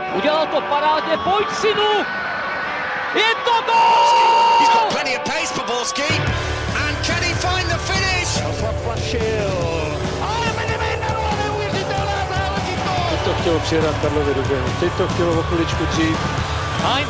Udělal to parádně, pojď synu! Je to gól! He's got plenty of pace for Borski. And can he find the finish? Ale Medvedev, neuvěřitelná záležitost! Teď to chtělo přijedat Karlovi do běhu, teď to chtělo o chviličku dřív. Heinz!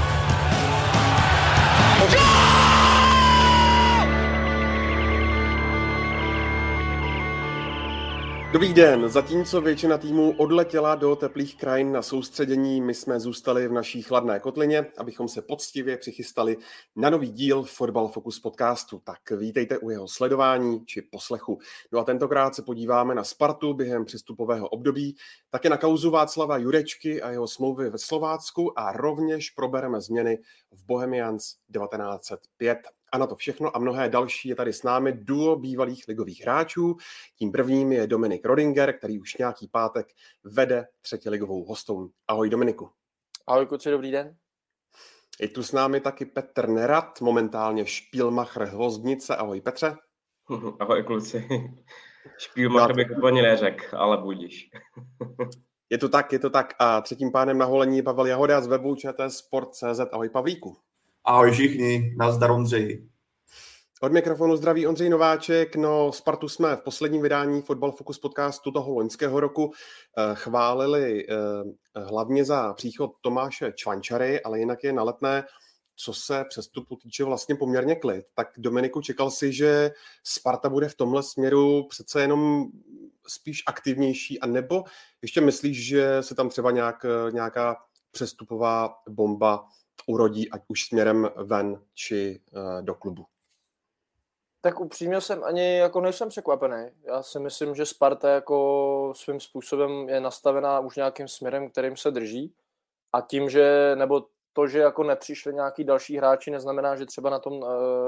Dobrý den, zatímco většina týmů odletěla do teplých krajin na soustředění, my jsme zůstali v naší chladné kotlině, abychom se poctivě přichystali na nový díl Fotbal Focus podcastu. Tak vítejte u jeho sledování či poslechu. No a tentokrát se podíváme na Spartu během přestupového období, také na kauzu Václava Jurečky a jeho smlouvy ve Slovácku a rovněž probereme změny v Bohemians 1905. A na to všechno a mnohé další je tady s námi duo bývalých ligových hráčů. Tím prvním je Dominik Rodinger, který už nějaký pátek vede třetiligovou Hostouň. Ahoj Dominiku. Ahoj kluci, dobrý den. Je tu s námi taky Petr Nerad, momentálně Špílmacher Hvozdnice. Ahoj Petře. Ahoj kluci. Špílmacher bych úplně neřekl, ale budíš. Je to tak. A třetím pánem na holení Pavel Jahoda z webu ČT-sport.cz. Ahoj Pavlíku. Ahoj všichni, nazdar Ondřej. Od mikrofonu zdraví Ondřej Nováček. No, Spartu jsme v posledním vydání Fotbal Focus podcastu toho loňského roku chválili hlavně za příchod Tomáše Čvančary, ale jinak je na Letné, co se přestupu týče, vlastně poměrně klid. Tak Dominiku, čekal si, že Sparta bude v tomhle směru přece jenom spíš aktivnější, anebo ještě myslíš, že se tam třeba nějaká přestupová bomba urodí, ať už směrem ven, či do klubu? Tak upřímně jsem ani jako nejsem překvapený. Já si myslím, že Sparta jako svým způsobem je nastavená už nějakým směrem, kterým se drží. A tím, že, nebo to, že jako nepřišli nějaký další hráči, neznamená, že třeba na tom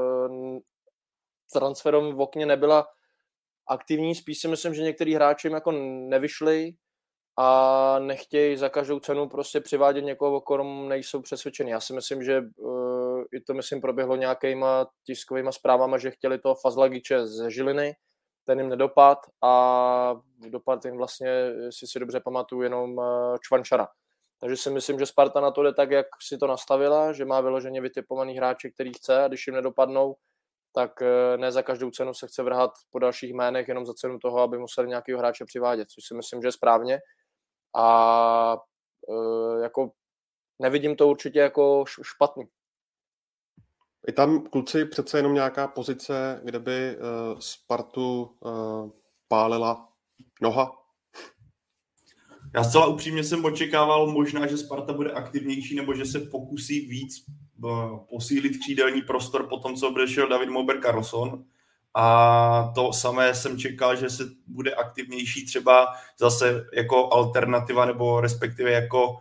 transferovém okně nebyla aktivní. Spíš si myslím, že některý hráči jim jako nevyšli a nechtějí za každou cenu prostě přivádět někoho, o komu nejsou přesvědčeni. Já si myslím, že i to proběhlo nějakýma tiskovýma zprávama, že chtěli toho Fazlagiče ze Žiliny, ten jim nedopad a dopad jim vlastně, jestli si dobře pamatuju, jenom Čvančara. Takže si myslím, že Sparta na to jde tak, jak si to nastavila, že má vyloženě vytipovaný hráči, který chce, a když jim nedopadnou, tak ne za každou cenu se chce vrhat po dalších jménech jenom za cenu toho, aby museli nějakého hráče přivádět, což si myslím, že je správně. A jako nevidím to určitě jako špatný. Je tam, kluci, přece jenom nějaká pozice, kde by Spartu pálila noha? Já zcela upřímně jsem očekával možná, že Sparta bude aktivnější nebo že se pokusí víc posílit křídelní prostor po tom, co odešel David Mober-Karlsson. A to samé jsem čekal, že se bude aktivnější třeba zase jako alternativa nebo respektive jako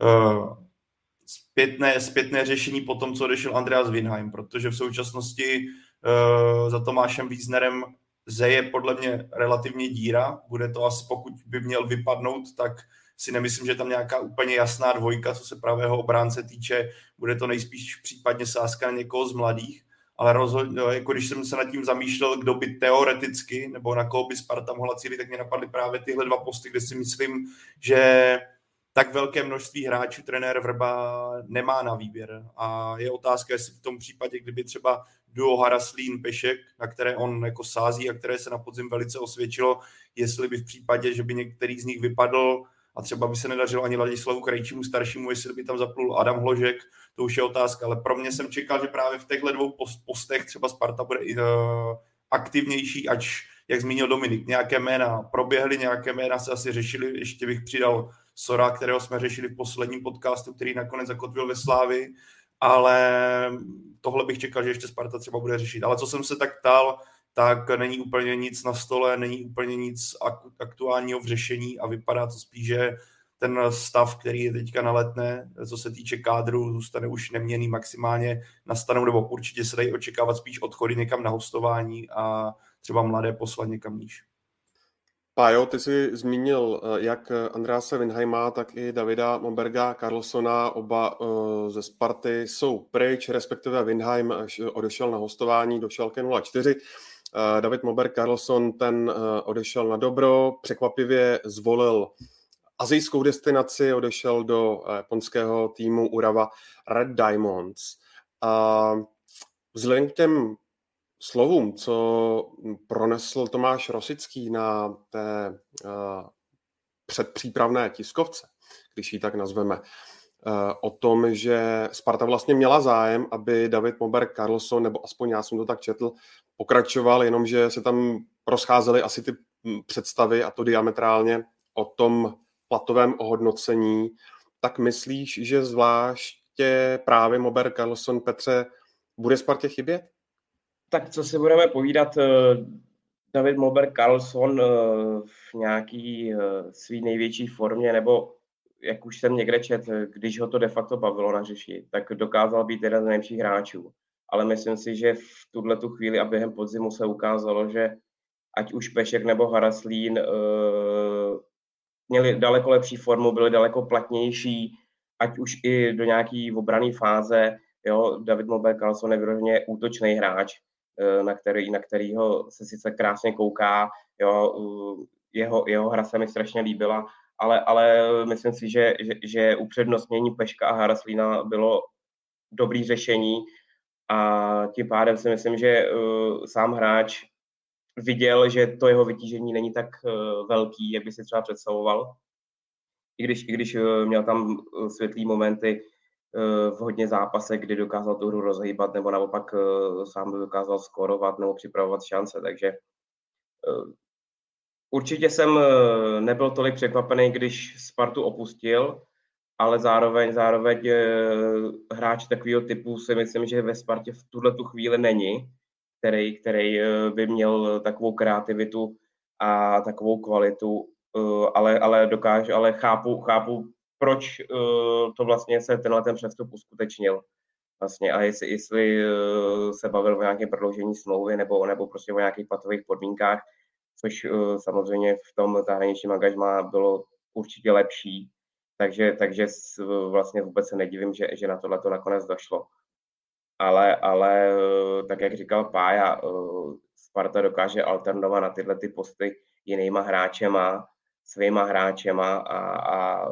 zpětné řešení po tom, co odešel Andreas Winheim, protože v současnosti za Tomášem Wiesnerem zeje podle mě relativně díra. Bude to asi, pokud by měl vypadnout, tak si nemyslím, že tam nějaká úplně jasná dvojka, co se pravého obránce týče. Bude to nejspíš případně sázka na někoho z mladých, ale rozhodně, jako když jsem se nad tím zamýšlel, kdo by teoreticky, nebo na koho by Sparta mohla cílit, tak mě napadly právě tyhle dva posty, kde si myslím, že tak velké množství hráčů trenér Vrba nemá na výběr. A je otázka, jestli v tom případě, kdyby třeba duo Haraslín-Pešek, na které on jako sází a které se na podzim velice osvědčilo, jestli by v případě, že by některý z nich vypadl a třeba by se nedařilo ani Ladislavu Krejčímu staršímu, jestli by tam zaplul Adam Hložek, to už je otázka. Ale pro mě jsem čekal, že právě v těchto dvou postech třeba Sparta bude aktivnější, ač, jak zmínil Dominik, nějaké jména proběhly, nějaké jména se asi řešily, ještě bych přidal Sora, kterého jsme řešili v posledním podcastu, který nakonec zakotvil ve Slávii, ale tohle bych čekal, že ještě Sparta třeba bude řešit. Ale co jsem se tak ptal, tak není úplně nic na stole, není úplně nic aktuálního v řešení a vypadá to spíš, že ten stav, který je teďka na Letné, co se týče kádru, zůstane už neměnný, maximálně nastanou, nebo určitě se dají očekávat spíš odchody někam na hostování a třeba mladé poslat někam níž. Pájo, ty jsi zmínil jak Andrease Winheima, tak i Davida Moberga-Karlssona. Oba ze Sparty jsou pryč, respektive Winheim odešel na hostování do Schalke 04. David Moberg-Karlsson ten odešel na dobro, překvapivě zvolil asijskou destinaci, odešel do japonského týmu Urawa Red Diamonds. A vzhledem k těm slovům, co pronesl Tomáš Rosický na té předpřípravné tiskovce, když ji tak nazveme, o tom, že Sparta vlastně měla zájem, aby David Moberg Karlsson, nebo aspoň já jsem to tak četl, pokračoval, jenomže se tam rozcházely asi ty představy, a to diametrálně, o tom platovém ohodnocení. Tak myslíš, že zvláště právě Moberg Karlsson, Petře, bude Spartě chybět? Tak co si budeme povídat, David Moberg Karlsson v nějaký svý největší formě, nebo jak už jsem někde četl, když ho to de facto bavilo na řeši, tak dokázal být jeden z nejlepších hráčů. Ale myslím si, že v tuhletu chvíli a během podzimu se ukázalo, že ať už Pešek nebo Haraslín měli daleko lepší formu, byli daleko platnější, ať už i do nějaký obranné fáze. Jo, David Moberg Karlsson je vyroženě útočný hráč, na kterýho se sice krásně kouká, jo, jeho hra se mi strašně líbila, ale myslím si, že upřednostnění Peška a Haraslína bylo dobrý řešení a tím pádem si myslím, že sám hráč viděl, že to jeho vytížení není tak velký, jak by si třeba představoval. I když měl tam světlý momenty v hodně zápasech, kdy dokázal tu hru rozhýbat, nebo naopak sám dokázal skórovat nebo připravovat šance, takže určitě jsem nebyl tolik překvapený, když Spartu opustil, ale zároveň hráč takového typu si myslím, že ve Spartě v tuhletu chvíli není, který by měl takovou kreativitu a takovou kvalitu, ale chápu, proč to vlastně se tenhle přestup uskutečnil. Vlastně. A jestli se bavil o nějakém prodloužení smlouvy nebo prostě o nějakých platových podmínkách, což samozřejmě v tom zahraničním angažmá bylo určitě lepší. Takže vlastně vůbec se nedivím, že na tohleto nakonec došlo. Ale tak, jak říkal Pája, Sparta dokáže alternovat na tyhle ty posty jinýma hráčema, svýma hráčema a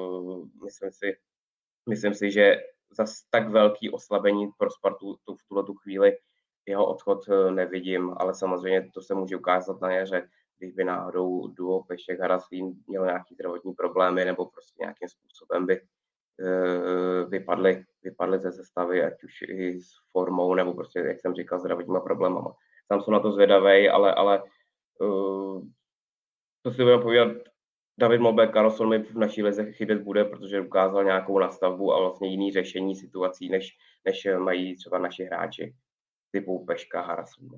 myslím si, že zas tak velký oslabení pro Spartu v tuhletu chvíli jeho odchod nevidím, ale samozřejmě to se může ukázat na jaře, když by náhodou duo Pešek Haraslín měl nějaký zdravotní problémy nebo prostě nějakým způsobem by vypadly ze sestavy, ať už i s formou nebo prostě, jak jsem říkal, zdravotníma problémama. Sám jsem na to zvědavej, ale co si budeme povídat, David Moberg Karlsson mi v naší lize chybět bude, protože ukázal nějakou nastavbu a vlastně jiný řešení situací, než mají třeba naši hráči typu Peška Haraslína.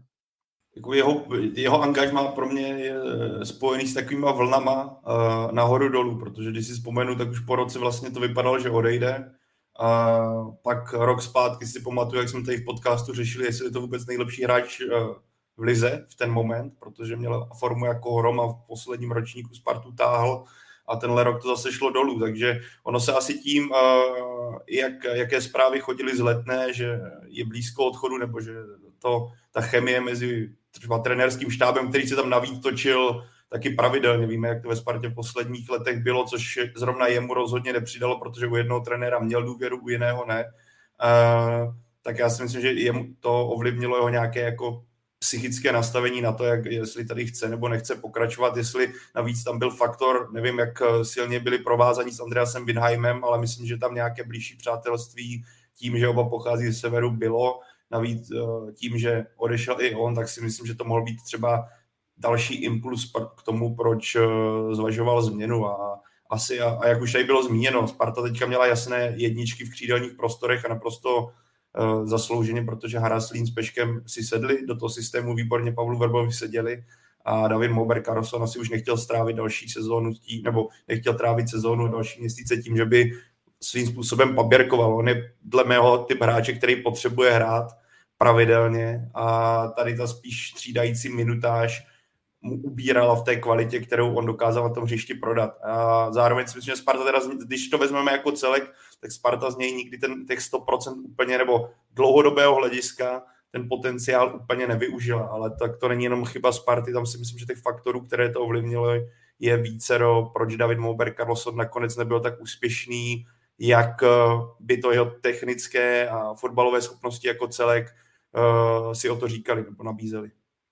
Jeho angažmá pro mě je spojený s takovýma vlnama nahoru dolů, protože když si vzpomenu, tak už po roce vlastně to vypadalo, že odejde. A pak rok zpátky si pamatuju, jak jsme tady v podcastu řešili, jestli je to vůbec nejlepší hráč v lize v ten moment, protože měl formu jako hrom a v posledním ročníku Spartu táhl a tenhle rok to zase šlo dolů, takže ono se asi tím, jaké zprávy chodily z Letné, že je blízko odchodu, nebo že ta chemie mezi třeba trenérským štábem, který se tam navíc točil taky pravidelně. Víme, jak to ve Spartě v posledních letech bylo, což zrovna jemu rozhodně nepřidalo, protože u jednoho trenéra měl důvěru, u jiného ne. Tak já si myslím, že jemu to ovlivnilo jeho nějaké jako psychické nastavení na to, jestli tady chce nebo nechce pokračovat, jestli navíc tam byl faktor, nevím, jak silně byli provázaní s Andreasem Winheimem, ale myslím, že tam nějaké blížší přátelství tím, že oba pochází z severu, bylo. Navíc tím, že odešel i on, tak si myslím, že to mohl být třeba další impuls k tomu, proč zvažoval změnu. A jak už tady bylo zmíněno, Sparta teďka měla jasné jedničky v křídelních prostorech a naprosto zaslouženě, protože Haraslín s Peškem si sedli do toho systému, výborně Pavlu Verbovi seděli a David Moberg Karlsson asi už nechtěl strávit další sezónu nebo nechtěl trávit sezónu další měsíce tím, že by svým způsobem paběrkoval. On je dle mého typ hráče, který potřebuje hrát pravidelně a tady ta spíš střídající minutáž mu ubírala v té kvalitě, kterou on dokázal na tom hřišti prodat. A zároveň si myslím, že Sparta teda, když to vezmeme jako celek, tak Sparta z něj nikdy těch 100% úplně nebo dlouhodobého hlediska ten potenciál úplně nevyužila, ale tak to není jenom chyba Sparty, tam si myslím, že těch faktorů, které to ovlivnilo, je vícero, proč David Moberg Carlson nakonec nebyl tak úspěšný, jak by to jeho technické a fotbalové schopnosti jako celek si o to říkali nebo nabízeli.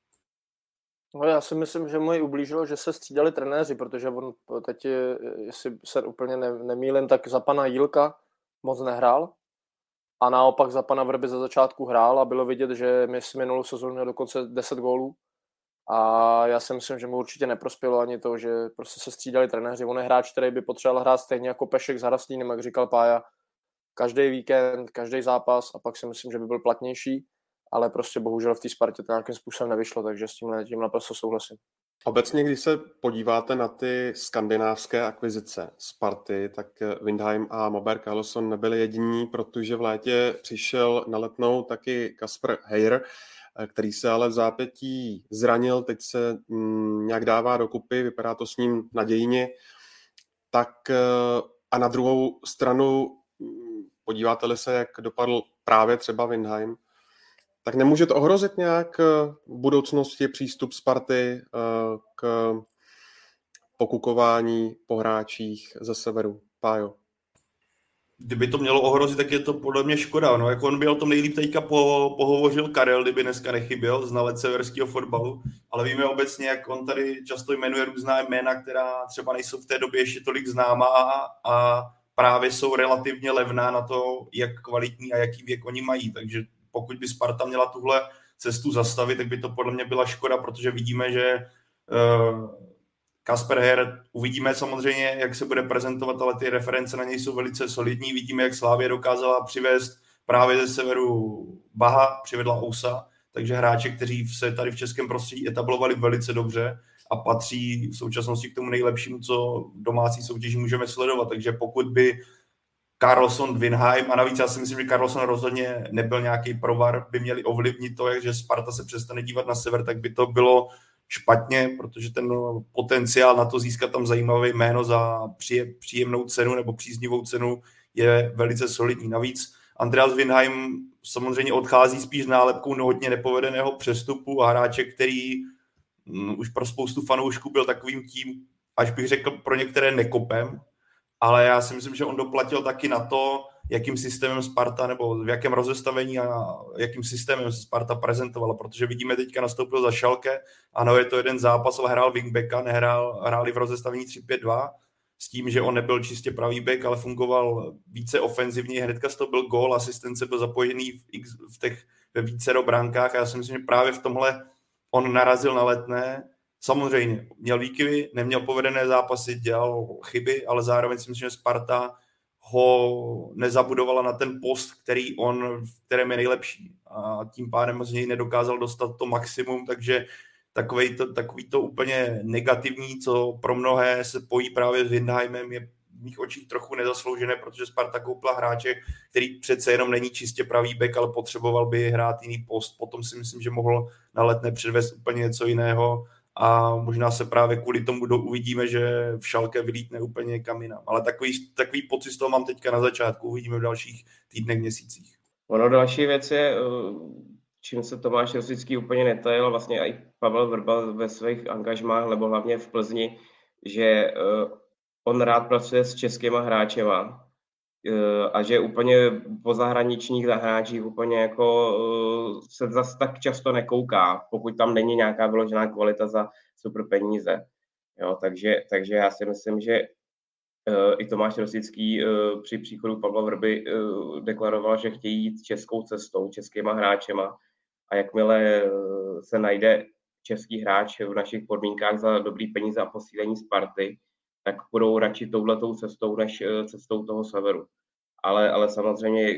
No, já si myslím, že mu ublížilo, že se střídali trenéři, protože on teď, jestli se úplně nemýlím, tak za pana Jílka moc nehrál a naopak za pana Vrby ze začátku hrál a bylo vidět, že minulou sezónu měl dokonce 10 gólů a já si myslím, že mu určitě neprospělo ani to, že prostě se střídali trenéři. On je hráč, který by potřeboval hrát stejně jako Pešek s Hrastlínem, jak říkal Pája, každý víkend, každý zápas a pak si myslím, že by byl platnější, ale prostě bohužel v té Spartě to nějakým způsobem nevyšlo, takže s tím naprosto souhlasím. Obecně, když se podíváte na ty skandinávské akvizice Sparty, tak Windheim a Moberg Carlson nebyli jediní, protože v létě přišel na Letnou taky Kasper Heier, který se ale v zápětí zranil, teď se nějak dává dokupy, vypadá to s ním nadějně. Tak a na druhou stranu, podíváte-li se, jak dopadl právě třeba Windheim, tak nemůže to ohrozit nějak v budoucnosti přístup Sparty k pokukování po hráčích ze severu? Pájo. Kdyby to mělo ohrozit, tak je to podle mě škoda. No, jako on by o tom nejlíp teďka pohovořil Karel, kdyby dneska nechyběl, znalec severského fotbalu, ale víme obecně, jak on tady často jmenuje různá jména, která třeba nejsou v té době ještě tolik známá a právě jsou relativně levná na to, jak kvalitní a jaký věk oni mají. Takže pokud by Sparta měla tuhle cestu zastavit, tak by to podle mě byla škoda, protože vidíme, že Kasper Heier, uvidíme samozřejmě, jak se bude prezentovat, ale ty reference na něj jsou velice solidní. Vidíme, jak Slavia dokázala přivést právě ze severu Baha, přivedla Ousa, takže hráči, kteří se tady v českém prostředí etablovali velice dobře a patří v současnosti k tomu nejlepšímu, co v domácí soutěži můžeme sledovat. Takže pokud by Carlson, Windheim, a navíc já si myslím, že Carlson rozhodně nebyl nějaký provar, by měli ovlivnit to, že Sparta se přestane dívat na sever, tak by to bylo špatně, protože ten potenciál na to získat tam zajímavé jméno za příjemnou cenu nebo příznivou cenu je velice solidní. Navíc Andreas Windheim samozřejmě odchází spíš s nálepkou hodně nepovedeného přestupu a hráče, který už pro spoustu fanoušků byl takovým tím, až bych řekl pro některé nekopem, ale já si myslím, že on doplatil taky na to, jakým systémem Sparta nebo v jakém rozestavení a jakým systémem se Sparta prezentovala, protože vidíme teďka nastoupil za Schalke, ano, je to jeden zápas, ale hrál wingbacka, hráli v rozestavení 3-5-2, s tím, že on nebyl čistě pravý back, ale fungoval více ofenzivně, hnedka z toho byl gól, asistence byl zapojený ve vícero bránkách a já si myslím, že právě v tomhle on narazil na Letné. Samozřejmě měl výkyvy, neměl povedené zápasy, dělal chyby, ale zároveň si myslím, že Sparta ho nezabudovala na ten post, v kterém je nejlepší. A tím pádem z něj nedokázal dostat to maximum, takže takový to úplně negativní, co pro mnohé se pojí právě s Windheimem, je v mých očích trochu nezasloužené, protože Sparta koupila hráče, který přece jenom není čistě pravý back, ale potřeboval by hrát jiný post. Potom si myslím, že mohl na Letné předvést úplně něco jiného a možná se právě kvůli tomu uvidíme, že v Schalke vylítne úplně někam jinam. Ale takový pocit z toho mám teďka na začátku, uvidíme v dalších týdnech, měsících. Ono další věc je, čím se Tomáš Rosický úplně netajil, vlastně i Pavel Vrba ve svých angažmách, nebo hlavně v Plzni, že on rád pracuje s českýma hráčema a že úplně po zahraničních hráčích úplně jako se zase tak často nekouká, pokud tam není nějaká vyložená kvalita za super peníze. Jo, takže já si myslím, že i Tomáš Rosický při příchodu Pavla Vrby deklaroval, že chtějí jít českou cestou, českýma hráčema a jakmile se najde český hráč v našich podmínkách za dobrý peníze a posílení Sparty, tak budou radši touhletou cestou, než cestou toho severu. Ale samozřejmě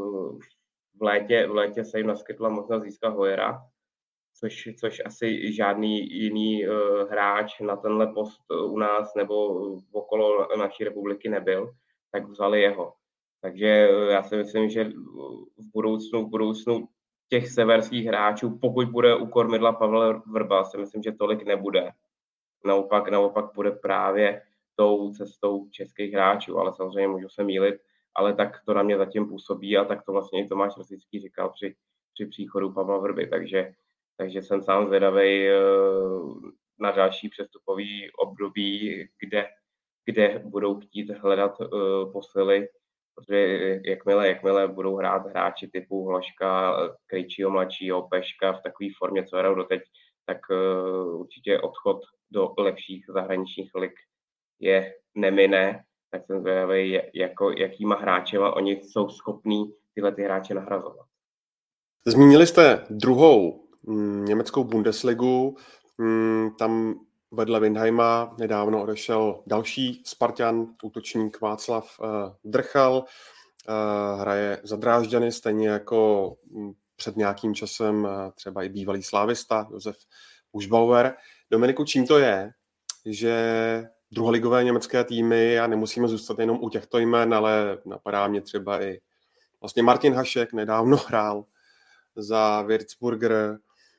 v létě se jim naskytla možnost získat Hojera, což asi žádný jiný hráč na tenhle post u nás nebo okolo naší republiky nebyl, tak vzali jeho. Takže já si myslím, že v budoucnu těch severských hráčů, pokud bude u kormidla Pavel Vrba, si myslím, že tolik nebude. Naopak bude právě tou cestou českých hráčů, ale samozřejmě můžu se mýlit, ale tak to na mě zatím působí a tak to vlastně i Tomáš Rosický říkal při příchodu Pavla Vrby, takže jsem sám zvědavej, na další přestupový období, kde budou chtít hledat posily, protože jakmile budou hrát hráči typu Hloška, Krejčího mladšího, Peška v takové formě, co hrajou doteď, tak určitě odchod do lepších zahraničních lig je nemine, tak jsem zvědavý, jakýma hráčema oni jsou schopní tyhle ty hráče nahrazovat. Zmínili jste druhou německou Bundesligu, tam vedle Windheima nedávno odešel další Spartan, útočník Václav Drchal, hraje za Drážďany, stejně jako před nějakým časem třeba i bývalý slávista Josef Buschbauer. Dominiku, čím to je, že druholigové německé týmy, a nemusíme zůstat jenom u těchto jmen, ale napadá mě třeba i vlastně Martin Hašek nedávno hrál za Würzburger,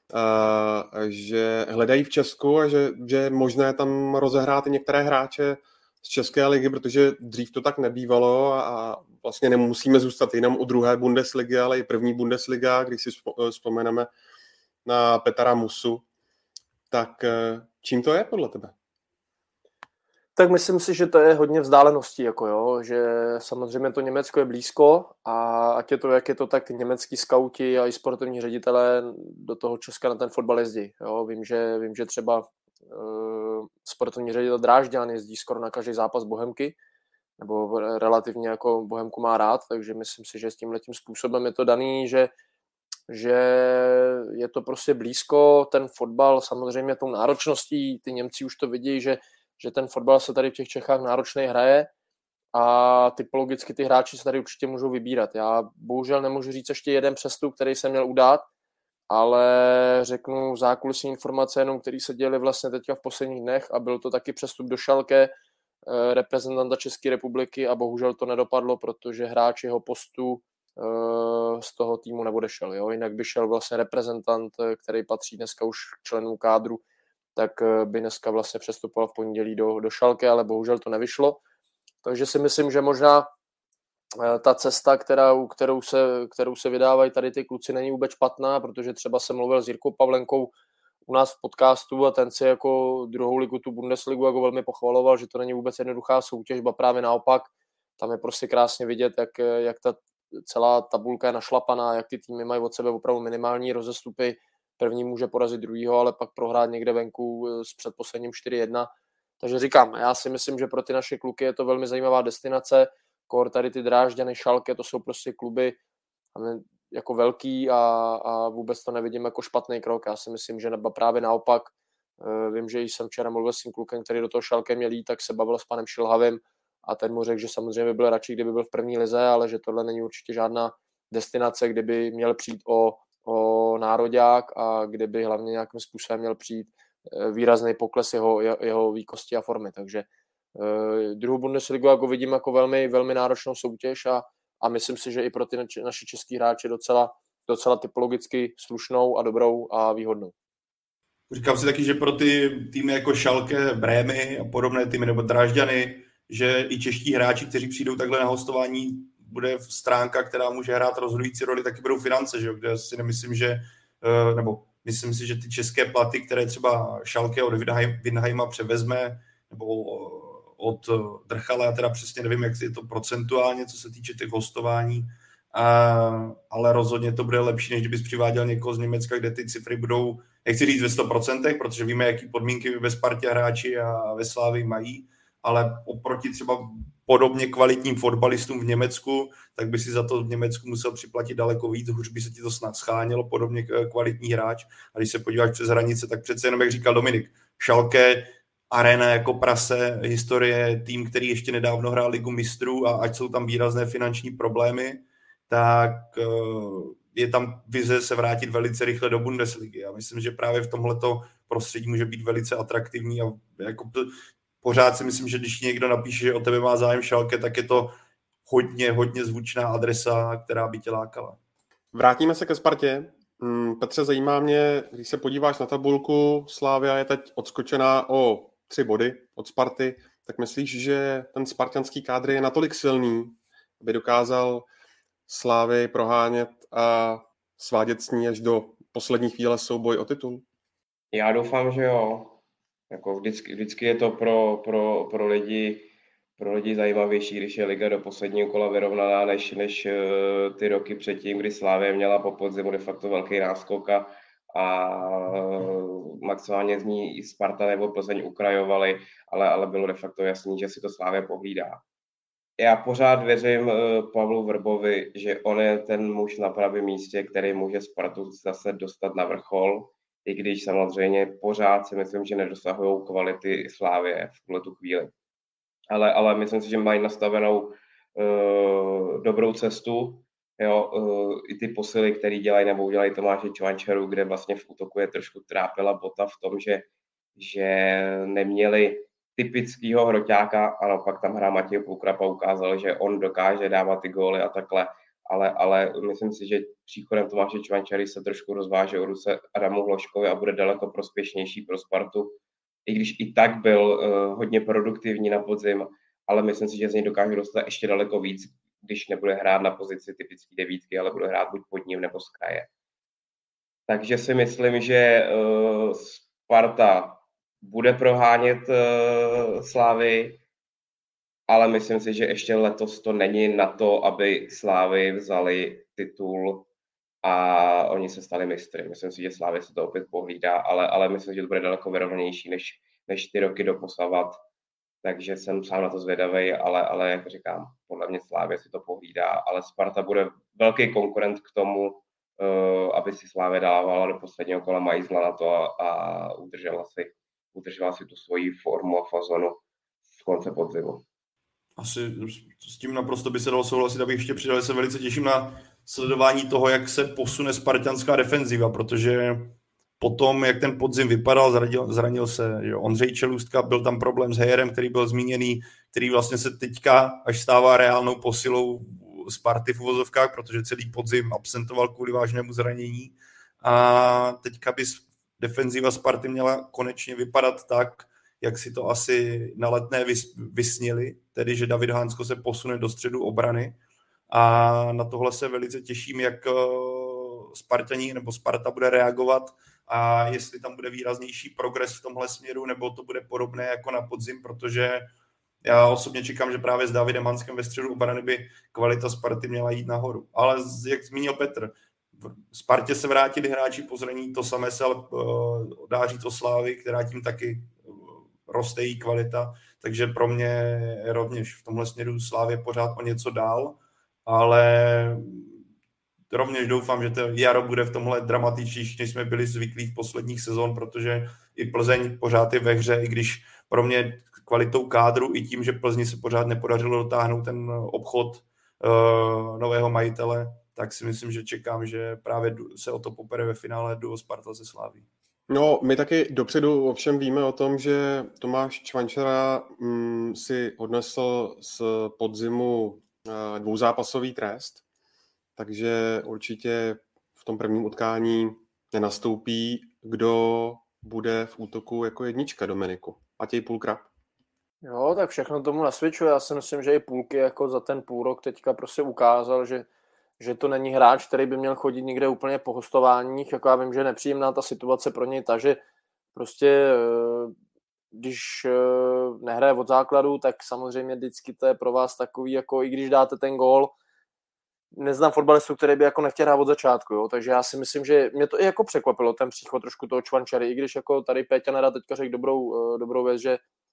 že hledají v Česku a že je možné tam rozehrát i některé hráče z České ligy, protože dřív to tak nebývalo a vlastně nemusíme zůstat jenom u druhé Bundesligy, ale i první Bundesliga, když si vzpomeneme na Petra Musu. Tak čím to je podle tebe? Tak myslím si, že to je hodně vzdáleností, jako jo, že samozřejmě to Německo je blízko a ať je to, jak je to, tak německý skauti a i sportovní ředitelé do toho Česka na ten fotbal jezdí. Jo. Vím, že třeba sportovní ředitel Drážďan jezdí skoro na každý zápas Bohemky, nebo relativně jako Bohemku má rád, takže myslím si, že s tímhletím způsobem je to daný, že je to prostě blízko, ten fotbal samozřejmě tou náročností, ty Němci už to vidí, že ten fotbal se tady v těch Čechách náročnej hraje a typologicky ty hráči se tady určitě můžou vybírat. Já bohužel nemůžu říct ještě jeden přestup, který jsem měl udát, ale řeknu zákulisní informace jenom, který se děli vlastně teďka v posledních dnech a byl to taky přestup do Schalke reprezentanta České republiky a bohužel to nedopadlo, protože hráč jeho postu z toho týmu neodešel. Jo? Jinak by šel vlastně reprezentant, který patří dneska už k členům kádru, tak by dneska vlastně přestupoval v pondělí do Schalke, ale bohužel to nevyšlo. Takže si myslím, že možná ta cesta, kterou se vydávají tady ty kluci, není vůbec špatná, protože třeba jsem mluvil s Jirkou Pavlenkou u nás v podcastu a ten si jako druhou ligu, tu Bundesligu, jako velmi pochvaloval, že to není vůbec jednoduchá soutěž, ba právě naopak. Tam je prostě krásně vidět, jak ta celá tabulka je našlapaná, jak ty týmy mají od sebe opravdu minimální rozestupy. První může porazit druhýho, ale pak prohrát někde venku s předposledním 4-1. Takže říkám, já si myslím, že pro ty naše kluky je to velmi zajímavá destinace. Kor tady ty Drážďany, Schalke, to jsou prostě kluby jako velký a vůbec to nevidím jako špatný krok. Já si myslím, že právě naopak, vím, že jsem včera mluvil s tím klukem, který do toho Schalke měl jít, tak se bavil s panem Šilhavým a ten mu řekl, že samozřejmě by byl radši, kdyby byl v první lize, ale že tohle není určitě žádná destinace, kde by měl přijít o nároďák a kde by hlavně nějakým způsobem měl přijít výrazný pokles jeho výkosti a formy. Takže druhou Bundesligu jako vidím jako velmi, velmi náročnou soutěž a myslím si, že i pro ty naši český hráče docela typologicky slušnou a dobrou a výhodnou. Říkám si taky, že pro ty týmy jako Schalke, Brémy a podobné týmy nebo Drážďany, že i čeští hráči, kteří přijdou takhle na hostování, bude stránka, která může hrát rozhodující roli, taky budou finance, že jo? Kde si nemyslím, že nebo myslím si, že ty české platy, které třeba Schalke od Windheima převezme, nebo od Drchala, já teda přesně nevím, jak je to procentuálně, co se týče těch hostování, ale rozhodně to bude lepší, než kdybys přiváděl někoho z Německa, kde ty cifry budou, nechci říct ve 100%, protože víme, jaký podmínky ve Spartě hráči a ve Slávii mají, ale oproti třeba podobně kvalitním fotbalistům v Německu, tak by si za to v Německu musel připlatit daleko víc, hůř by se ti to snad schánělo, podobně kvalitní hráč. A když se podíváš přes hranice, tak přece jenom, jak říkal Dominik, Schalke, arena jako prase, historie, tým, který ještě nedávno hrál Ligu mistrů a ať jsou tam výrazné finanční problémy, tak je tam vize se vrátit velice rychle do Bundesligy. Já myslím, že právě v tomhleto prostředí může být velice atraktivní a jako pořád si myslím, že když někdo napíše, že o tebe má zájem Schalke, tak je to hodně zvučná adresa, která by tě lákala. Vrátíme se ke Spartě. Petře, zajímá mě, když se podíváš na tabulku, Slavia je teď odskočená o 3 body od Sparty, tak myslíš, že ten spartanský kádr je natolik silný, aby dokázal Slavii prohánět a svádět s ní až do poslední chvíle souboj o titul? Já doufám, že jo. Jako vždycky je to pro lidi zajímavější, když je liga do posledního kola vyrovnaná, než ty roky předtím, kdy Slavia měla po podzimu de facto velký náskok a maximálně z ní i Sparta nebo Plzeň ukrajovali, ale bylo de facto jasný, že si to Slavia pohlídá. Já pořád věřím Pavlu Vrbovi, že on je ten muž na pravém místě, který může Spartu zase dostat na vrchol, i když samozřejmě pořád si myslím, že nedosahují kvality Slavie v tuhletu chvíli. Ale myslím si, že mají nastavenou dobrou cestu. Jo, i ty posily, které dělají nebo udělají Tomáše Čvančaru, kde vlastně v útoku je trošku trápila Bota v tom, že neměli typického hroťáka, ano, pak tam hrá Matěj Půlkrapa, ukázal, že on dokáže dávat ty góly a takhle, ale myslím si, že příchodem Tomáše Čvančary se trošku rozváže o ruce Adamu Hloškovi a bude daleko prospěšnější pro Spartu, i když i tak byl hodně produktivní na podzim, ale myslím si, že z něj dokáže dostat ještě daleko víc, když nebude hrát na pozici typické devítky, ale bude hrát buď pod ním nebo z kraje. Takže si myslím, že Sparta bude prohánět Slavii, ale myslím si, že ještě letos to není na to, aby Slavii vzali titul a oni se stali mistry. Myslím si, že Slavia se to opět pohlídá, ale myslím, že to bude daleko vyrovnanější než ty roky doposavat. Takže jsem sám na to zvědavý, ale jak říkám, podle mě Slavia si to pohlídá, ale Sparta bude velký konkurent k tomu, aby si Slavia dávala do posledního kola majzla na to a udržela si tu svoji formu a fazonu v konce podzimu. Asi s tím naprosto by se dalo souhlasit, abych ještě přidal, se velice těším na sledování toho, jak se posune spartanská defenziva, protože potom, jak ten podzim vypadal, zranil se Ondřej Čelůstka, byl tam problém s Hejerem, který byl zmíněný, který vlastně se teďka až stává reálnou posilou Sparty v uvozovkách, protože celý podzim absentoval kvůli vážnému zranění. A teďka by defenziva Sparty měla konečně vypadat tak, jak si to asi na Letné vysnili, tedy že David Hansko se posune do středu obrany. A na tohle se velice těším, jak Spartani nebo Sparta bude reagovat a jestli tam bude výraznější progres v tomhle směru, nebo to bude podobné jako na podzim, protože já osobně čekám, že právě s Davidem Hanskem ve středu obrany by kvalita Sparty měla jít nahoru. Ale jak zmínil Petr, v Spartě se vrátili hráči po zranění, to samé se ale dá říct o Slávii, která tím taky roste její kvalita, takže pro mě rovněž v tomhle směru Slávie pořád o něco dál, ale rovněž doufám, že to jaro bude v tomhle dramatičtější, než jsme byli zvyklí v posledních sezon, protože i Plzeň pořád je ve hře, i když pro mě kvalitou kádru i tím, že Plzni se pořád nepodařilo dotáhnout ten obchod nového majitele, tak si myslím, že čekám, že právě se o to popere ve finále duo Sparta se Slaví. No, my taky dopředu ovšem víme o tom, že Tomáš Čvančara si odnesl z podzimu dvouzápasový trest, takže určitě v tom prvním utkání nenastoupí. Kdo bude v útoku jako jednička, Dominiku? Matěj Půlkrap? Jo, tak všechno tomu nasvědčuje. Já si myslím, že i Půlky jako za ten půl rok teďka prostě ukázal, že to není hráč, který by měl chodit někde úplně po hostováních. Jako já vím, že je nepříjemná ta situace pro něj, takže prostě když nehraje od základu, tak samozřejmě vždycky to je pro vás takový, jako i když dáte ten gól, neznám fotbalistu, který by jako nechtěl hrát od začátku, jo? Takže já si myslím, že mě to i jako překvapilo, ten příchod trošku toho Čvančary, i když jako tady Péťa Nera teďka řekl dobrou věc,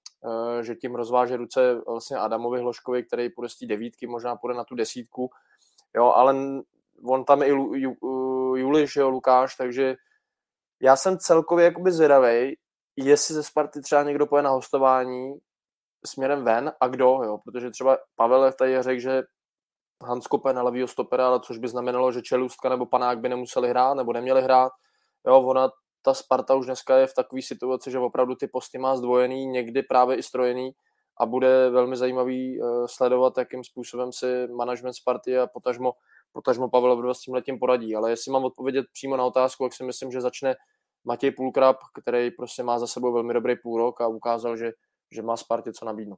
že tím rozváže ruce vlastně Adamovi Hloškovi, který půjde z té devítky, možná půjde na tu desítku, jo, ale on tam je i Juliš, jo, Lukáš, takže já jsem celkově jakoby zvědavej, jestli ze Sparty třeba někdo pojede na hostování směrem ven a kdo, jo, protože třeba Pavel tady řekl, že Hans kope na levýho stopera, ale což by znamenalo, že Čelůstka nebo Panák by nemuseli hrát nebo neměli hrát. Jo, ta Sparta už dneska je v takové situaci, že opravdu ty posty má zdvojený, někdy právě i strojený a bude velmi zajímavý sledovat, jakým způsobem si management Sparty a potažmo Pavel Vrba s tímhletím poradí. Ale jestli mám odpovědět přímo na otázku, tak si myslím, že začne Matěj Půlkrap, který prostě má za sebou velmi dobrý půl rok a ukázal, že má Spartě co nabídnout.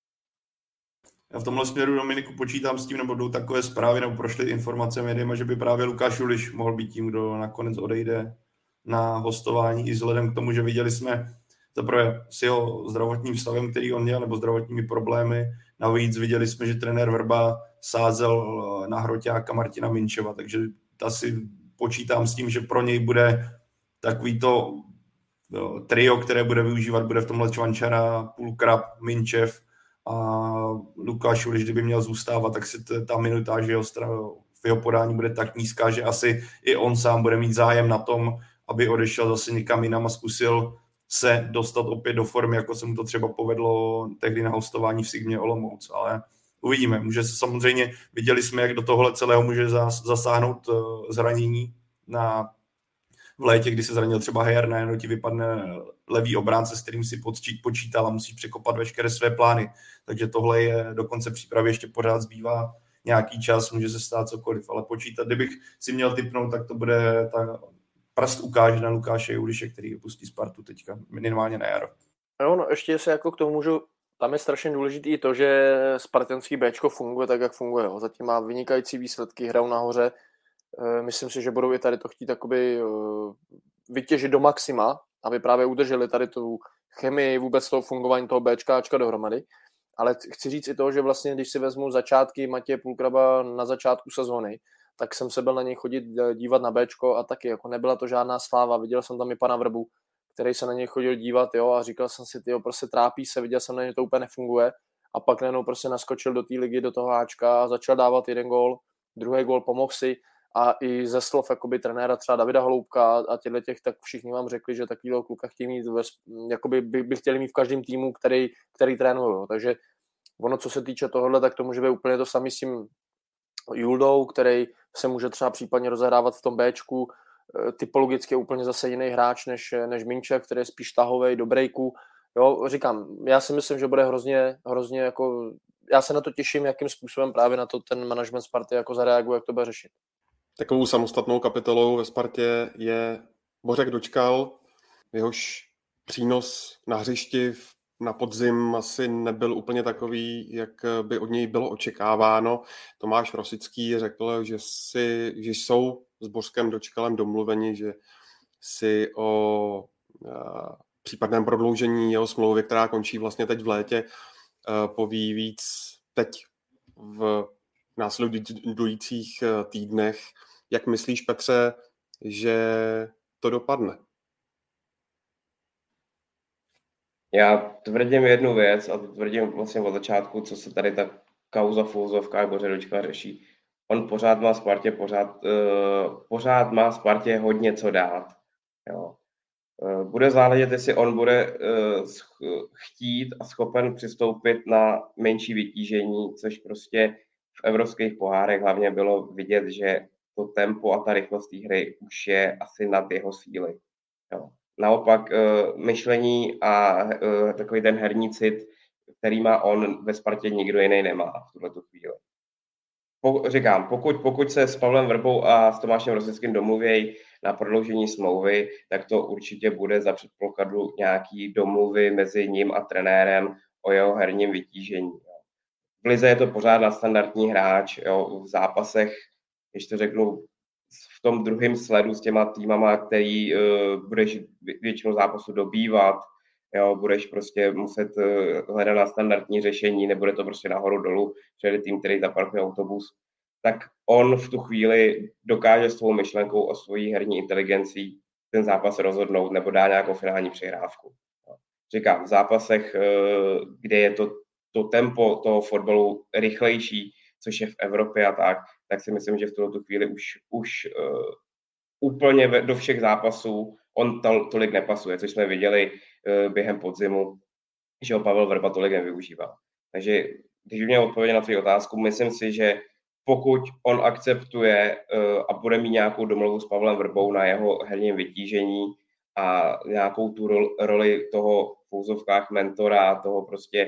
Já v tomhle směru, Dominiku, počítám s tím, nebo jdou takové zprávy, nebo prošly informace médiama, že by právě Lukáš Juliš mohl být tím, kdo nakonec odejde na hostování, i vzhledem k tomu, že viděli jsme zaprvé s jeho zdravotním stavem, který on měl, nebo zdravotními problémy. Navíc viděli jsme, že trenér Vrba sázel na hroťáka Martina Minčeva, takže asi počítám s tím, že pro něj bude takový to trio, které bude využívat, bude v tomhle Čvančara, Pulkrab, Minčev a Lukáš Uliš, kdyby měl zůstávat, tak si ta minutáž v jeho podání bude tak nízká, že asi i on sám bude mít zájem na tom, aby odešel zase někam jinam a zkusil se dostat opět do formy, jako se mu to třeba povedlo tehdy na hostování v Sigmě Olomouc, ale uvidíme. Může se samozřejmě, viděli jsme, jak do tohle celého může zasáhnout zranění v létě, kdy se zranil třeba Heyer, najednou ti vypadne levý obránce, s kterým si počítal a musíš překopat veškeré své plány. Takže tohle je do konce přípravy, ještě pořád zbývá nějaký čas, může se stát cokoliv, ale počítat, kdybych si měl tipnout, tak to bude prst ukáže na Lukáše Uliše, který opustí Spartu teďka, minimálně na jaro. No, ještě se jako k tomu můžu, tam je strašně důležitý i to, že spartanský Bčko funguje tak, jak funguje. Zatím má vynikající výsledky, hrajou nahoře. Myslím si, že budou i tady to chtít jakoby vytěžit do maxima, aby právě udrželi tady tu chemii vůbec toho fungování toho Bčkáčka dohromady. Ale chci říct i to, že vlastně, když si vezmu začátky Matěje Pulkraba na začátku sezóny, tak jsem se byl na něj chodit dívat na Bčko a taky jako nebyla to žádná sláva. Viděl jsem tam i pana Vrbu, který se na něj chodil dívat, jo, a říkal jsem si, tyjo, prostě trápí se, viděl jsem na něj, to úplně nefunguje. A pak najednou prostě naskočil do té ligy, do toho Ačka a začal dávat jeden gól, druhý gól, pomohl si. A i ze slov jakoby trenéra třeba Davida Holoubka a těch, tak všichni vám řekli, že takovýhle kluka chtějí mít, jakoby by chtěli mít v každém týmu, který trénují. Takže ono, co se týče tohohle, tak to může být úplně to samé s tím Juldou, který se může třeba případně rozehrávat v tom Bčku, typologicky je úplně zase jiný hráč než Minčev, který je spíš tahovej do breaku. Jo, říkám, já si myslím, že bude hrozně jako, já se na to těším, jakým způsobem právě na to ten management Sparty jako zareaguje, jak to bude řešit. Takovou samostatnou kapitolou ve Spartě je Bořek Dočkal, jehož přínos na hřišti na podzim asi nebyl úplně takový, jak by od něj bylo očekáváno. Tomáš Rosický řekl, že jsou s Bořkem Dočkalem domluveni, že si o případném prodloužení jeho smlouvy, která končí vlastně teď v létě, poví víc teď v následujících týdnech. Jak myslíš, Petře, že to dopadne? Já tvrdím jednu věc a to tvrdím vlastně od začátku, co se tady ta kauza v uvozovkách Boře Dočkala řeší. On pořád má Spartě, pořád má Spartě hodně co dát. Jo. Bude záležet, jestli on bude chtít a schopen přistoupit na menší vytížení, což prostě v evropských pohárech hlavně bylo vidět, že to tempo a ta rychlost té hry už je asi nad jeho síly. Jo. Naopak myšlení a takový ten herní cit, který má on ve Spartě, nikdo jiný nemá v tuhletu chvíli. Říkám, pokud se s Pavlem Vrbou a s Tomášem Rosickým domluvějí na prodloužení smlouvy, tak to určitě bude za předpokladu nějaký domluvy mezi ním a trenérem o jeho herním vytížení. V lize je to pořád nadstandardní hráč, jo, v zápasech, když to řeknu, v tom druhém sledu s těma týmama, který budeš většinu zápasu dobývat, jo, budeš prostě muset hledat na standardní řešení, nebude to prostě nahoru dolů, přijede tým, který zaparkuje autobus, tak on v tu chvíli dokáže svou myšlenkou a svojí herní inteligencí ten zápas rozhodnout nebo dá nějakou finální přihrávku. Říkám, v zápasech, kde je to tempo toho fotbalu rychlejší, což je v Evropě a tak si myslím, že v tuto chvíli už úplně do všech zápasů on tolik nepasuje, což jsme viděli během podzimu, že ho Pavel Vrba tolik nevyužíval. Takže když by měl odpovědět na tvou otázku, myslím si, že pokud on akceptuje a bude mít nějakou domluvu s Pavlem Vrbou na jeho herním vytížení a nějakou tu roli toho v úzovkách mentora, toho prostě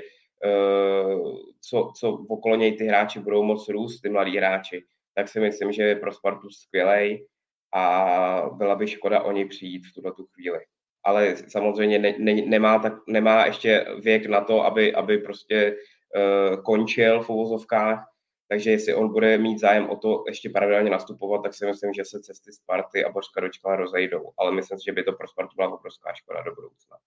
co okolo něj ty hráči budou moc růst, ty mladí hráči, tak si myslím, že je pro Spartu skvělej a byla by škoda o něj přijít v tuto chvíli. Ale samozřejmě nemá ještě věk na to, aby prostě končil v uvozovkách, takže jestli on bude mít zájem o to ještě paralelně nastupovat, tak si myslím, že se cesty Sparty a Bořka Dočkala rozejdou. Ale myslím si, že by to pro Spartu byla obrovská škoda do budoucna.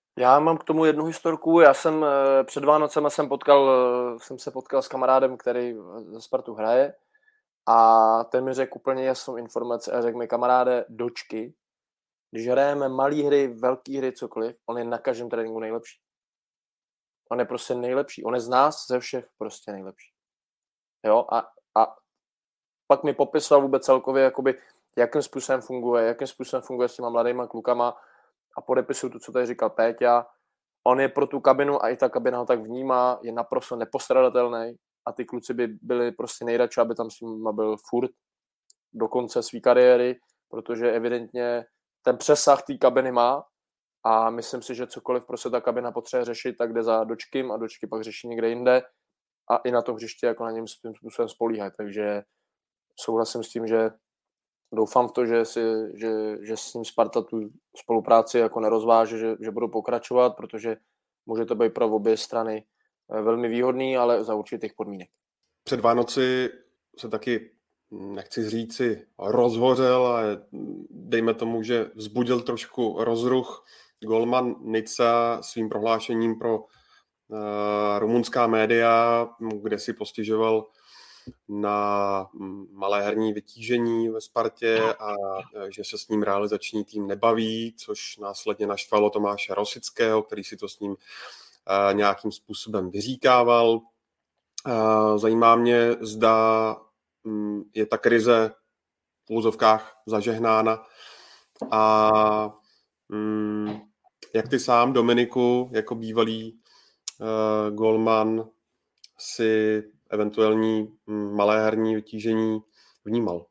Já mám k tomu jednu historku. Já jsem před Vánocema jsem se potkal s kamarádem, který za Spartu hraje, a ten mi řekl úplně jasnou informaci a řekl mi: kamaráde, dočky, když hrajeme malé hry, velké hry, cokoliv, on je na každém tréninku nejlepší. On je prostě nejlepší. On je z nás ze všech prostě nejlepší. Jo, a pak mi popisoval vůbec celkově, jakoby, jakým způsobem funguje s těma mladýma klukama, a podepisuju to, co tady říkal Péťa. On je pro tu kabinu a i ta kabina ho tak vnímá, je naprosto nepostradatelný a ty kluci by byli prostě nejradši, aby tam s ním byl furt do konce své kariéry, protože evidentně ten přesah té kabiny má a myslím si, že cokoliv prostě ta kabina potřebuje řešit, tak jde za Dočkym a Dočky pak řeší někde jinde a i na tom hřišti jako na něm způsobem spolíhají. Takže souhlasím s tím, že doufám v to, že s ním Sparta tu spolupráci jako nerozváže, že budou pokračovat, protože může to být pro obě strany velmi výhodný, ale za určitých podmínek. Před Vánoci se taky, nechci říci, rozhořel, ale dejme tomu, že vzbudil trošku rozruch golman Nica svým prohlášením pro rumunská média, kde si postižoval na malé herní vytížení ve Spartě a že se s ním realizační tým nebaví, což následně naštvalo Tomáše Rosického, který si to s ním nějakým způsobem vyříkával. Zajímá mě, zda je ta krize v úzovkách zažehnána a jak ty sám, Dominiku, jako bývalý golman, si eventuální malé herní vytížení vnímal?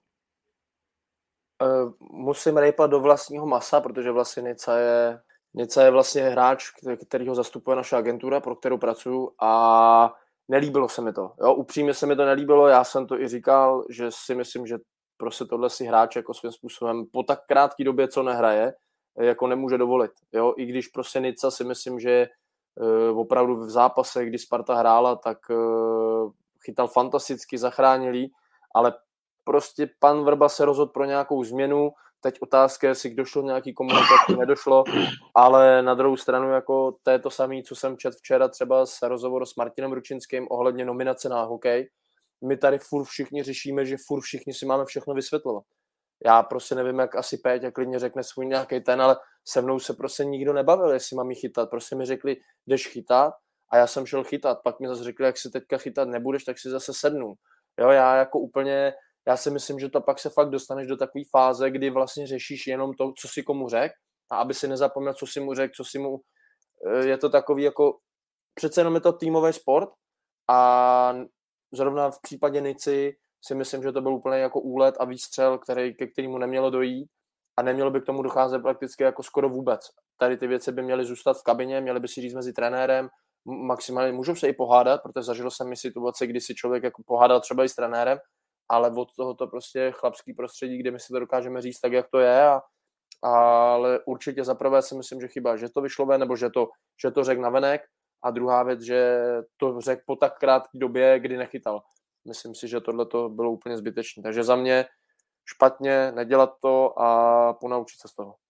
Musím rejpat do vlastního masa, protože vlastně Nica je vlastně hráč, kterýho zastupuje naše agentura, pro kterou pracuji, a nelíbilo se mi to. Jo, upřímně se mi to nelíbilo, já jsem to i říkal, že si myslím, že prostě tohle si hráč jako svým způsobem po tak krátké době, co nehraje, jako nemůže dovolit. Jo, i když prostě Nica si myslím, že opravdu v zápase, kdy Sparta hrála, tak chytal fantasticky, zachránil jí, ale prostě pan Vrba se rozhodl pro nějakou změnu. Teď otázka je, jestli došlo nějaký komunikaci, nedošlo, ale na druhou stranu jako to je to samé, co jsem četl včera třeba s rozhovoru s Martinem Ručinským ohledně nominace na hokej. My tady furt všichni řešíme, že furt všichni si máme všechno vysvětlovat. Já prostě nevím, jak asi Péťa klidně řekne svůj nějaký ten, ale se mnou se prostě nikdo nebavil, jestli mám jí chytat. Prostě mi řekli, jdeš chytat, a já jsem šel chytat. Pak mi zase řekli, jak si teďka chytat nebudeš, tak si zase sednu. Jo, já si myslím, že to pak se fakt dostaneš do takové fáze, kdy vlastně řešíš jenom to, co si komu řek, a aby si nezapomněl, co si mu řek, je to takový jako, přece jenom je to týmový sport a zrovna v případě Nici si myslím, že to byl úplně jako úlet a výstřel, ke kterému nemělo dojít a nemělo by k tomu docházet prakticky jako skoro vůbec. Tady ty věci by měly zůstat v kabině, měly by si říct mezi trenérem, maximálně můžou se i pohádat, protože zažil jsem mi situace, kdy si člověk jako pohádal třeba i s trenérem, ale od tohoto prostě chlapský prostředí, kde my si to dokážeme říct tak, jak to je, ale určitě zaprvé si myslím, že chyba, že to vyšlo ven, nebo že to řekl navenek, a druhá věc, že to řekl po tak krátké době, kdy nechytal. Myslím si, že tohle to bylo úplně zbytečné. Takže za mě špatně, nedělat to a ponaučit se z toho.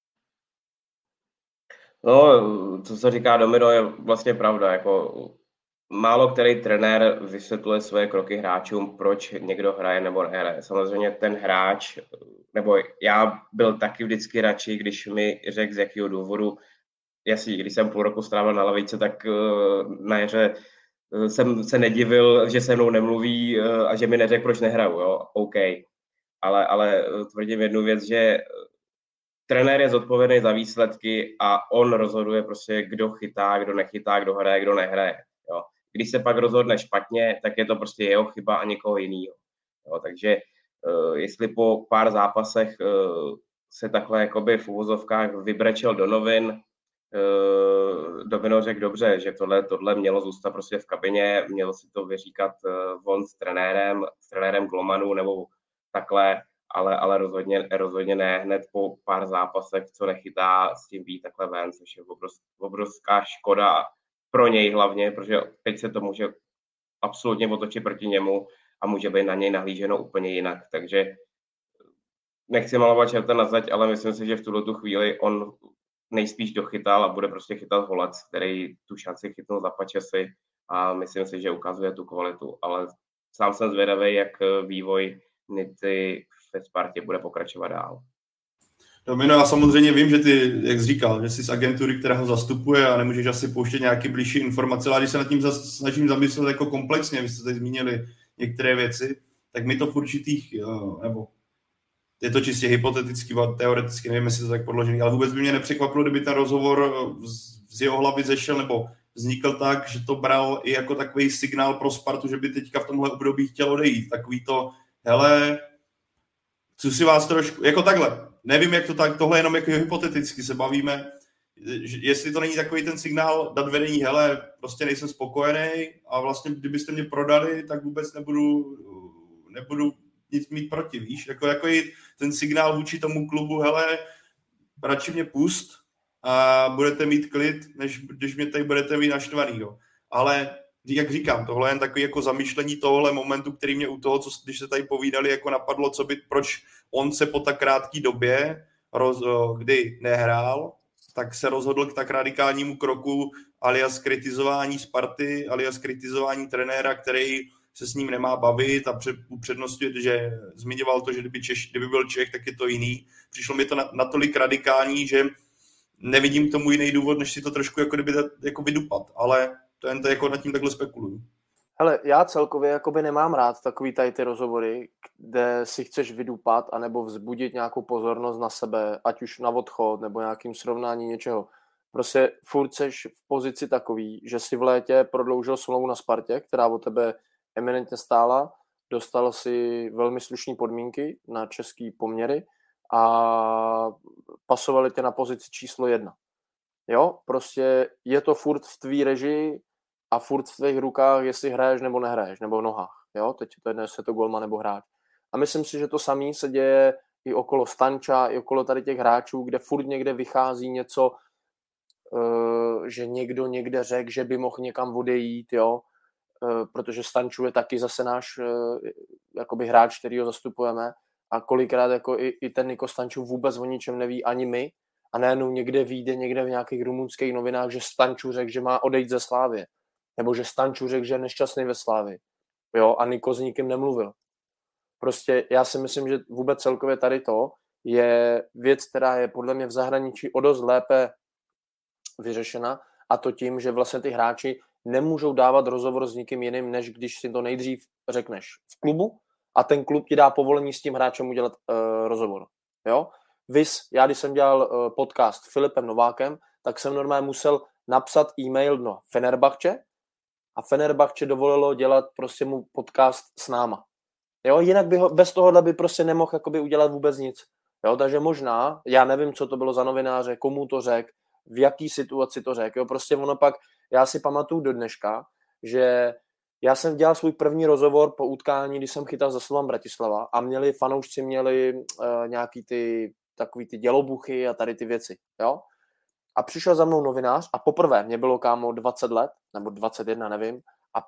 No, co se říká Domino, je vlastně pravda. Jako málo který trenér vysvětluje svoje kroky hráčům, proč někdo hraje nebo nehraje. Samozřejmě ten hráč, nebo já byl taky vždycky radši, když mi řekl, z jakého důvodu. Jasně, když jsem půl roku strávil na lavice, tak na jaře jsem se nedivil, že se mnou nemluví a že mi neřekl, proč nehraju. Jo? OK. Ale tvrdím jednu věc, že trenér je zodpovědný za výsledky a on rozhoduje prostě, kdo chytá, kdo nechytá, kdo hraje, kdo nehraje. Jo? Když se pak rozhodne špatně, tak je to prostě jeho chyba a někoho jiného. Takže jestli po pár zápasech se takhle jakoby v uvozovkách vybrečel do novin, Domino řekl dobře, že tohle mělo zůstat prostě v kabině, mělo si to vyříkat von s trenérem golmanů nebo takhle, ale rozhodně ne hned po pár zápasech, co nechytá, s tím být takhle ven, což je obrovská škoda pro něj hlavně, protože teď se to může absolutně otočit proti němu a může být na něj nahlíženo úplně jinak. Takže nechci malovat čerta na zeď, ale myslím si, že v tuto chvíli on nejspíš dochytal a bude prostě chytat Holec, který tu šanci chytnul za Pačesy a myslím si, že ukazuje tu kvalitu, ale sám jsem zvědavý, jak vývoj Nici ve Spartě bude pokračovat dál. Domino, já samozřejmě vím, že ty, jak jsi říkal, že jsi z agentury, která ho zastupuje a nemůžeš asi pouštět nějaké blížší informace, ale když se nad tím snažím zamyslet jako komplexně, vy jste tady zmínili některé věci, tak mi to v určitých, nebo je to čistě hypoteticky, teoreticky, nevím, jestli to tak podložený, ale vůbec by mě nepřekvapilo, kdyby ten rozhovor z jeho hlavy zešel nebo vznikl tak, že to bral i jako takový signál pro Spartu, že by teďka v tomhle období chtěl odejít. Takový to, hele, chci si vás trošku, jako takhle, nevím, jak to tak, tohle jenom jako hypoteticky se bavíme, jestli to není takový ten signál dát vedení, hele, prostě nejsem spokojený a vlastně kdybyste mě prodali, tak vůbec nebudu nic mít proti, víš, jako ten signál vůči tomu klubu, hele, radši mě pust a budete mít klid, než když mě tady budete mít naštvanýho. Ale jak říkám, tohle je jen takový jako zamýšlení tohle momentu, který mě u toho, co, když se tady povídali, jako napadlo, proč on se po tak krátké době, kdy nehrál, tak se rozhodl k tak radikálnímu kroku alias kritizování Sparty, alias kritizování trenéra, který se s ním nemá bavit a upřednostňuje, že zmiňoval to, že kdyby byl Čech, tak je to jiný. Přišlo mi to natolik radikální, že nevidím k tomu jiný důvod, než si to trošku jako kdyby jako vydupat, ale to jen to jako nad tím takhle spekuluju. Hele, já celkově jakoby nemám rád takový tady ty rozhovory, kde si chceš vydupat anebo vzbudit nějakou pozornost na sebe, ať už na odchod nebo nějakým srovnání něčeho. Prostě furt seš v pozici takový, že si v létě prodloužil smlouvu na Spartě, která o tebe eminentně stála, dostal si velmi slušné podmínky na český poměry a pasovali tě na pozici číslo 1. Jo, prostě je to furt v tvý režii a furt v tvých rukách, jestli hraješ nebo nehraješ, nebo v nohách. Jo, teď to jedno, jestli je to golman nebo hráč. A myslím si, že to samé se děje i okolo Stanča, i okolo tady těch hráčů, kde furt někde vychází něco, že někdo někde řekl, že by mohl někam odejít, jo, protože Stanču je taky zase náš jakoby hráč, který ho zastupujeme a kolikrát jako i ten Niko Stanču vůbec o ničem neví ani my a najednou někde vyjde někde v nějakých rumunských novinách, že Stanču řekl, že má odejít ze Slávie nebo že Stanču řekl, že je nešťastný ve Slávii, jo, a Niko s nikým nemluvil. Prostě já si myslím, že vůbec celkově tady to je věc, která je podle mě v zahraničí o dost lépe vyřešena a to tím, že vlastně ty hráči nemůžou dávat rozhovor s nikým jiným, než když si to nejdřív řekneš v klubu a ten klub ti dá povolení s tím hráčem udělat rozhovor. Jo? Vys, já když jsem dělal podcast s Filipem Novákem, tak jsem normálně musel napsat e-mail do Fenerbahče a Fenerbahče dovolilo dělat prostě mu podcast s náma. Jo? Jinak by bez tohohle by prostě nemohl jakoby udělat vůbec nic. Jo? Takže možná, já nevím, co to bylo za novináře, komu to řekl, v jaký situaci to řekl. Jo? Prostě ono pak, já si pamatuju do dneška, že já jsem dělal svůj první rozhovor po utkání, když jsem chytal za Slovan Bratislava a fanoušci měli nějaký takový ty dělobuchy a tady ty věci. Jo? A přišel za mnou novinář a poprvé, mě bylo kámo 20 let, nebo 21, nevím,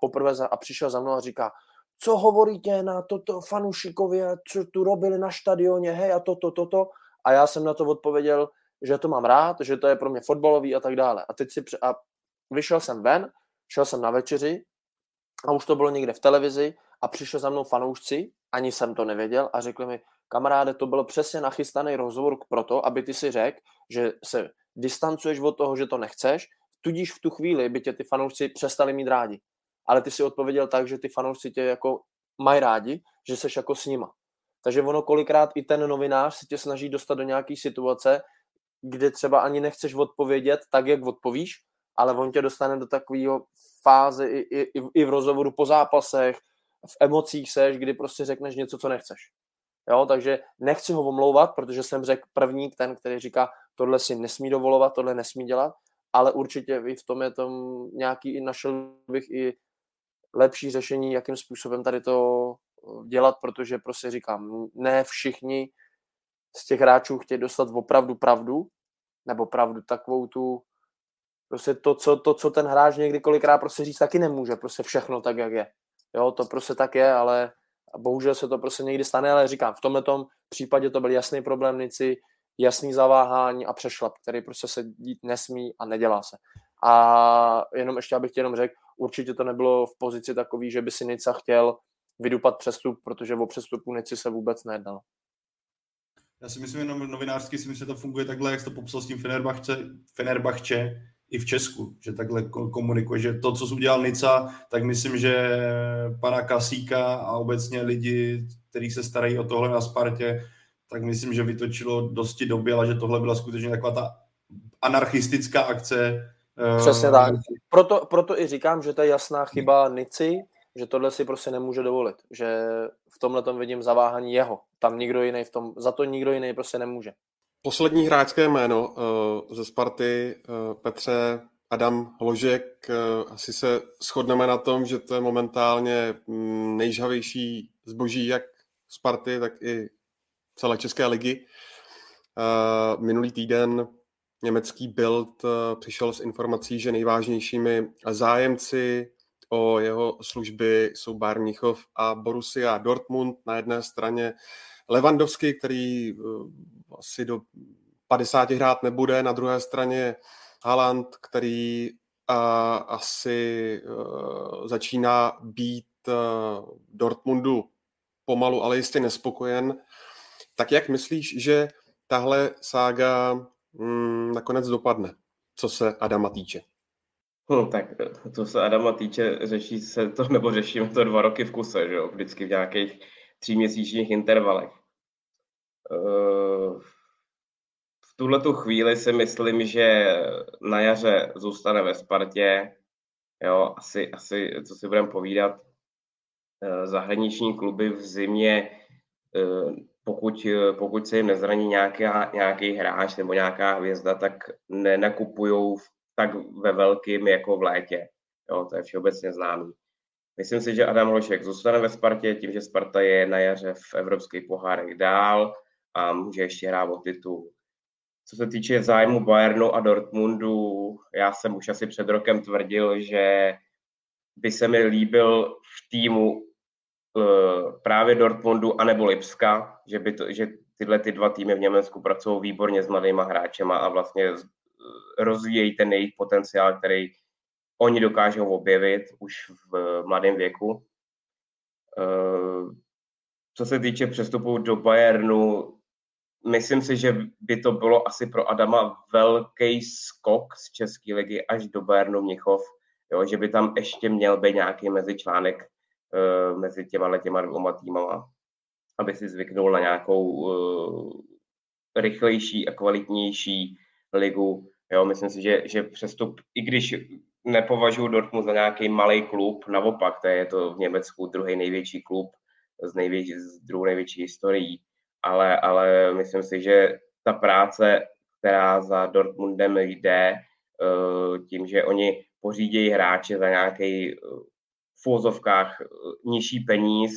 a přišel za mnou a říká, co hovoríte na toto fanoušikově, co tu robili na štadioně, hej a toto. A já jsem na to odpověděl, že to mám rád, že to je pro mě fotbalový a tak dále. A teď vyšel jsem ven, šel jsem na večeři a už to bylo někde v televizi a přišel za mnou fanoušci, ani jsem to nevěděl a řekli mi, kamaráde, to bylo přesně nachystaný rozhovor proto, aby ty si řekl, že se distancuješ od toho, že to nechceš, tudíž v tu chvíli by tě ty fanoušci přestali mít rádi. Ale ty si odpověděl tak, že ty fanoušci tě jako mají rádi, že seš jako s nima. Takže ono kolikrát i ten novinář se tě snaží dostat do nějaký situace, kde třeba ani nechceš odpovědět tak, jak odpovíš, ale on tě dostane do takového fáze i v rozhovoru po zápasech, v emocích seš, kdy prostě řekneš něco, co nechceš. Jo, takže nechci ho omlouvat, protože jsem řekl první ten, který říká, tohle si nesmí dovolovat, tohle nesmí dělat, ale určitě i v tom je tam nějaký, i našel bych i lepší řešení, jakým způsobem tady to dělat, protože prostě říkám, ne všichni z těch hráčů chtějí dostat opravdu pravdu, nebo pravdu takovou tu, prostě to, co ten hráč někdy kolikrát prostě říct taky nemůže, prostě všechno tak, jak je. Jo, to prostě tak je, ale bohužel se to prostě někdy stane, ale říkám, v tomhletom případě to byl jasný problém Nici, jasný zaváhání a přešlap, který prostě se dít nesmí a nedělá se. A jenom ještě, abych ti jenom řekl, určitě to nebylo v pozici takový, že by si Nica chtěl vydupat přestup, protože o přestupu Nici se vůbec nejednalo. Já si myslím, jenom novinářsky si myslím, že to funguje takhle, jak jsi to popsal s tím Fenerbahče i v Česku, že takhle komunikuje, že to, co udělal Nica, tak myslím, že pana Kasíka a obecně lidi, kteří se starají o tohle na Spartě, tak myslím, že vytočilo dosti doby, ale že tohle byla skutečně taková ta anarchistická akce. Přesně tak. Proto i říkám, že to je jasná chyba Nici, že tohle si prostě nemůže dovolit, že v tomhletom vidím zaváhání jeho. Tam nikdo jiný za to nikdo jiný prostě nemůže. Poslední hráčské jméno ze Sparty, Petře, Adam Hložek. Asi se shodneme na tom, že to je momentálně nejžhavější zboží jak Sparty, tak i celé České ligy. Minulý týden německý Bild přišel s informací, že nejvážnějšími zájemci o jeho služby jsou Bayern Mnichov a Borussia Dortmund. Na jedné straně Lewandowski, který asi do 50 hrát nebude, na druhé straně Haaland, který asi začíná být Dortmundu pomalu, ale jistě nespokojen. Tak jak myslíš, že tahle sága nakonec dopadne, co se Adama týče? Tak to se Adama týče, řešíme to 2 roky v kuse, že jo? Vždycky v nějakých 3měsíčních intervalech. V tuhletu chvíli si myslím, že na jaře zůstane ve Spartě. Jo, asi co si budeme povídat, zahraniční kluby v zimě, pokud se jim nezraní nějaký hráč nebo nějaká hvězda, tak nenakupujou tak ve velkým jako v létě. Jo, to je všeobecně známý. Myslím si, že Adam Hložek zůstane ve Spartě tím, že Sparta je na jaře v evropských pohárech dál a může ještě hrát o titul. Co se týče zájmu Bayernu a Dortmundu, já jsem už asi před rokem tvrdil, že by se mi líbil v týmu právě Dortmundu anebo Lipska, že tyhle 2 týmy v Německu pracují výborně s mladýma hráčema a vlastně rozvíjejí ten jejich potenciál, který oni dokážou objevit už v mladém věku. Co se týče přestupu do Bayernu, myslím si, že by to bylo asi pro Adama velký skok z České ligy až do Bayernu Mnichov, jo, že by tam ještě měl být nějaký mezičlánek mezi těma 2 týmama, aby si zvyknul na nějakou rychlejší a kvalitnější ligu. Jo, myslím si, že přestup, i když nepovažuji Dortmund za nějaký malý klub, naopak, to je to v Německu druhý největší klub s druhou největší historií, ale myslím si, že ta práce, která za Dortmundem jde, tím, že oni pořídějí hráče za nějaký v uvozovkách nižší peníz,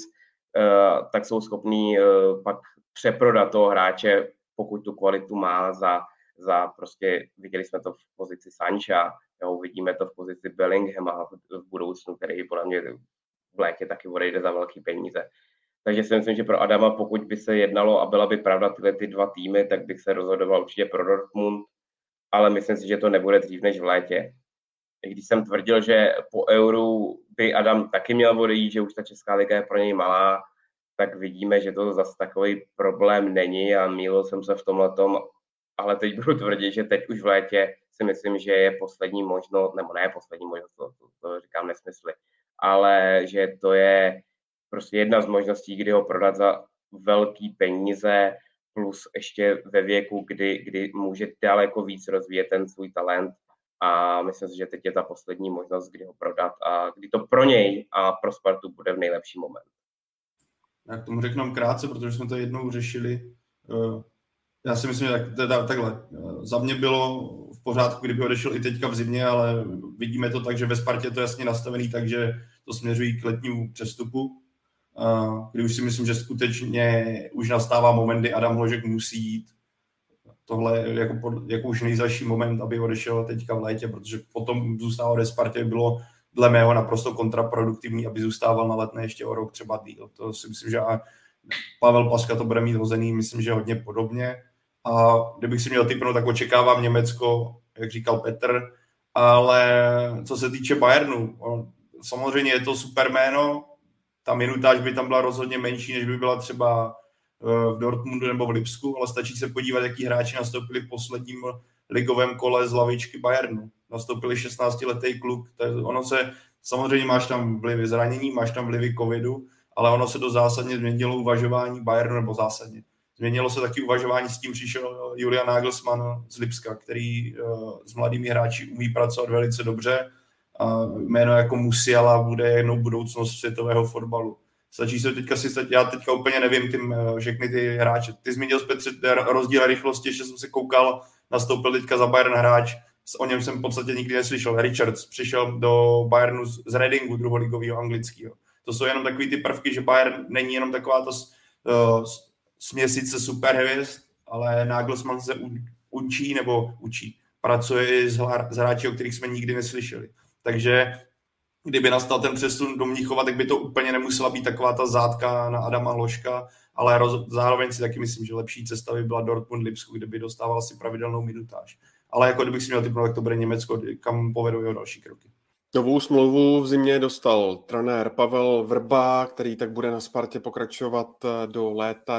tak jsou schopní pak přeprodat toho hráče, pokud tu kvalitu má za prostě, viděli jsme to v pozici Sancha, jo, vidíme to v pozici Bellinghama v budoucnu, který podle mě v létě taky odejde za velký peníze. Takže si myslím, že pro Adama, pokud by se jednalo a byla by pravda tyhle 2 týmy, tak bych se rozhodoval určitě pro Dortmund, ale myslím si, že to nebude dřív než v létě. Když jsem tvrdil, že po Euru by Adam taky měl odejít, že už ta Česká liga je pro něj malá, tak vidíme, že to zase takový problém není a mýlil jsem se v tomhletom, ale teď budu tvrdit, že teď už v létě si myslím, že je poslední možnost, nebo ne poslední možnost, to říkám nesmysly, ale že to je prostě jedna z možností, kdy ho prodat za velký peníze, plus ještě ve věku, kdy může daleko víc rozvíjet ten svůj talent. A myslím si, že teď je ta poslední možnost, kdy ho prodat a kdy to pro něj a pro Spartu bude v nejlepší moment. Já k tomu řeknu krátce, protože jsme to jednou řešili. Já si myslím, že takhle. Za mě bylo v pořádku, kdyby odešel i teďka v zimě, ale vidíme to tak, že ve Spartě je to jasně nastavený, takže to směřují k letnímu přestupu. Kdy už si myslím, že skutečně už nastává moment, kdy Adam Hložek musí jít. Tohle jako už nejzazší moment, aby odešel teďka v létě, protože potom zůstával ve Spartě, bylo dle mého naprosto kontraproduktivní, aby zůstával na Letné ještě o rok třeba díl. To si myslím, že Pavel Paska to bude mít hozený, myslím, že hodně podobně. A kdybych si měl tipnout, tak očekávám Německo, jak říkal Petr, ale co se týče Bayernu, samozřejmě je to super jméno, ta minutáž by tam byla rozhodně menší, než by byla třeba v Dortmundu nebo v Lipsku, ale stačí se podívat, jaký hráči nastoupili v posledním ligovém kole z lavičky Bayernu. Nastoupili 16-letý kluk, ono se, samozřejmě máš tam vlivy zranění, máš tam vlivy covidu, ale ono se to zásadně změnilo uvažování Bayernu, nebo zásadně. Změnilo se taky uvažování, s tím přišel Julian Nagelsmann z Lipska, který s mladými hráči umí pracovat velice dobře. A jméno jako Musiala bude jednou budoucnost světového fotbalu. Stačí se teďka já teďka úplně nevím všechny ty hráče. Ty zmínil Petře rozdíl rychlosti, ještě jsem se koukal, nastoupil teďka za Bayern hráč, o něm jsem v podstatě nikdy neslyšel. Richards přišel do Bayernu z Readingu, druholigového anglického. To jsou jenom takový ty prvky, že Bayern není jenom taková ta směsice superhvězd, ale Nagelsmann se učí, pracuje s hráči, o kterých jsme nikdy neslyšeli. Takže kdyby nastal ten přesun do Mnichova, tak by to úplně nemusela být taková ta zátka na Adama Hloška, ale zároveň si taky myslím, že lepší cesta by byla Dortmund Lipsku, kde by dostával si pravidelnou minutáž. Ale jako kdybych si měl typnout, tak to bude Německo, kam povedou jeho další kroky. Novou smlouvu v zimě dostal trenér Pavel Vrba, který tak bude na Spartě pokračovat do léta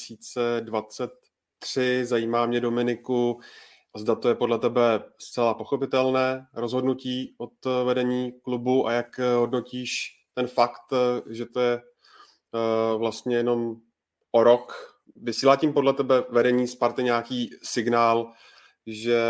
2023. Zajímá mě, Dominiku, zda to je podle tebe zcela pochopitelné rozhodnutí od vedení klubu a jak hodnotíš ten fakt, že to je vlastně jenom o rok. Vysílá tím podle tebe vedení Sparty nějaký signál, že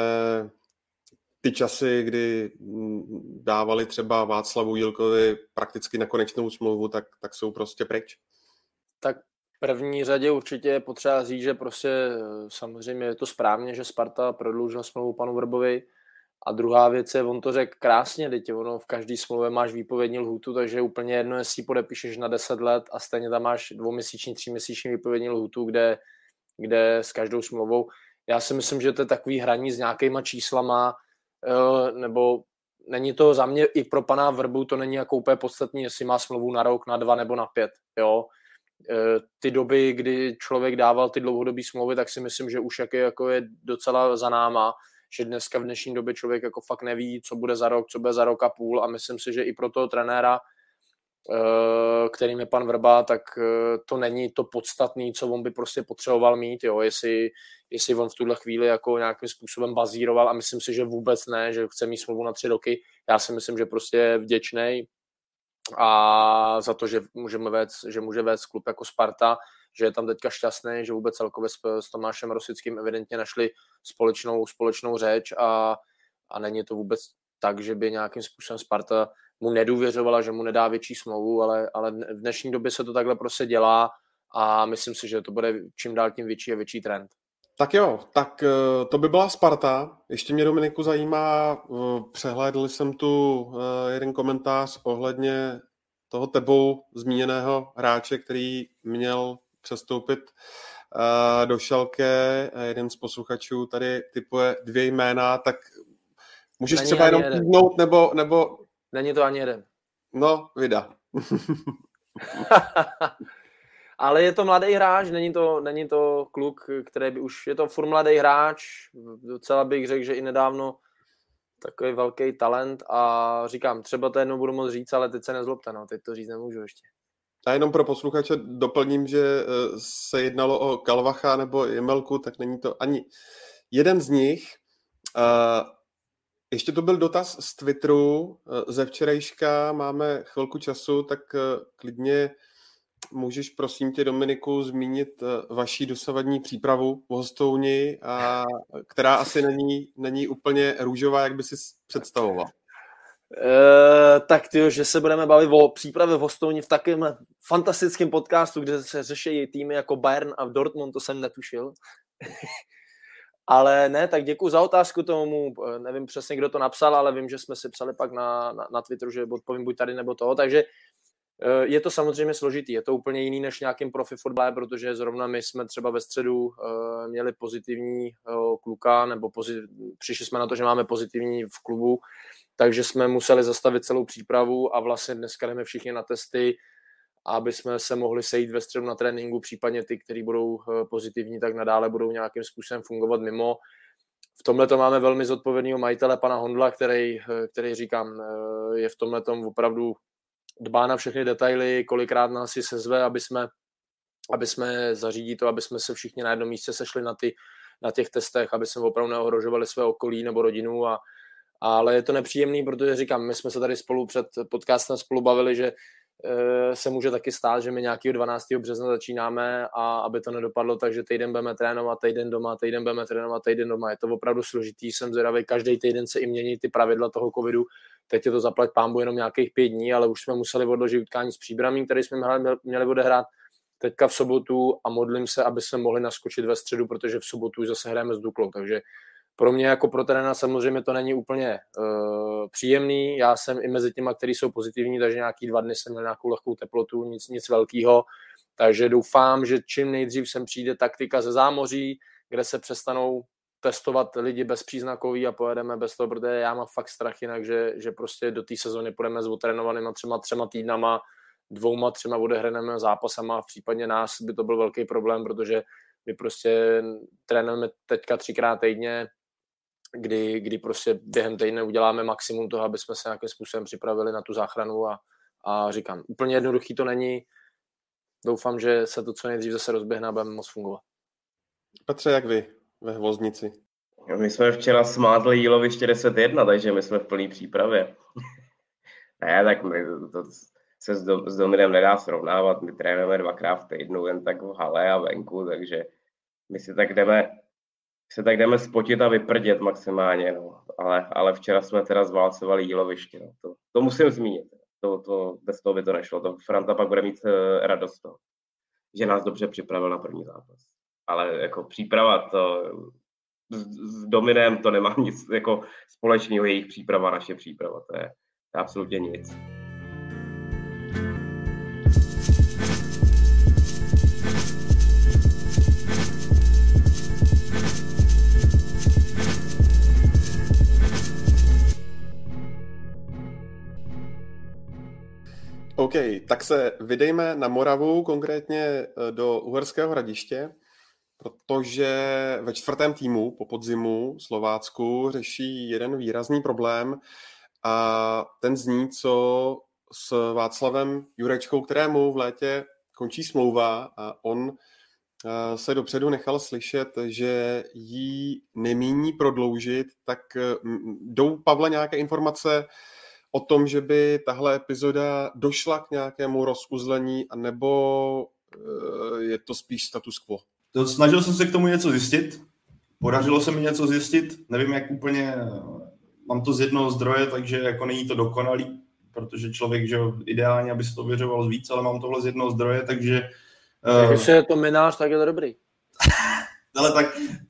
ty časy, kdy dávali třeba Václavu Jílkovi prakticky nekonečnou smlouvu, tak jsou prostě pryč? Tak v první řadě určitě je potřeba říct, že prostě samozřejmě je to správně, že Sparta prodloužila smlouvu panu Vrbovi. A druhá věc je, on to řekl krásně, teď ono v každé smlouvě máš výpovědní lhůtu, takže je úplně jedno, jestli ji podepíšeš na 10 let a stejně tam máš 2měsíční, 3měsíční výpovědní lhůtu, kde s každou smlouvou. Já si myslím, že to je takový hraní s nějakýma číslama, nebo není to za mě i pro pana Vrbu, to není jako úplně podstatný, jestli má smlouvu na rok, na 2 nebo na 5, jo. Ty doby, kdy člověk dával ty dlouhodobé smlouvy, tak si myslím, že už jako je docela za náma, že dneska v dnešní době člověk jako fakt neví, co bude za rok, co bude za rok a půl, a myslím si, že i pro toho trenéra, kterým je pan Vrba, tak to není to podstatné, co on by prostě potřeboval mít, jo, jestli on v tuhle chvíli jako nějakým způsobem bazíroval, a myslím si, že vůbec ne, že chce mít smlouvu na 3 roky. Já si myslím, že prostě je vděčnej a za to, že může vést klub jako Sparta, že je tam teďka šťastný, že vůbec celkově s Tomášem Rosickým evidentně našli společnou řeč a není to vůbec tak, že by nějakým způsobem Sparta mu nedůvěřovala, že mu nedá větší smlouvu, ale v dnešní době se to takhle prostě dělá a myslím si, že to bude čím dál tím větší a větší trend. Tak jo, tak to by byla Sparta. Ještě mě, Dominiku, zajímá, přehlédl jsem tu jeden komentář ohledně toho tebou zmíněného hráče, který měl přestoupit do Schalke. Jeden z posluchačů tady typuje 2 jména, tak můžeš třeba jenom pídnout, nebo... Není to ani jeden. No, vida. Ale je to mladý hráč, není to kluk, který by už, je to furt mladý hráč, docela bych řekl, že i nedávno takový velký talent a říkám, třeba to jednou budu moct říct, ale teď se nezlobte, no, teď to říct nemůžu ještě. A jenom pro posluchače doplním, že se jednalo o Kalvacha nebo Jemelku, tak není to ani jeden z nich. Ještě to byl dotaz z Twitteru ze včerejška, máme chvilku času, tak klidně můžeš, prosím tě, Dominiku, zmínit vaši dosavadní přípravu v Hostouni, která asi není úplně růžová, jak by si představoval. Tak tyjo, že se budeme bavit o přípravě v Hostouni v takovém fantastickém podcastu, kde se řeší týmy jako Bayern a Dortmund, to jsem netušil. Ale ne, tak děkuji za otázku tomu, nevím přesně, kdo to napsal, ale vím, že jsme si psali pak na Twitteru, že odpovím buď tady nebo toho, takže je to samozřejmě složitý, je to úplně jiný než nějakým profi fotbale, protože zrovna my jsme třeba ve středu měli pozitivní kluka, nebo přišli jsme na to, že máme pozitivní v klubu, takže jsme museli zastavit celou přípravu a vlastně dneska jdeme všichni na testy aby jsme se mohli sejít ve středu na tréninku, případně ty, kteří budou pozitivní, tak nadále budou nějakým způsobem fungovat mimo. V tomhle to máme velmi zodpovědného majitele, pana Hondla, který říkám, je v tomhle tom opravdu dbá na všechny detaily, kolikrát nás si sezve, aby jsme zařídí to, aby jsme se všichni na jednom místě sešli na těch testech, aby jsme opravdu neohrožovali své okolí nebo rodinu. Ale je to nepříjemný, protože říkám, my jsme se tady spolu před podcastem spolu bavili, že se může taky stát, že my nějakého 12. března začínáme a aby to nedopadlo, takže týden budeme trénovat, týden doma, týden budeme trénovat, týden doma. Je to opravdu složitý, jsem zvědavý, každý týden se i mění ty pravidla toho covidu. Teď je to zaplať pánbu jenom nějakých 5 dní, ale už jsme museli odložit utkání s Příbramím, který jsme měli odehrát teďka v sobotu a modlím se, aby jsme mohli naskočit ve středu, protože v sobotu už zase hrajeme s Duklou, takže pro mě jako pro trenéra samozřejmě to není úplně příjemný. Já jsem i mezi těma, kteří jsou pozitivní, takže nějaký 2 dny jsem měl nějakou lehkou teplotu, nic velkého. Takže doufám, že čím nejdřív sem přijde taktika ze zámoří, kde se přestanou testovat lidi bezpříznakoví a pojedeme bez toho, protože já mám fakt strach jinak, že prostě do té sezóny půjdeme s otrénovanýma 3 týdnama, 2-3 odehranými zápasama. V případě nás by to byl velký problém, protože my prostě trénujeme teďka 3krát týdně, kdy prostě během týdne uděláme maximum toho, aby jsme se nějakým způsobem připravili na tu záchranu a říkám, úplně jednoduchý to není. Doufám, že se to co nejdřív zase rozběhne a budeme moc fungovat. Petře, jak vy ve Hvoznici? My jsme včera smázli jíloviště 10-1, takže my jsme v plné přípravě. Ne, tak my to se s Dominem nedá srovnávat. My trénujeme 2krát v týdnu, jen tak v hale a venku, takže my si tak jdeme spotit a vyprdět maximálně, no. Ale včera jsme teda zválcovali jíloviště, no. To musím zmínit. Bez toho by to nešlo. To Franta pak bude mít radost, no. Že nás dobře připravil na první zápas. Ale jako příprava, s Dominem to nemá nic jako společného, jejich příprava, naše příprava, to je absolutně nic. OK, tak se vydejme na Moravu, konkrétně do Uherského Hradiště, protože ve 4. týmu po podzimu Slovácku řeší jeden výrazný problém a ten zní, co s Václavem Jurečkou, kterému v létě končí smlouva a on se dopředu nechal slyšet, že ji nemíní prodloužit, tak jdou, Pavle, nějaké informace o tom, že by tahle epizoda došla k nějakému rozuzlení, anebo je to spíš status quo? Snažil jsem se k tomu něco zjistit. Podařilo se mi něco zjistit. Nevím, jak úplně... Mám to z jednoho zdroje, takže jako není to dokonalý, protože člověk, že ideálně, aby se to ověřovalo víc, ale mám tohle z jednoho zdroje, takže... Když je to minář, tak je to dobrý. Ale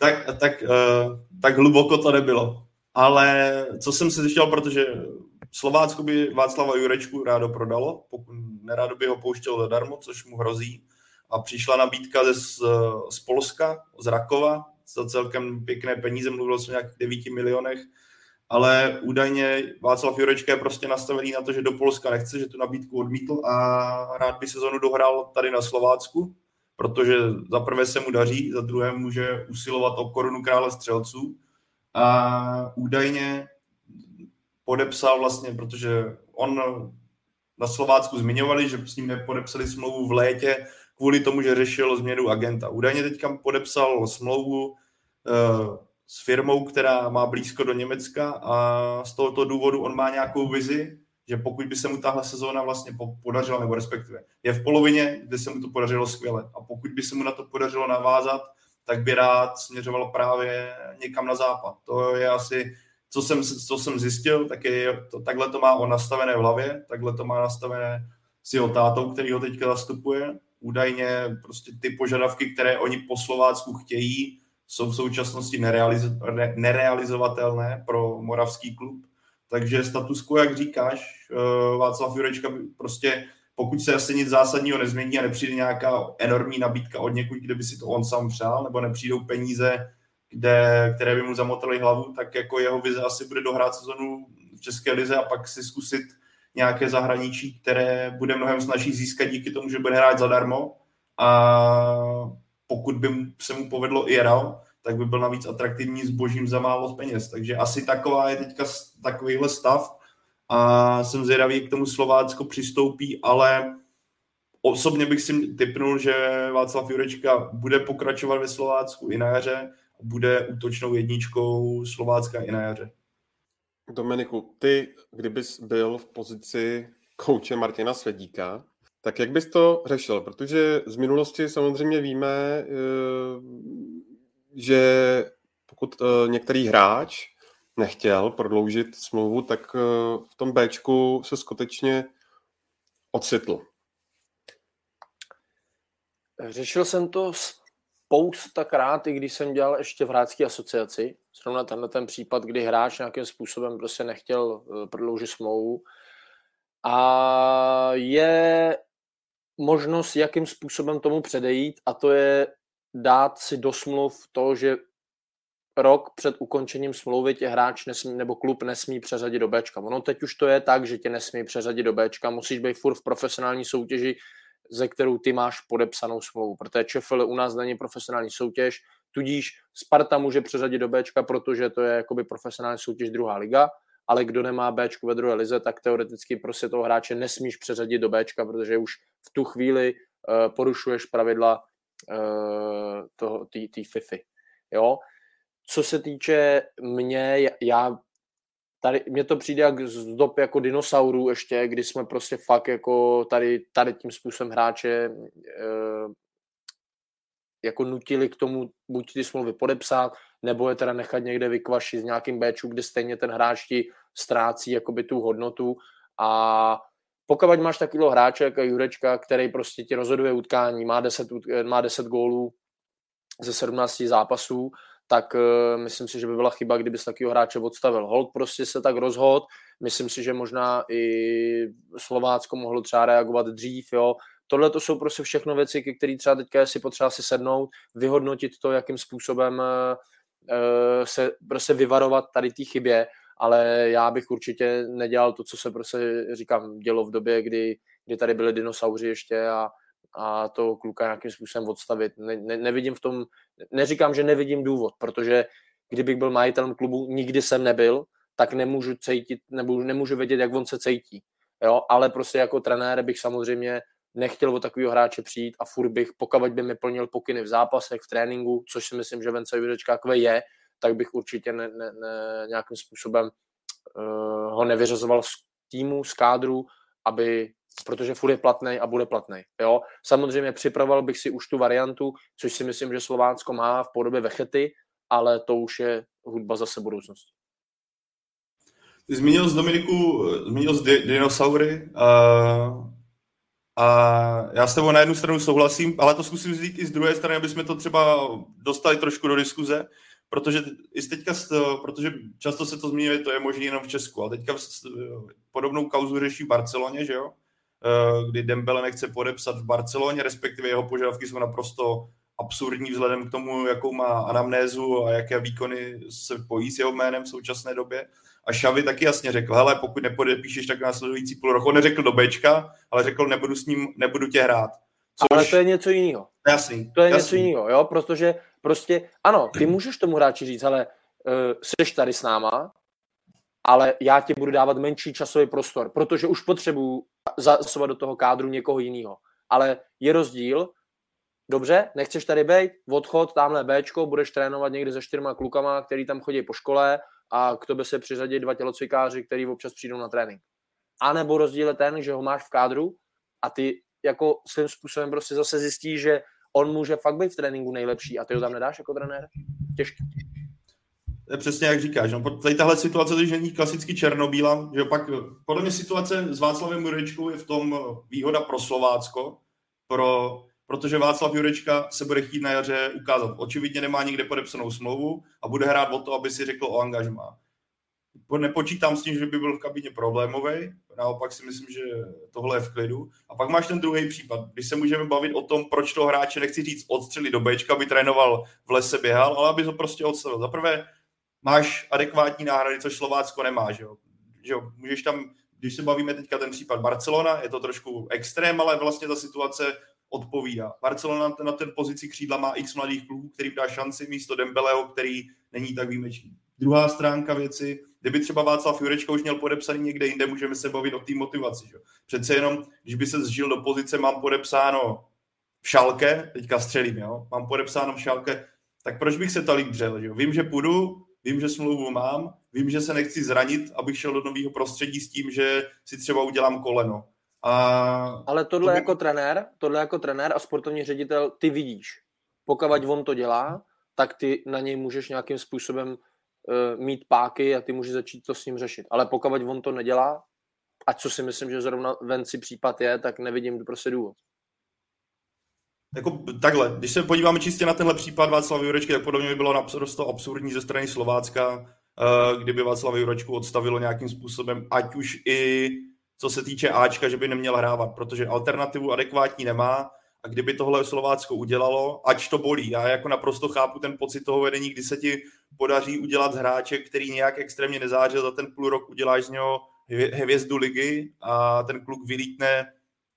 tak hluboko to nebylo. Ale co jsem si zjišťoval, protože Slovácko by Václava Jurečku rádo prodalo, pokud nerádo by ho pouštělo zadarmo, což mu hrozí. A přišla nabídka z Polska, z Rakova, za celkem pěkné peníze, mluvilo se o nějakých 9 milionech, ale údajně Václav Jurečka je prostě nastavený na to, že do Polska nechce, že tu nabídku odmítl a rád by sezonu dohrál tady na Slovácku, protože za prvé se mu daří, za druhé může usilovat o korunu krále střelců a údajně podepsal vlastně, protože on na Slovácku zmiňovali, že s ním nepodepsali smlouvu v létě kvůli tomu, že řešil změnu agenta. Údajně teďka podepsal smlouvu s firmou, která má blízko do Německa a z tohoto důvodu on má nějakou vizi, že pokud by se mu tahle sezóna vlastně podařila, nebo respektive je v polovině, kde se mu to podařilo skvěle. A pokud by se mu na to podařilo navázat, tak by rád směřoval právě někam na západ. To je asi, co jsem zjistil, tak takhle to má on nastavené v hlavě, takhle to má nastavené s jeho tátou, který ho teďka zastupuje. Údajně prostě ty požadavky, které oni po Slovácku chtějí, jsou v současnosti nerealizovatelné pro moravský klub. Takže status quo, jak říkáš, Václav Jurečka prostě, pokud se asi nic zásadního nezmění a nepřijde nějaká enormní nabídka od někud, kde by si to on sám přál, nebo nepřijdou peníze, které by mu zamotaly hlavu, tak jako jeho vize asi bude dohrát sezonu v České lize a pak si zkusit nějaké zahraničí, které bude mnohem snažší získat díky tomu, že bude hrát zadarmo a pokud by se mu povedlo i RAL, tak by byl navíc atraktivní zbožím za málo peněz. Takže asi taková je teďka takovýhle stav a jsem zvědavý, k tomu Slovácko přistoupí, ale osobně bych si tipnul, že Václav Jurečka bude pokračovat ve Slovácku i na jaře a bude útočnou jedničkou Slovácka i na jaře. Dominiku, ty, kdybys byl v pozici kouče Martina Svědíka, tak jak bys to řešil? Protože z minulosti samozřejmě víme, že pokud některý hráč nechtěl prodloužit smlouvu, tak v tom Bčku se skutečně ocitl. Řešil jsem to spoustakrát, i když jsem dělal ještě v hráčské asociaci. Zrovna ten případ, kdy hráč nějakým způsobem prostě nechtěl prodloužit smlouvu. A je možnost, jakým způsobem tomu předejít, a to je dát si do smluv to, že rok před ukončením smlouvy tě hráč nesmí, nebo klub nesmí přeřadit do Bčka. Ono teď už to je tak, že tě nesmí přeřadit do Bčka, musíš být furt v profesionální soutěži, ze kterou ty máš podepsanou smlouvu, protože ČFL u nás není profesionální soutěž, tudíž Sparta může přeřadit do Bčka, protože to je jakoby profesionální soutěž druhá liga, ale kdo nemá Bčku ve druhé lize, tak teoreticky prostě toho hráče nesmíš přeřadit do Bčka, protože už v tu chvíli porušuješ pravidla té FIFY. Jo? Co se týče mě, mně to přijde jak z dob jako dinosaurů ještě, kdy jsme prostě fakt jako tady tím způsobem hráče jako nutili k tomu buď ty smlouvy podepsat, nebo je teda nechat někde vykvašit s nějakým Bčku, kde stejně ten hráč ti ztrácí jakoby tu hodnotu. A pokud máš takového hráče jako Jurečka, který prostě ti rozhoduje utkání, má 10 gólů ze 17 zápasů, tak myslím si, že by byla chyba, kdyby se takového hráče odstavil. Holt prostě se tak rozhodl, myslím si, že možná i Slovácko mohlo třeba reagovat dřív, jo. Tohle to jsou prostě všechno věci, které třeba teďka si potřeba si sednout, vyhodnotit to, jakým způsobem se prostě vyvarovat tady té chybě, ale já bych určitě nedělal to, co se prostě, říkám, dělo v době, kdy tady byli dinosauři ještě a to kluka nějakým způsobem odstavit. Nevidím v tom, neříkám, že nevidím důvod, protože kdybych byl majitelem klubu, nikdy jsem nebyl, tak nemůžu cítit, nemůžu vědět, jak on se cítí. Jo? Ale prostě jako trenér bych samozřejmě nechtěl od takového hráče přijít a furt bych, pokud by mi plnil pokyny v zápasech, v tréninku, což si myslím, že Vence Jurečka takové je, tak bych určitě nějakým způsobem ho nevyřazoval z týmu, z kádru, protože furt je platnej a bude platnej. Jo? Samozřejmě připravoval bych si už tu variantu, což si myslím, že Slovácko má v podobě Vechety, ale to už je hudba zase budoucnosti. Ty zmínil z dinosaury a já s tebou na jednu stranu souhlasím, ale to zkusím říct i z druhé strany, aby jsme to třeba dostali trošku do diskuze, protože často se to zmiňuje, to je možné jenom v Česku, a teďka podobnou kauzu řeší v Barceloně, že jo? Kdy Dembele nechce podepsat v Barceloně, respektive jeho požadavky jsou naprosto absurdní vzhledem k tomu, jakou má anamnézu a jaké výkony se pojí s jeho jménem v současné době. A Xavi taky jasně řekl, hele, pokud nepodepíšeš, tak následující půl roku. On neřekl do Bčka, ale řekl, nebudu tě hrát. Ale to je něco jiného. Jasný. To je něco jiného, jo, protože prostě, ano, ty můžeš tomu hráči říct, ale seš tady s náma, ale já ti budu dávat menší časový prostor, protože už potřebuju zasovat do toho kádru někoho jiného. Ale je rozdíl, dobře, nechceš tady být, odchod, tamhle Bčko, budeš trénovat někde se 4 klukama, který tam chodí po škole a k tobě se přiřadí 2 tělocvikáři, který občas přijdou na trénink. A nebo rozdíl je ten, že ho máš v kádru a ty jako svým způsobem prostě zase zjistíš, že on může fakt být v tréninku nejlepší a ty ho tam nedáš jako trenér? Těžké. To je přesně jak říkáš. No, tady tahle situace, když není klasicky černobílá, že pak podle mě situace s Václavem Jurečkou je v tom výhoda pro Slovácko, protože Václav Jurečka se bude chtít na jaře ukázat. Očividně nemá nikde podepsanou smlouvu a bude hrát o to, aby si řekl o angažmá. Nepočítám s tím, že by byl v kabině problémový, naopak si myslím, že tohle je v klidu. A pak máš ten druhý případ, když se můžeme bavit o tom, proč toho hráče, nechci říct odstřelit do Bčka, aby trénoval v lese, běhal, ale aby to prostě odstavil. Za prvé máš adekvátní náhrady, což Slovácko nemá, že jo? Můžeš tam když se bavíme teďka ten případ Barcelona, je to trošku extrém, ale vlastně ta situace odpovídá. Barcelona na ten pozici křídla má x mladých kluků, který dá šanci místo Dembeleho, který není tak výjimečný. Druhá stránka věci, kdyby třeba Václav Jurečka už měl podepsaný někde jinde, můžeme se bavit o té motivaci. Že? Přece jenom, když by se zžil do pozice, mám podepsáno v Schalke, teďka střelím, jo? Mám podepsáno v Schalke, tak proč bych se tolik dřel? Že? Vím, že půjdu, vím, že smlouvu mám, vím, že se nechci zranit, abych šel do nového prostředí s tím, že si třeba udělám koleno. Ale tohle jako trenér a sportovní ředitel ty vidíš. Pokud on to dělá, tak ty na něj můžeš nějakým způsobem mít páky a ty můžeš začít to s ním řešit. Ale pokud on to nedělá, a co si myslím, že zrovna venci případ je, tak nevidím prostě důvod. Jako takhle, když se podíváme čistě na tenhle případ Václava Jurečky, tak podle mě by bylo naprosto absurdní ze strany Slovácka, kdyby Václava Jurečku odstavilo nějakým způsobem, ať už i co se týče Ačka, že by neměl hrávat, protože alternativu adekvátní nemá a kdyby tohle Slovácko udělalo, ač to bolí. Já jako naprosto chápu ten pocit toho vedení, kdy se ti podaří udělat z hráče, který nějak extrémně nezářil, za ten půl rok uděláš z něho hvězdu ligy a ten kluk vylítne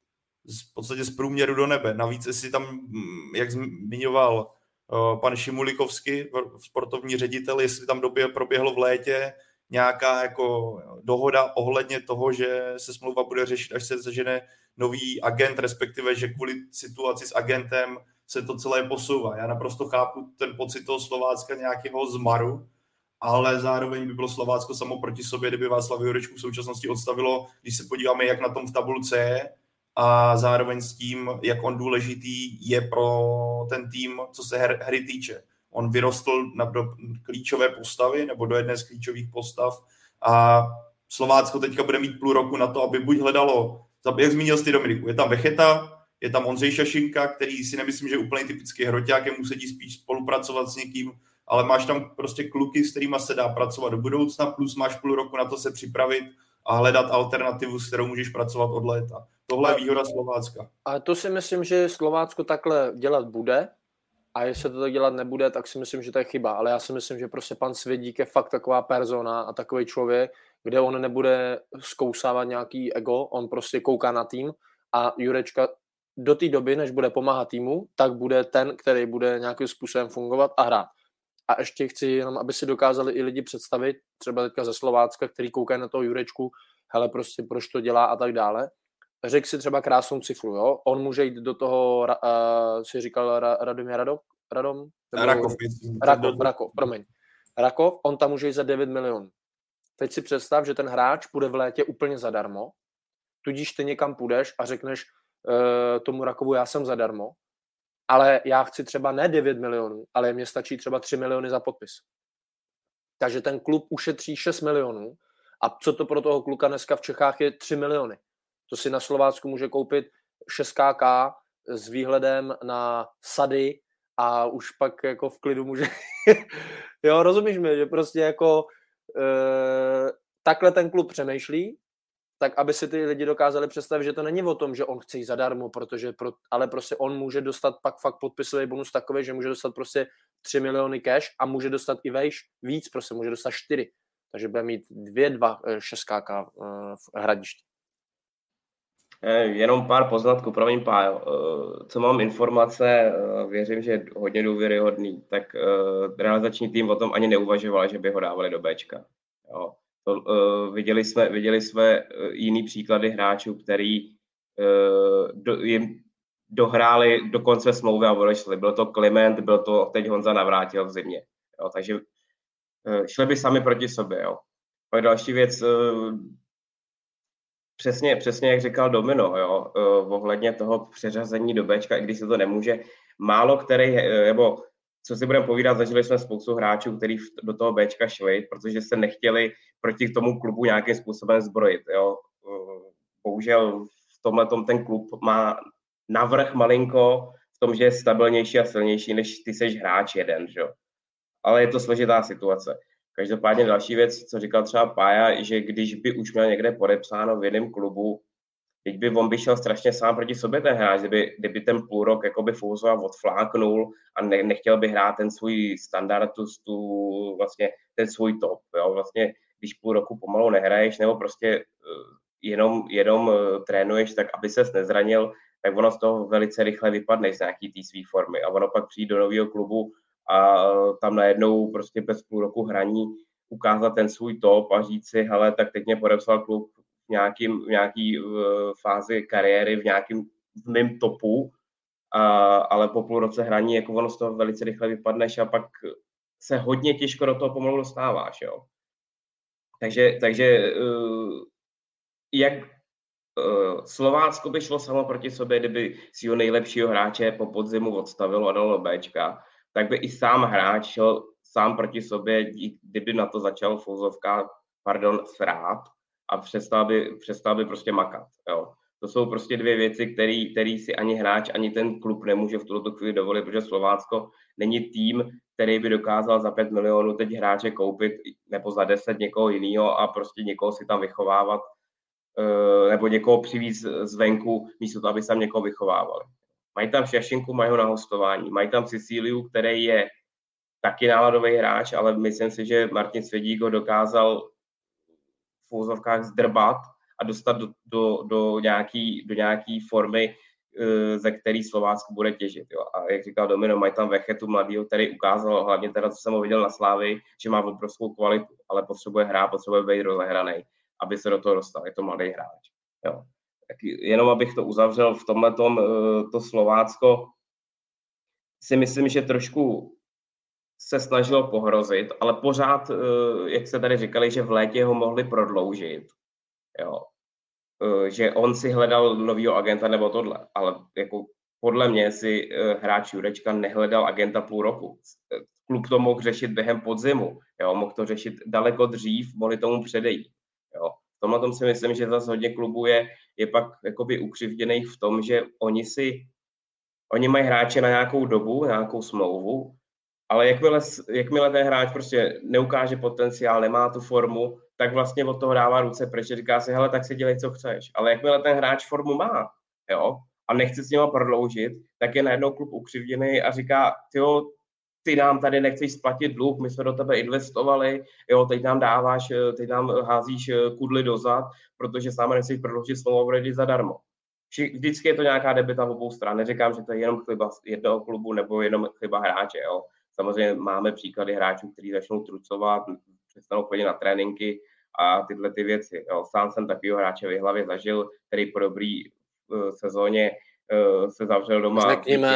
v podstatě z průměru do nebe. Navíc jestli tam, jak zmiňoval pan Šimulikovský, sportovní ředitel, jestli tam proběhlo v létě nějaká jako dohoda ohledně toho, že se smlouva bude řešit, až se zažene nový agent, respektive, že kvůli situaci s agentem se to celé posouvá. Já naprosto chápu ten pocit toho Slovácka nějakého zmaru, ale zároveň by bylo Slovácko samo proti sobě, kdyby Václav Jurečku v současnosti odstavilo, když se podíváme, jak na tom v tabulce je, a zároveň s tím, jak on důležitý je pro ten tým, co se hry týče. On vyrostl do klíčové postavy, nebo do jedné z klíčových postav a Slovácko teďka bude mít půl roku na to, aby buď hledalo, jak zmínil jsi Dominiku, je tam Vecheta, je tam Ondřej Šašinka, který si nemyslím, že je úplně typický hroťák, jemu sedí spíš spolupracovat s někým, ale máš tam prostě kluky, s kterýma se dá pracovat do budoucna, plus máš půl roku na to se připravit a hledat alternativu, s kterou můžeš pracovat od léta. Tohle je výhoda Slovácka. A to si myslím, že Slovácko takhle dělat bude a jestli to tak dělat nebude, tak si myslím, že to je chyba. Ale já si myslím, že prostě pan Svědík je fakt taková persona a takový člověk, kde on nebude zkousávat nějaký ego, on prostě kouká na tým a Jurečka do té doby, než bude pomáhat týmu, tak bude ten, který bude nějakým způsobem fungovat a hrát. A ještě chci jenom, aby si dokázali i lidi představit, třeba teďka ze Slovácka, který koukají na toho Jurečku, hele prostě proč to dělá a tak dále. Řekl si třeba krásnou cifru, jo? On může jít do toho, si říkal Rakov, on tam může jít za 9 milionů. Teď si představ, že ten hráč půjde v létě úplně zadarmo, tudíž ty někam půjdeš a řekneš tomu Rakovu, já jsem zadarmo, ale já chci třeba ne 9 milionů, ale mně stačí třeba 3 miliony za podpis. Takže ten klub ušetří 6 milionů a co to pro toho kluka dneska v Čechách je 3 miliony. To si na Slovácku může koupit 6KK s výhledem na sady a už pak jako v klidu může... Jo, rozumíš mi, že prostě jako takhle ten klub přemýšlí, tak aby si ty lidi dokázali představit, že to není o tom, že on chce jít zadarmo, ale prostě on může dostat pak fakt podpisový bonus takový, že může dostat prostě 3 miliony cash a může dostat i víc, prostě může dostat 4. Takže bude mít 2 6KK v Hradišti. Jenom pár poznatků, promiň Pájo. Co mám informace, věřím, že je hodně důvěryhodný, tak realizační tým o tom ani neuvažoval, že by ho dávali do Bčka. Jo. Viděli jsme jiný příklady hráčů, který jim dohráli do konce smlouvy a odešli. Byl to Kliment, byl to teď Honza Navrátil v zimě. Jo. Takže šli by sami proti sobě. Jo. Pak další věc, přesně jak říkal Domino, jo, ohledně toho přeřazení do Bčka, i když se to nemůže, málo který, nebo co si budeme povídat, zažili jsme spoustu hráčů, kteří do toho Bčka šli, protože se nechtěli proti tomu klubu nějakým způsobem zbrojit. Jo. Bohužel v tomhletom ten klub má navrch malinko v tom, že je stabilnější a silnější, než ty seš hráč jeden. Že? Ale je to složitá situace. Každopádně další věc, co říkal třeba Pája, že když by už měl někde podepsáno v jiném klubu, teď by on by šel strašně sám proti sobě ten hráč, kdyby ten půl rok jakoby Fouzova odfláknul a nechtěl by hrát ten svůj standard, vlastně ten svůj top. Jo? Vlastně, když půl roku pomalu nehraješ, nebo prostě jenom trénuješ tak, aby ses nezranil, tak ono z toho velice rychle vypadne z nějaký té své formy a ono pak přijde do nového klubu a tam najednou prostě bez půl roku hraní ukázat ten svůj top a říct si, hele, tak teď mě podepsal klub v nějaký fázi kariéry, v mém topu, ale po půl roce hraní jako ono z toho velice rychle vypadneš a pak se hodně těžko do toho pomalu dostáváš, jo. Takže jak Slovácko by šlo samo proti sobě, kdyby svého nejlepšího hráče po podzimu odstavilo a dalo Bčka, tak by i sám hráč šel sám proti sobě, kdyby na to začal v úzovkách, srát a přestal by prostě makat, jo. To jsou prostě dvě věci, který si ani hráč, ani ten klub nemůže v tuto chvíli dovolit, protože Slovácko není tým, který by dokázal za 5 milionů teď hráče koupit nebo za 10 někoho jiného a prostě někoho si tam vychovávat nebo někoho přivízt zvenku, místo toho, aby se tam někoho vychovávali. Mají tam Šašinku, mají ho na hostování, mají tam Sicíliu, který je taky náladový hráč, ale myslím si, že Martin Svědík ho dokázal v úzovkách zdrbat a dostat do nějaký formy, ze který Slovácko bude těžit. Jo. A jak říkal Domino, mají tam Vechetu mladýho, který ukázal, hlavně teda, co jsem ho viděl na Slávii, že má obrovskou kvalitu, ale potřebuje hrát, potřebuje být rozehraný, aby se do toho dostal. Je to mladý hráč. Jo. Tak jenom abych to uzavřel v tomhletom, to Slovácko si myslím, že trošku se snažilo pohrozit, ale pořád, jak se tady říkali, že v létě ho mohli prodloužit. Jo. Že on si hledal novýho agenta nebo tohle, ale jako podle mě si hráč Jurečka nehledal agenta půl roku. Klub to mohl řešit během podzimu, jo, mohl to řešit daleko dřív, mohli tomu předejít. Jo. V tomhle tom si myslím, že zase hodně klubů je pak jakoby ukřivděných v tom, že oni mají hráče na nějakou dobu, nějakou smlouvu, ale jakmile ten hráč prostě neukáže potenciál, nemá tu formu, tak vlastně od toho dává ruce pryč, říká si, hele, tak si dělej, co chceš. Ale jakmile ten hráč formu má, jo, a nechce s ním prodloužit, tak je najednou klub ukřivděný a říká, ty nám tady nechceš splatit dluh, my jsme do tebe investovali, jo, teď nám házíš kudly dozad, protože s námi nechceš prodloužit smlouvu zadarmo. Vždycky je to nějaká debita v obou stran. Neříkám, že to je jenom chyba jednoho klubu nebo jenom chyba hráče, jo. Samozřejmě máme příklady hráčů, kteří začnou trucovat, přestanou chodit na tréninky a tyhle ty věci. Jo. Sám jsem takového hráče v hlavě zažil, který po dobrý sezóně se zavřel doma.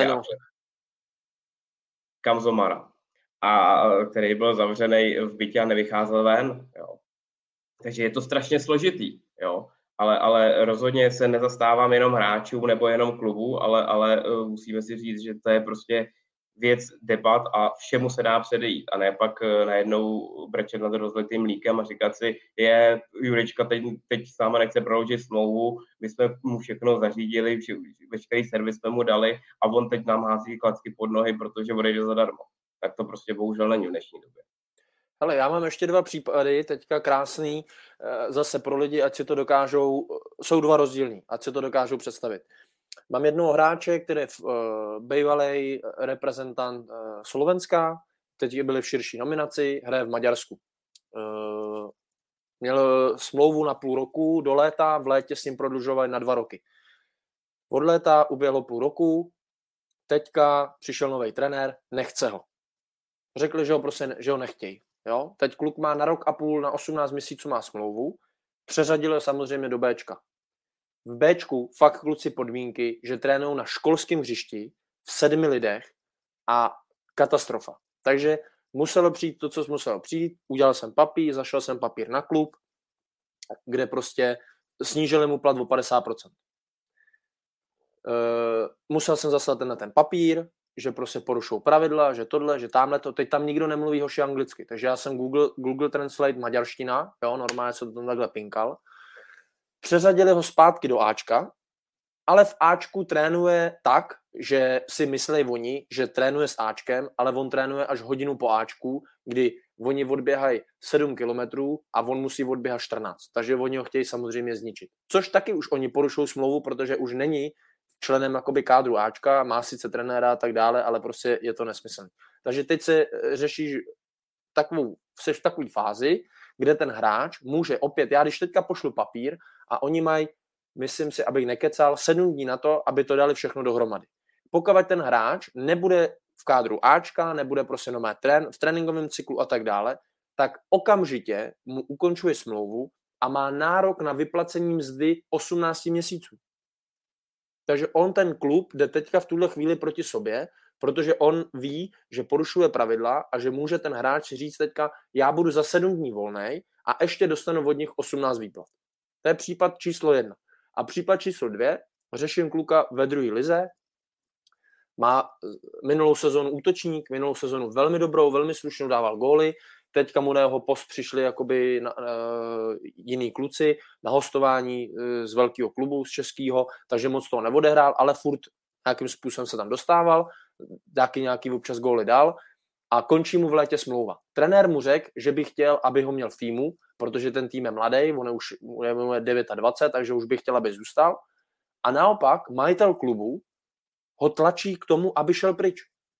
Kamzomara. A který byl zavřený v bytě a nevycházel ven. Jo. Takže je to strašně složitý. Jo. Ale rozhodně se nezastávám jenom hráčů nebo jenom klubu, ale musíme si říct, že to je prostě věc debat a všemu se dá předejít a ne pak najednou brečet nad rozlitým mlíkem a říkat si, Jurečka teď s náma nechce prodloužit smlouvu, my jsme mu všechno zařídili, veškerý servis jsme mu dali a on teď nám hází klacky pod nohy, protože odejde zadarmo. Tak to prostě bohužel není v dnešní době. Hele, já mám ještě 2 případy, teďka krásný, zase pro lidi, ať si to dokážou, jsou 2 rozdílní, ať si to dokážou představit. Mám jednoho hráče, který je bývalý reprezentant Slovenska, teď byli v širší nominaci, hraje v Maďarsku. Měl smlouvu na půl roku do léta, v létě s ním prodlužovali na 2 roky. Od léta uběhlo půl roku, teďka přišel nový trenér, nechce ho. Řekli, že ho nechtějí. Jo? Teď kluk má na rok a půl, na 18 měsíců má smlouvu, přeřadili ho samozřejmě do Bčka. V Bčku fakt kluci podmínky, že trénují na školském hřišti v 7 lidech a katastrofa. Takže muselo přijít to, co muselo přijít, udělal jsem papír, zašel jsem papír na klub, kde prostě snížili mu plat o 50%. Musel jsem zaslat ten papír, že prostě porušují pravidla, že tohle, že tamhleto. Teď tam nikdo nemluví hoši anglicky, takže já jsem Google Translate maďarština, jo, normálně jsem to takhle pinkal. Přeřadili ho zpátky do Ačka, ale v Ačku trénuje tak, že si myslejí oni, že trénuje s Ačkem, ale on trénuje až hodinu po Ačku, kdy oni odběhají 7 kilometrů a on musí odběhat 14. Takže oni ho chtějí samozřejmě zničit. Což taky už oni porušují smlouvu, protože už není členem jakoby kádru Ačka, má sice trenéra a tak dále, ale prostě je to nesmyslný. Takže teď se řeší v takové fázi, kde ten hráč může opět, já když teďka pošlu papír a oni mají, myslím si, abych nekecal, 7 dní na to, aby to dali všechno dohromady. Pokud ten hráč nebude v kádru Ačka, nebude prostě v tréninkovém cyklu a tak dále, tak okamžitě mu ukončuje smlouvu a má nárok na vyplacení mzdy 18 měsíců. Takže on ten klub jde teďka v tuhle chvíli proti sobě, protože on ví, že porušuje pravidla a že může ten hráč říct teďka, já budu za 7 dní volnej a ještě dostanu od nich 18 výplat. To je případ číslo 1. A případ číslo 2, řeším kluka ve druhé lize, má minulou sezonu útočník, minulou sezonu velmi dobrou, velmi slušnou, dával góly, teďka mu na jeho post přišli jakoby jiný kluci na hostování z velkého klubu, z českého, takže moc toho neodehrál, ale furt nějakým způsobem se tam dostával, nějaký občas góly dal a končí mu v létě smlouva. Trenér mu řekl, že by chtěl, aby ho měl v týmu, protože ten tým je mladý, on je 29, takže už by chtěl, aby zůstal. A naopak majitel klubu ho tlačí k tomu, aby šel pryč.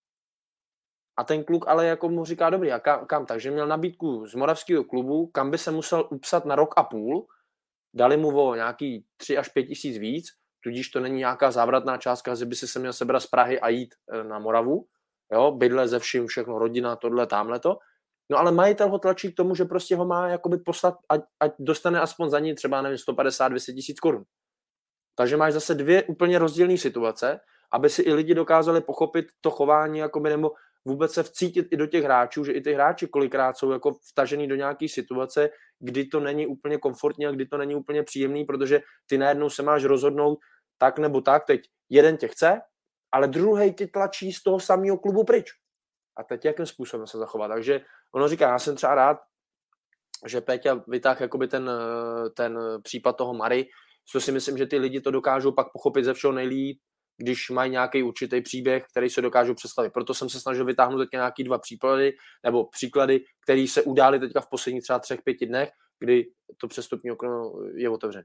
A ten kluk ale jako mu říká, dobrý, a kam? Takže měl nabídku z moravského klubu, kam by se musel upsat na rok a půl, dali mu o nějaký 3 až 5 tisíc víc, tudíž to není nějaká závratná částka, že by se měl sebrat z Prahy a jít na Moravu, jo, bydle ze vším, všechno, rodina, tohle, támhleto. No ale majitel ho tlačí k tomu, že prostě ho má jakoby poslat, ať dostane aspoň za ní třeba, nevím, 150-200 tisíc korun. Takže máš zase 2 úplně rozdílné situace, aby si i lidi dokázali pochopit to chování, jakoby, nebo vůbec se vcítit i do těch hráčů, že i ty hráči kolikrát jsou jako vtažený do nějaké situace, kdy to není úplně komfortní a kdy to není úplně příjemný, protože ty najednou se máš rozhodnout tak nebo tak, teď jeden tě chce, ale druhej tě tlačí z toho samého klubu pryč. A teď jakým způsobem se zachovat. Takže ono říká, já jsem třeba rád, že Péťa vytáhl jakoby ten případ toho Mary, co si myslím, že ty lidi to dokážou pak pochopit ze všeho nejlíp, když mají nějaký určitý příběh, který se dokážou představit. Proto jsem se snažil vytáhnout teď nějaký 2 příklady, které se udály teďka v posledních třeba 3-5 dnech, kdy to přestupní okno je otevřené.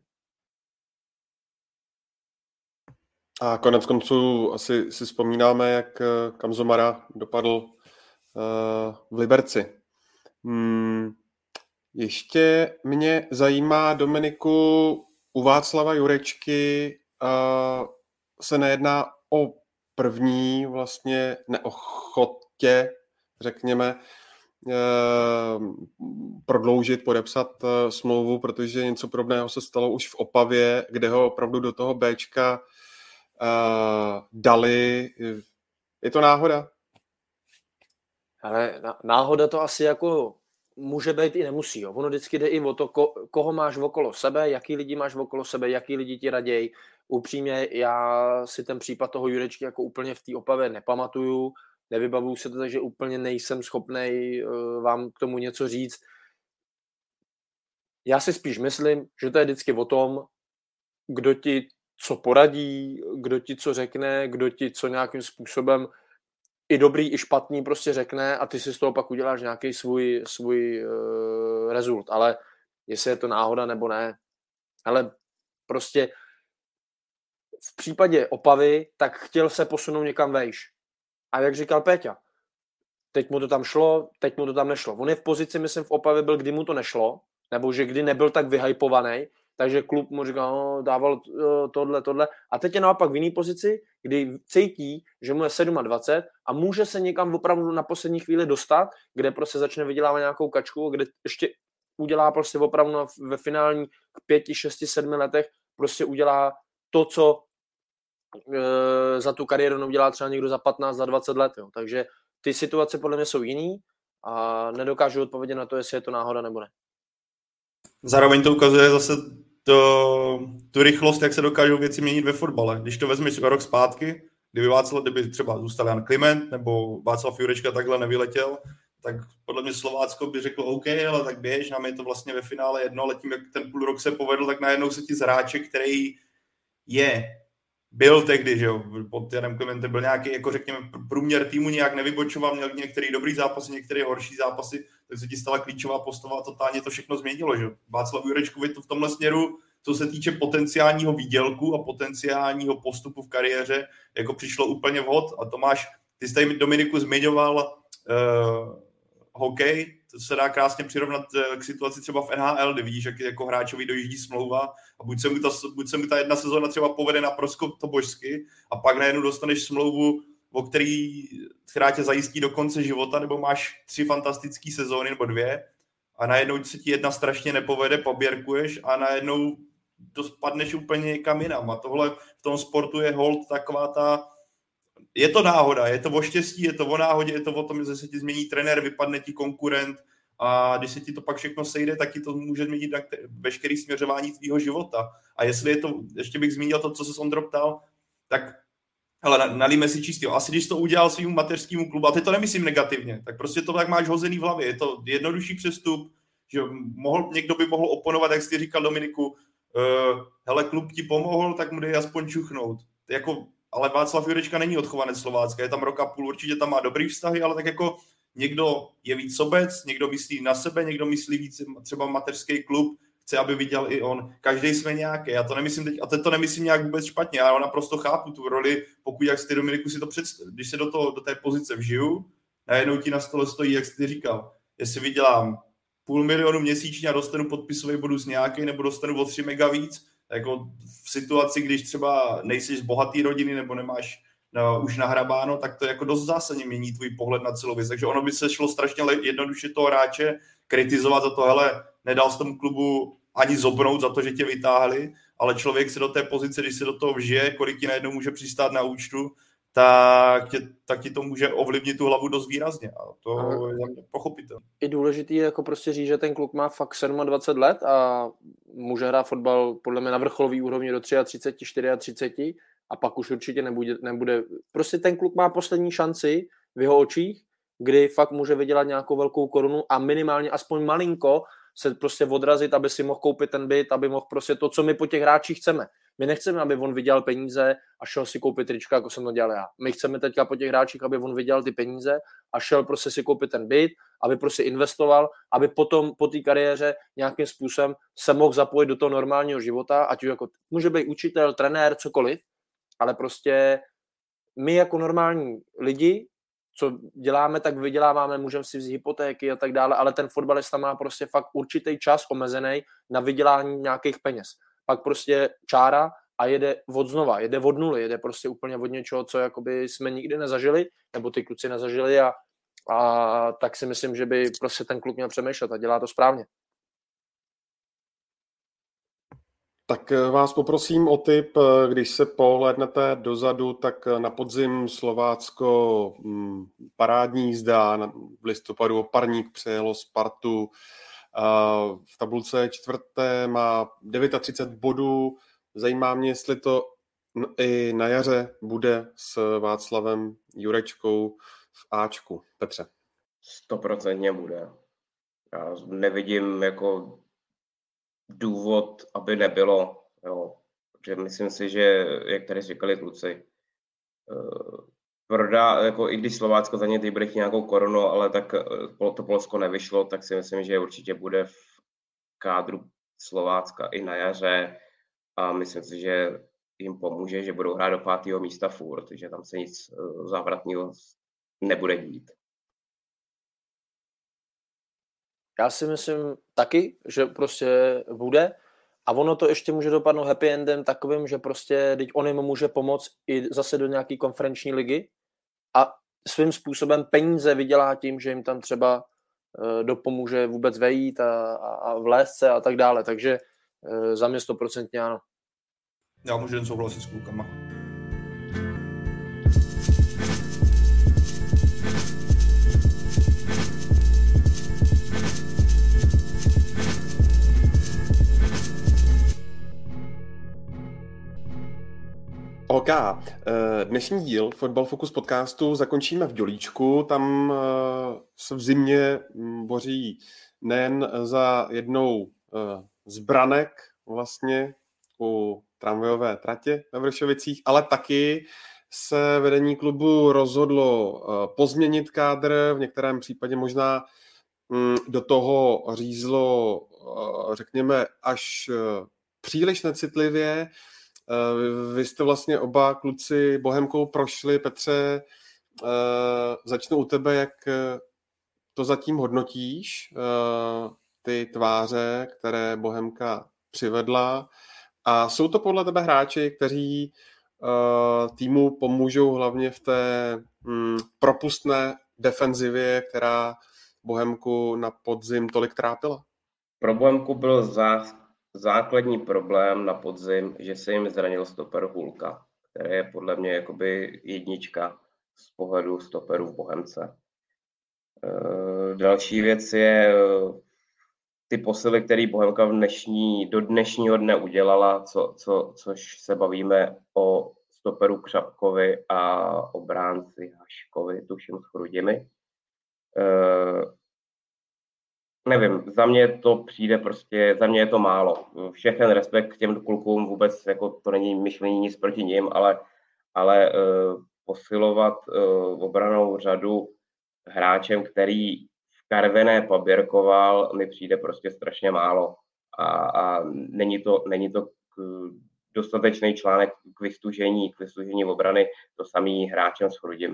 A konec konců asi si vzpomínáme, jak Kamzo Mara dopadl v Liberci. Ještě mě zajímá, Dominiku, u Václava Jurečky se nejedná o první vlastně neochotě, řekněme, prodloužit, podepsat smlouvu, protože něco podobného se stalo už v Opavě, kde ho opravdu do toho Bčka dali. Je to náhoda? Ale náhoda to asi jako může být i nemusí. Jo. Ono vždycky jde i o to, koho máš okolo sebe, jaký lidi máš okolo sebe, jaký lidi ti raději. Upřímně, já si ten případ toho Jurečky jako úplně v té Opavě nepamatuju, nevybavuju se to, takže úplně nejsem schopnej vám k tomu něco říct. Já si spíš myslím, že to je vždycky o tom, kdo ti co poradí, kdo ti co řekne, kdo ti co nějakým způsobem i dobrý, i špatný prostě řekne a ty si z toho pak uděláš nějaký svůj rezult. Ale jestli je to náhoda nebo ne. Ale prostě v případě Opavy, tak chtěl se posunout někam vejš. A jak říkal Péťa, teď mu to tam šlo, teď mu to tam nešlo. On je v pozici, myslím, v Opavě byl, kdy mu to nešlo, nebo že kdy nebyl tak vyhypovaný, takže klub mu říkal, no, dával tohle. A teď je naopak v jiný pozici, kdy cítí, že mu je 27 a může se někam opravdu na poslední chvíli dostat, kde prostě začne vydělávat nějakou kačku, kde ještě udělá prostě opravdu ve finální 5, 6, 7 letech prostě udělá to, co za tu kariéru neudělá třeba někdo za 15, za 20 let. Jo. Takže ty situace podle mě jsou jiný a nedokážu odpovědět na to, jestli je to náhoda nebo ne. Zároveň to ukazuje zase tu rychlost, jak se dokážou věci měnit ve fotbale. Když to vezmeš rok zpátky, kdyby třeba zůstal Jan Kliment nebo Václav Jurečka takhle nevyletěl, tak podle mě Slovácko by řeklo OK, ale tak běž, nám je to vlastně ve finále jedno, ale tím, jak ten půl rok se povedl, tak najednou se ti z hráče, který byl tehdy, že jo, pod Janem Klimentem byl nějaký, jako řekněme, průměr týmu nějak nevybočoval, měl některý dobrý zápasy, některé horší zápasy, tak se ti stala klíčová postava a totálně to všechno změnilo, že jo. Václav Jurečkovi to v tomhle směru, co se týče potenciálního výdělku a potenciálního postupu v kariéře, jako přišlo úplně vhod. A Tomáš, ty jsi tady, Dominiku, zmiňoval hokej, to se dá krásně přirovnat k situaci třeba v NHL, kdy vidíš, jak jako hráčovi dojíždí smlouva a buď se mu ta jedna sezóna třeba povede naprosto božsky a pak najednou dostaneš smlouvu, která tě zajistí do konce života, nebo máš 3 fantastické sezóny nebo 2 a najednou se ti jedna strašně nepovede, poběrkuješ a najednou to spadneš úplně někam jinam. A tohle v tom sportu je hold taková ta... Je to náhoda, je to o štěstí, je to o náhodě, je to o tom, že se ti změní trenér, vypadne ti konkurent a když se ti to pak všechno sejde, tak ti to může změnit veškerý směřování tvýho života. A jestli je to, ještě bych zmínil to, co se Ondro ptal, tak hele, nalijme si čistého. Asi když to udělal svým mateřskému klubu, a teď to nemyslím negativně, tak prostě to tak máš hozený v hlavě. Je to jednodušší přestup, že někdo by mohl oponovat, jak jsi říkal Dominiku, hele, klub ti pomohl, tak mu dej aspoň čuchnout. Jako, ale Václav Jurečka není odchovanec Slovácka, je tam rok a půl, určitě tam má dobrý vztahy, ale tak jako někdo je víc sobec, někdo myslí na sebe, někdo myslí víc třeba mateřský klub, chce, aby viděl i on. Každý jsme nějaký. Já to nemyslím teď, a teď to nemyslím nějak vůbec špatně, já naprosto chápu tu roli, pokud, jak jsi Dominiku si to představ, když se do té pozice vžiju, najednou ti na stole stojí, jak jsi ty říkal, jestli vydělám 500 000 měsíčně a dostanu podpisový bonus nějaký, nebo dostanu o 3 mega víc, jako v situaci, když třeba nejsi z bohatý rodiny, nebo nemáš už nahrabáno, tak to jako dost zásadně mění tvůj pohled na celou věc. Takže ono by se šlo strašně jednoduše toho hráče kritizovat za to, hele, nedal jsi tomu klubu ani zobnout za to, že tě vytáhli, ale člověk se do té pozice, když se do toho vžije, kolik ti najednou může přistát na účtu, tak ti to může ovlivnit tu hlavu dost výrazně. A to je pochopitelné. Je důležitý jako prostě říct, že ten kluk má fakt 27 let a může hrát fotbal podle mě na vrcholový úrovni do 33, 34 a pak už určitě nebude. Prostě ten kluk má poslední šanci v jeho očích, kdy fakt může vydělat nějakou velkou korunu a minimálně aspoň malinko se prostě odrazit, aby si mohl koupit ten byt, aby mohl prostě to, co my po těch hráčích chceme. My nechceme, aby on vydělal peníze a šel si koupit trička, jako jsem to dělal já. My chceme teďka po těch hráčích, aby on vydělal ty peníze a šel prostě si koupit ten byt, aby prostě investoval, aby potom po té kariéře nějakým způsobem se mohl zapojit do toho normálního života, ať už jako může být učitel, trenér, cokoliv, ale prostě my jako normální lidi, co děláme, tak vyděláváme, můžeme si vzít hypotéky a tak dále, ale ten fotbalista má prostě fakt určitý čas omezený na vydělání nějakých peněz. Pak prostě čára a jede od znova, jede od nuly, jede prostě úplně od něčeho, co jakoby jsme nikdy nezažili, nebo ty kluci nezažili a tak si myslím, že by prostě ten kluk měl přemýšlet a dělá to správně. Tak vás poprosím o tip, když se pohlédnete dozadu, tak na podzim Slovácko parádní jízda, v listopadu Oparník přejelo Spartu, v tabulce 4. má 39 bodů, zajímá mě, jestli to i na jaře bude s Václavem Jurečkou v Ačku. Petře. 100% bude. Já nevidím jako důvod, aby nebylo. Jo. Protože myslím si, že, jak tady říkali kluci, jako i když Slovácko za ně teď bude chtít nějakou korunu, ale tak to Polsko nevyšlo, tak si myslím, že určitě bude v kádru Slovácka i na jaře a myslím si, že jim pomůže, že budou hrát do 5. místa furt, takže tam se nic závratného nebude dít. Já si myslím taky, že prostě bude a ono to ještě může dopadnout happy endem takovým, že prostě teď on jim může pomoct i zase do nějaký konferenční ligy a svým způsobem peníze vydělá tím, že jim tam třeba dopomůže vůbec vejít a vlézt se a tak dále, takže za mě 100% ano. Já můžu jen souhlasit s klukama. OK. Dnešní díl Fotbal Focus podcastu zakončíme v Dělíčku. Tam se v zimě boří nejen za jednou z branek vlastně u tramvajové tratě ve Vršovicích, ale taky se vedení klubu rozhodlo pozměnit kádr, v některém případě možná do toho řízlo, řekněme, až příliš necitlivě. Vy jste vlastně oba kluci Bohemkou prošli. Petře, začnu u tebe, jak to zatím hodnotíš, ty tváře, které Bohemka přivedla? A jsou to podle tebe hráči, kteří týmu pomůžou hlavně v té propustné defenzivě, která Bohemku na podzim tolik trápila? Pro Bohemku byl základní problém na podzim, že se jim zranil stoper Hulka, který je podle mě jakoby jednička z pohledu stoperů v Bohemce. Další věc je ty posily, které Bohemka do dnešního dne udělala, což se bavíme o stoperu Křapkovi a obránci Haškovi, tuším s Chrudimi. Nevím, za mě to přijde prostě, za mě je to málo. Všechen respekt k těm klukům, vůbec jako to není myšlení nic proti nim, ale posilovat obranou řadu hráčem, který v Karviné poběrkoval, mi přijde prostě strašně málo. A není to dostatečný článek k vystužení obrany, to samý hráčem s Chrudimi.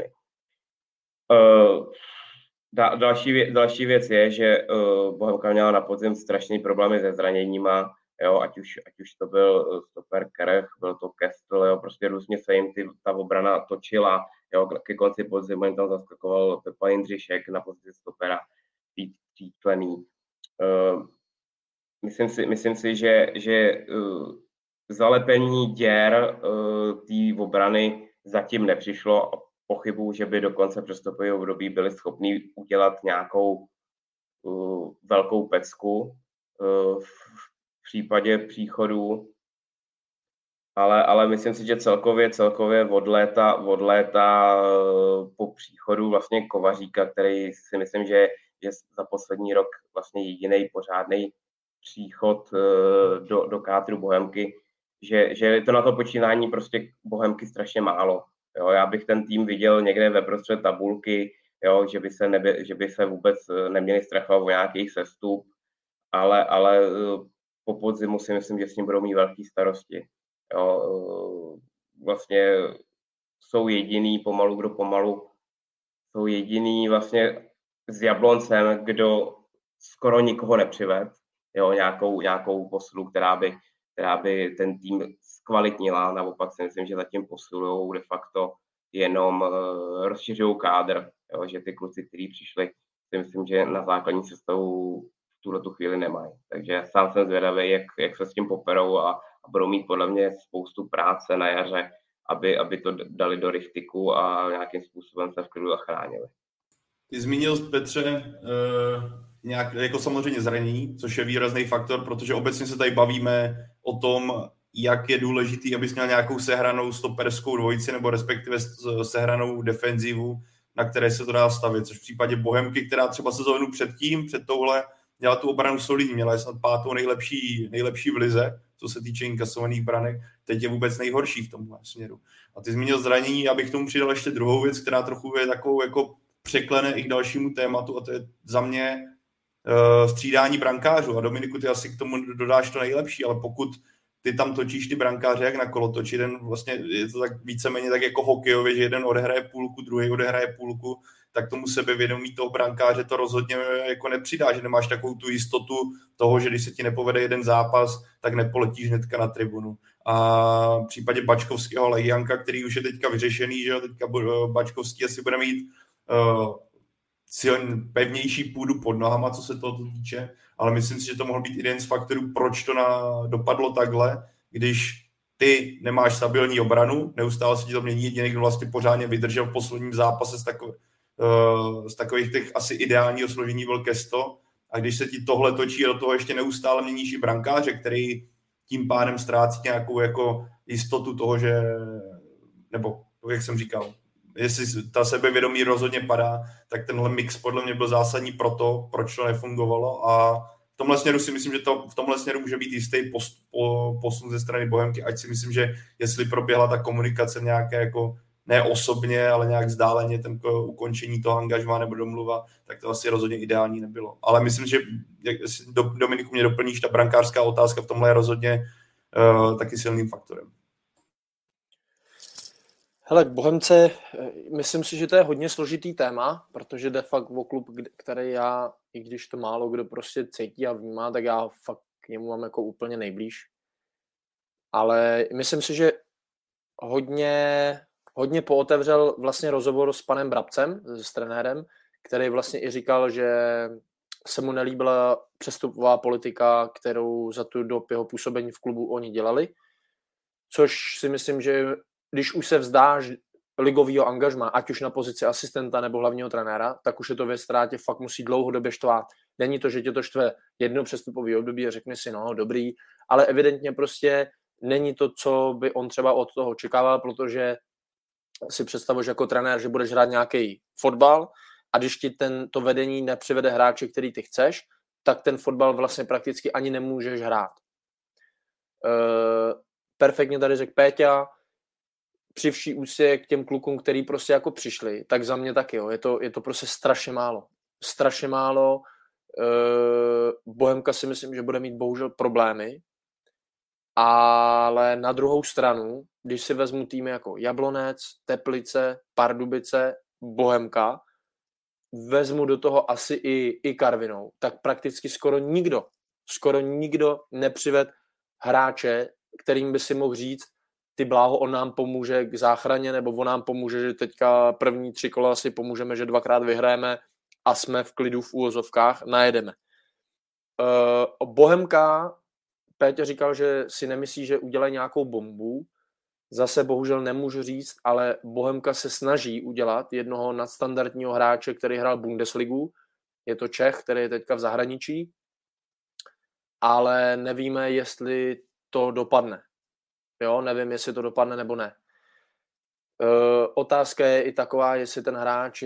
Další věc je, že Bohemka měla na podzim strašný problémy se zraněníma, jo, ať už to byl stoper Kerech, byl to Kestl, jo, prostě různě se jim ta obrana točila, jo, ke konci podzimu jim tam zaskakoval Pepa Jindřišek na pozici stopera, tříčlenný. Myslím si, že zalepení děr té obrany zatím nepřišlo a pochybuju, že by do konce přestupového období byli schopni udělat nějakou velkou pecku v případě příchodu. Ale myslím si, že celkově od léta po příchodu vlastně Kovaříka, který si myslím, že je za poslední rok vlastně jediný pořádný příchod do kádru Bohemky, že je to na to počínání prostě Bohemky strašně málo. Jo, já bych ten tým viděl někde ve prostřed tabulky, jo, že by se vůbec neměli strachovat o nějaký sestup, ale po podzimu si myslím, že s ním budou mít velký starosti. Jo, vlastně jsou jediný jsou jediný vlastně s Jabloncem, kdo skoro nikoho nepřived, jo, nějakou posilu, která by ten tým zkvalitnila, naopak si myslím, že zatím posilujou de facto jenom rozšiřují kádr, jo, že ty kluci, kteří přišli, si myslím, že na základní sestavu v tuhletu chvíli nemají. Takže sám jsem zvědavý, jak se s tím poperou a budou mít podle mě spoustu práce na jaře, aby to dali do rychtiku a nějakým způsobem se v klidu zachránili. Ty zmínil, Petře, nějak jako samozřejmě zranění, což je výrazný faktor, protože obecně se tady bavíme o tom, jak je důležitý, abys měl nějakou sehranou stoperskou dvojici nebo respektive sehranou defenzivu, na které se to dá stavit, což v případě Bohemky, která třeba sezónu před touhle měla tu obranu solidní, měla je snad 5. nejlepší v lize, co se týče inkasovaných branek, teď je vůbec nejhorší v tomhle směru. A ty zmínil zranění, já bych tomu přidal ještě druhou věc, která trochu je takovou jako překlene i k dalšímu tématu, a to je za mě střídání brankářů. A Dominiku, ty asi k tomu dodáš to nejlepší, ale pokud ty tam točíš ty brankáře jak na kolotoč, jeden vlastně je to tak víceméně tak jako hokejově, že jeden odehraje půlku, druhý odehraje půlku, tak tomu sebevědomí toho brankáře to rozhodně jako nepřidá, že nemáš takovou tu jistotu toho, že když se ti nepovede jeden zápas, tak nepoletíš hnedka na tribunu. A v případě Bačkovského Legianka, který už je teďka vyřešený, že teďka Bačkovský asi bude mít pevnější půdu pod nohama, co se toho týče, ale myslím si, že to mohl být jeden z faktorů, proč to dopadlo takhle, když ty nemáš stabilní obranu, neustále se ti to mění, jediný, kdo vlastně pořádně vydržel v posledním zápase z takových těch asi ideálního složení byl Kesto, a když se ti tohle točí a do toho ještě neustále měníš i brankáře, který tím pádem ztrácí nějakou jako jistotu toho, že, nebo jak jsem říkal, jestli ta sebevědomí rozhodně padá, tak tenhle mix podle mě byl zásadní pro to, proč to nefungovalo, a v tomhle směru si myslím, že v tomhle směru může být jistý posun ze strany Bohemky, ať si myslím, že jestli proběhla ta komunikace nějaké jako ne osobně, ale nějak vzdáleně ten ukončení toho angažmá nebo domluva, tak to asi rozhodně ideální nebylo. Ale myslím, že Dominiku mě doplníš, ta brankářská otázka v tomhle je rozhodně taky silným faktorem. Hele, k Bohemce, myslím si, že to je hodně složitý téma, protože jde fakt o klub, který já, i když to málo kdo prostě cítí a vnímá, tak já fakt k němu mám jako úplně nejblíž. Ale myslím si, že hodně pootevřel vlastně rozhovor s panem Brabcem, s trenérem, který vlastně i říkal, že se mu nelíbila přestupová politika, kterou za tu dobu jeho působení v klubu oni dělali, což si myslím, že když už se vzdáš ligovýho angažma, ať už na pozici asistenta nebo hlavního trenéra, tak už je to ve ztrátě, fakt musí dlouhodobě štvát. Není to, že tě to štve jedno přestupový období a řekne si, no dobrý, ale evidentně prostě není to, co by on třeba od toho očekával, protože si představuješ jako trenér, že budeš hrát nějaký fotbal a když ti to vedení nepřivede hráče, který ty chceš, tak ten fotbal vlastně prakticky ani nemůžeš hrát. Perfektně tady řekl Péťa, při vší úctě k těm klukům, který prostě jako přišli, tak za mě taky, jo. Je to prostě strašně málo. Strašně málo. Bohemka si myslím, že bude mít bohužel problémy, ale na druhou stranu, když si vezmu týmy jako Jablonec, Teplice, Pardubice, Bohemka, vezmu do toho asi i Karvinou, tak prakticky skoro nikdo nepřived hráče, kterým by si mohl říct, ty Bláho, on nám pomůže k záchraně, nebo on nám pomůže, že teďka první 3 kola si pomůžeme, že 2krát vyhrajeme a jsme v klidu v úvozovkách, najedeme. Bohemka, Péťa říkal, že si nemyslí, že udělají nějakou bombu. Zase bohužel nemůžu říct, ale Bohemka se snaží udělat jednoho nadstandardního hráče, který hrál Bundesligu. Je to Čech, který je teďka v zahraničí, ale nevíme, jestli to dopadne. Jo, nevím, jestli to dopadne nebo ne. Otázka je i taková, jestli ten hráč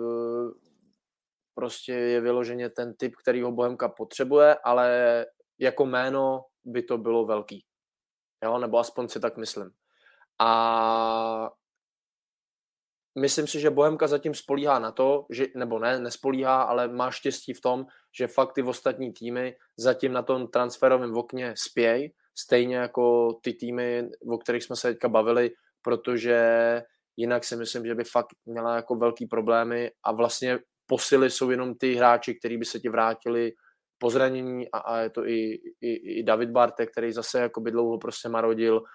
prostě je vyloženě ten typ, který ho Bohemka potřebuje, ale jako jméno by to bylo velký. Jo, nebo aspoň si tak myslím. A myslím si, že Bohemka zatím spolíhá na to, že, nebo nespolíhá, ale má štěstí v tom, že fakt ty ostatní týmy zatím na tom transferovém okně spějí, stejně jako ty týmy, o kterých jsme se teďka bavili, protože jinak si myslím, že by fakt měla jako velký problémy a vlastně posily jsou jenom ty hráči, kteří by se ti vrátili po zranění a je to i David Bartek, který zase jako by dlouho prostě marodil,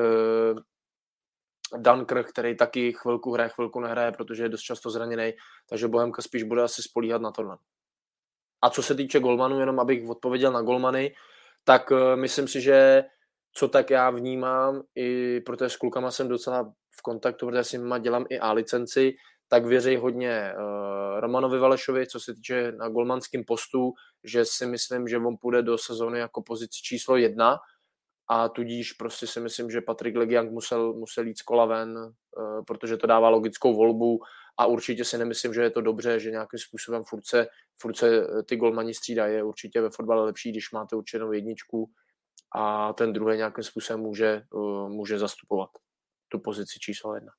Dunkirk, který taky chvilku hraje, chvilku nehraje, protože je dost často zraněný, takže Bohemka spíš bude asi spolíhat na tohle. A co se týče golmanů, jenom abych odpověděl na golmany, tak myslím si, že co tak já vnímám, i protože s klukama jsem docela v kontaktu, protože si dělám i A-licenci, tak věří hodně Romanovi Valešovi, co se týče na golmanském postu, že si myslím, že on půjde do sezóny jako pozici číslo 1 a tudíž prostě si myslím, že Patrik Legiang musel jít z kola ven, protože to dává logickou volbu a určitě si nemyslím, že je to dobře, že nějakým způsobem furt se ty golmani střídají. Je určitě ve fotbale lepší, když máte určenou jedničku a ten druhý nějakým způsobem může zastupovat tu pozici číslo 1.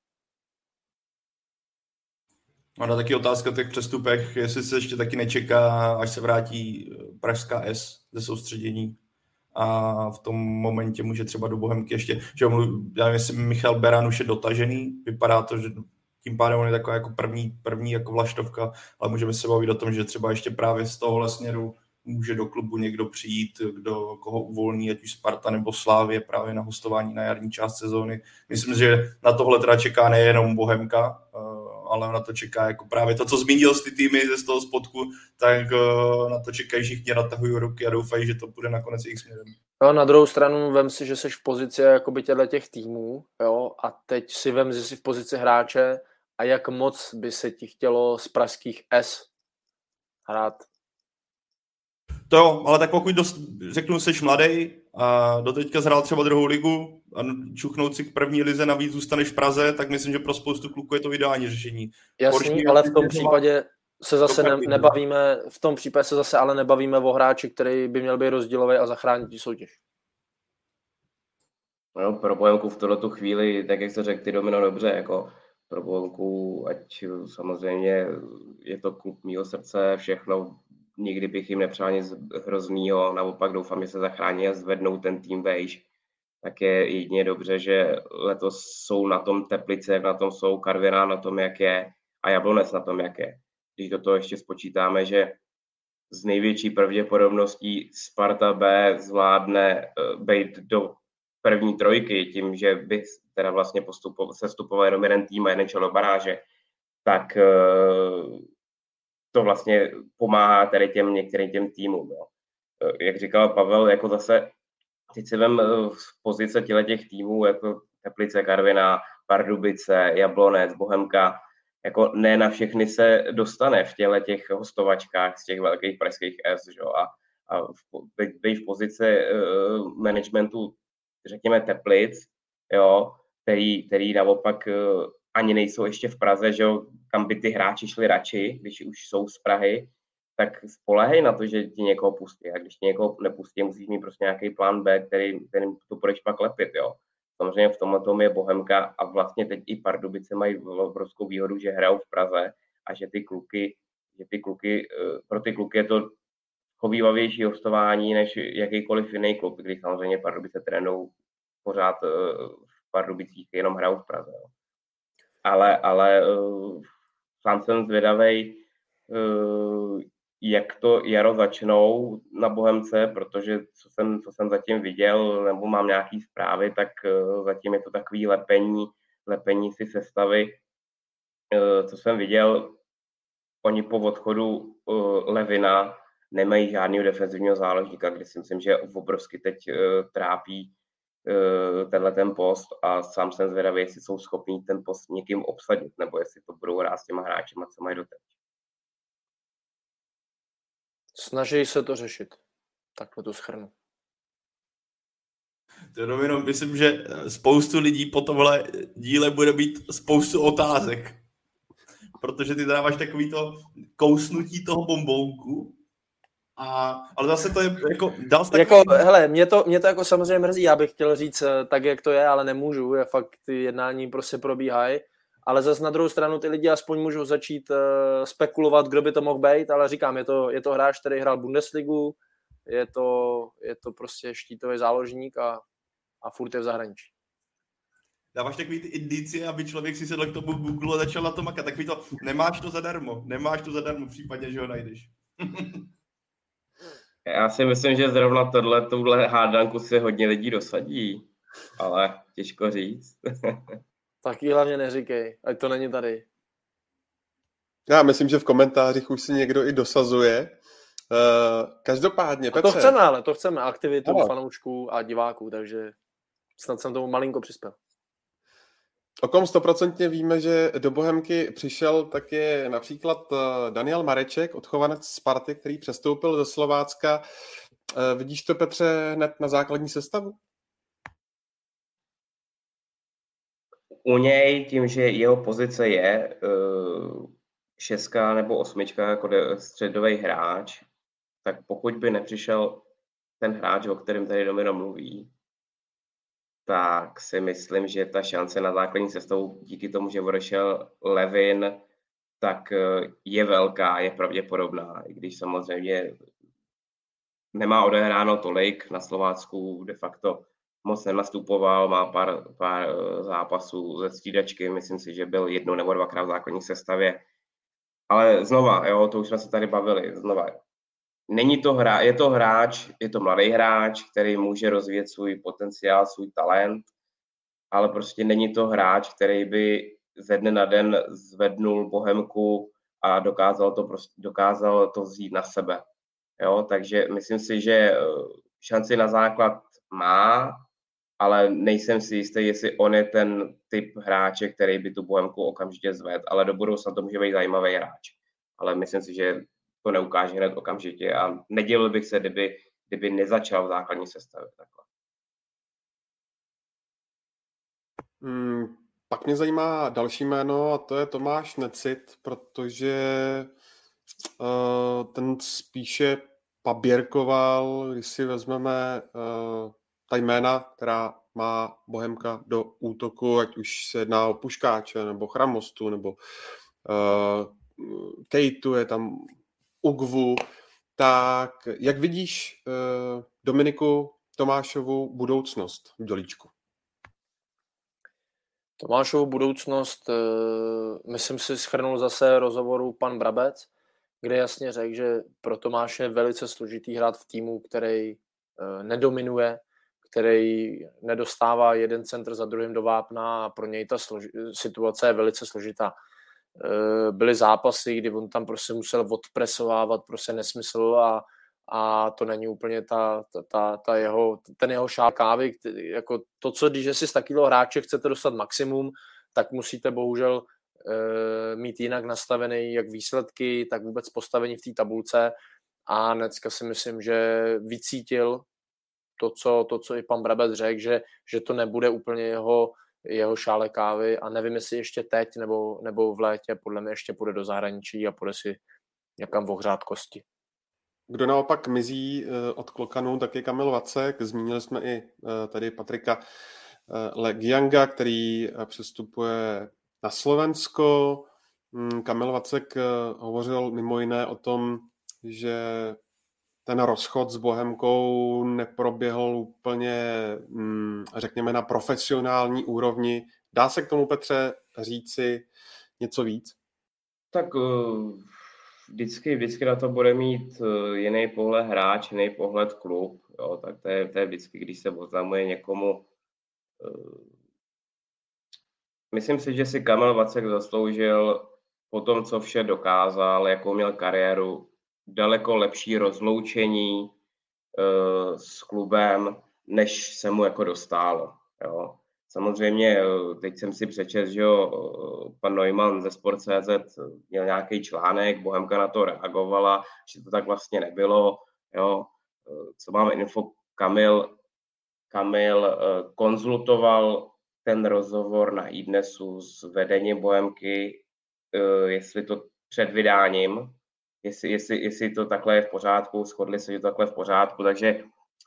Ona taky otázka v těch přestupech, jestli se ještě taky nečeká, až se vrátí pražská S ze soustředění a v tom momentě může třeba do Bohemky ještě, že já nevím, jestli Michal Beran už je dotažený, vypadá to, že tím pádem on je taková jako první jako vlaštovka, ale můžeme se bavit o tom, že třeba ještě právě z tohohle směru může do klubu někdo přijít, koho uvolní, ať už Sparta nebo Slávie právě na hostování na jarní část sezóny. Myslím, že na tohle teda čeká nejenom Bohemka, ale na to čeká jako právě to, co zmínil z ty týmy ze toho spodku, tak na to čekají všichni, natahují ruky a doufají, že to bude nakonec jejich směrem. No, na druhou stranu vem si, že jsi v pozici jakoby těch týmů, jo, a teď si vem, že jsi v pozici hráče a jak moc by se ti chtělo z pražských S hrát. To jo, ale tak pokud řeknu, jsi mladej a doteďka zhrál třeba druhou ligu a čuchnout si k první lize, navíc zůstaneš v Praze, tak myslím, že pro spoustu kluků je to ideální řešení. Jasný, ale v tom případě se zase nebavíme, v tom případě se zase ale nebavíme o hráči, který by měl být rozdílový a zachránit soutěž. No, pro Bohemku v tuhletu chvíli, tak jak jsi řekl, ty Domino, dobře, jako pro Bohemku, ať samozřejmě je to klub mýho srdce, všechno, nikdy bych jim nepřál nic hroznýho, naopak doufám, že se zachrání a zvednou ten tým vejš. tak je jedině dobře, že letos jsou na tom Teplice, jak na tom jsou, Karviná na tom, jak je, a Jablonec na tom, jak je. Když do toho ještě spočítáme, že s největší pravděpodobností Sparta B zvládne být do první trojky tím, že by teda vlastně sestupoval jenom jeden tým a jeden čel do baráže, tak to vlastně pomáhá tady některým těm týmům. No. Jak říkal Pavel, jako zase teď si vem v pozice těch týmů, jako Teplice, Karviná, Pardubice, Jablonec, Bohemka, jako ne na všechny se dostane v těch hostovačkách z těch velkých pražských S, že? A být v pozici managementu, řekněme, Teplic, jo, který naopak ani nejsou ještě v Praze, že jo, kam by ty hráči šli radši, když už jsou z Prahy, tak spolehej na to, že ti někoho pustí. A když ti někoho nepustí, musíš mít prostě nějaký plán B, kterým to budeš pak lepit, jo. Samozřejmě v tomhle tom je Bohemka a vlastně teď i Pardubice mají obrovskou výhodu, že hrajou v Praze a že pro ty kluky je to chovývavější hostování než jakýkoliv jiný klub, když samozřejmě Pardubice trénují pořád v Pardubicích, jenom hrajou v Praze. Jo. Ale sám jsem zvědavej, jak to jaro začnou na Bohemce, protože co jsem zatím viděl, nebo mám nějaký zprávy, tak zatím je to takový lepení si sestavy. Co jsem viděl, oni po odchodu Levina nemají žádného defenzivního záložníka, kde si myslím, že obrovsky teď trápí ten post a sám jsem zvědavý, jestli jsou schopní ten post někým obsadit, nebo jestli to budou hrát s těma hráčima, co mají doteď. Snaží se to řešit. Takhle to shrnu. To jenom myslím, že spoustu lidí po tomhle díle bude mít spoustu otázek. Protože ty dáváš takový to kousnutí toho bonbonku. Ale zase to je jako... Hele, mě to jako samozřejmě mrzí, já bych chtěl říct tak, jak to je, ale nemůžu. Je fakt, ty jednání prostě probíhají. Ale zase na druhou stranu ty lidi aspoň můžou začít spekulovat, kdo by to mohl být, ale říkám, je to hráč, který hrál Bundesligu, je to prostě štítový záložník a furt je v zahraničí. Dáváš takový ty indicie, aby člověk si sedl k tomu Google a začal na to makat. Takový to, nemáš to zadarmo v případě, že ho najdeš. Já si myslím, že zrovna touhle hádanku si hodně lidí dosadí, ale těžko říct. Taky hlavně neříkej, ať to není tady. Já myslím, že v komentářích už si někdo i dosazuje. Každopádně, Petře. To chceme, aktivitu fanoušků a diváků, takže snad jsem tomu malinko přispěl. O kom 100% víme, že do Bohemky přišel taky například Daniel Mareček, odchovanec Sparty, který přestoupil ze Slovácka. Vidíš to, Petře, hned na základní sestavu? U něj tím, že jeho pozice je 6 nebo 8 jako středový hráč, tak pokud by nepřišel ten hráč, o kterém tady Domino mluví, tak si myslím, že ta šance na základní sestavu díky tomu, že odešel Levin, tak je velká, je pravděpodobná, i když samozřejmě nemá odehráno tolik na Slovácku, de facto moc nenastupoval, má pár zápasů ze střídačky, myslím si, že byl 1 nebo 2krát v základní sestavě. Ale znova, jo, to už jsme se tady bavili, znova. Je to hráč, je to mladý hráč, který může rozvíjet svůj potenciál, svůj talent, ale prostě není to hráč, který by ze dne na den zvednul Bohemku a dokázal to vzít na sebe. Jo, takže myslím si, že šanci na základ má, ale nejsem si jistý, jestli on je ten typ hráče, který by tu Bohemku okamžitě zvedl, ale do budoucna to může být zajímavý hráč. Ale myslím si, že to neukáže hned okamžitě a nedělil bych se, kdyby nezačal v základní sestavě. Pak mě zajímá další jméno a to je Tomáš Necit, protože ten spíše paběrkoval, když si vezmeme ta jména, která má Bohemka do útoku, ať už se jedná o Puškáče, nebo Chramostu, nebo Kejtu, je tam Ugvu. Tak jak vidíš, Dominiku, Tomášovu budoucnost v Dělíčku? Tomášovu budoucnost, myslím si, shrnul zase rozhovoru pan Brabec, kde jasně řekl, že pro Tomáše je velice složitý hrát v týmu, který nedominuje, který nedostává jeden centr za druhým do vápna a pro něj ta situace je velice složitá. Byly zápasy, kdy on tam prostě musel odpresovávat prostě nesmysl a to není úplně ten jeho šál kávy. Jako to, co když si z takového hráče chcete dostat maximum, tak musíte bohužel mít jinak nastavený jak výsledky, tak vůbec postavení v té tabulce a dneska si myslím, že vycítil to, co i pan Brabec řekl, že to nebude úplně jeho šále kávy a nevím, jestli ještě teď nebo v létě, podle mě ještě půjde do zahraničí a půjde si někam ohřát kosti. Kdo naopak mizí od Klokanů, tak je Kamil Vacek. Zmínili jsme i tady Patrika Legianga, který přestupuje na Slovensko. Kamil Vacek hovořil mimo jiné o tom, že ten rozchod s Bohemkou neproběhl úplně, řekněme, na profesionální úrovni. Dá se k tomu, Petře, říci něco víc? Tak vždycky na to bude mít jiný pohled hráč, jiný pohled klub. Jo, tak to je vždycky, když se oznamuje někomu. Myslím si, že si Kamil Vacek zasloužil po tom, co vše dokázal, jakou měl kariéru, daleko lepší rozloučení s klubem, než se mu jako dostalo. Jo. Samozřejmě, teď jsem si přečetl, že pan Neumann ze Sport.cz měl nějaký článek, Bohemka na to reagovala, že to tak vlastně nebylo. Jo. Co máme info, Kamil konzultoval ten rozhovor na iDnesu s vedením Bohemky, jestli to před vydáním, jestli to takhle je v pořádku, shodli se, že to takhle je v pořádku, takže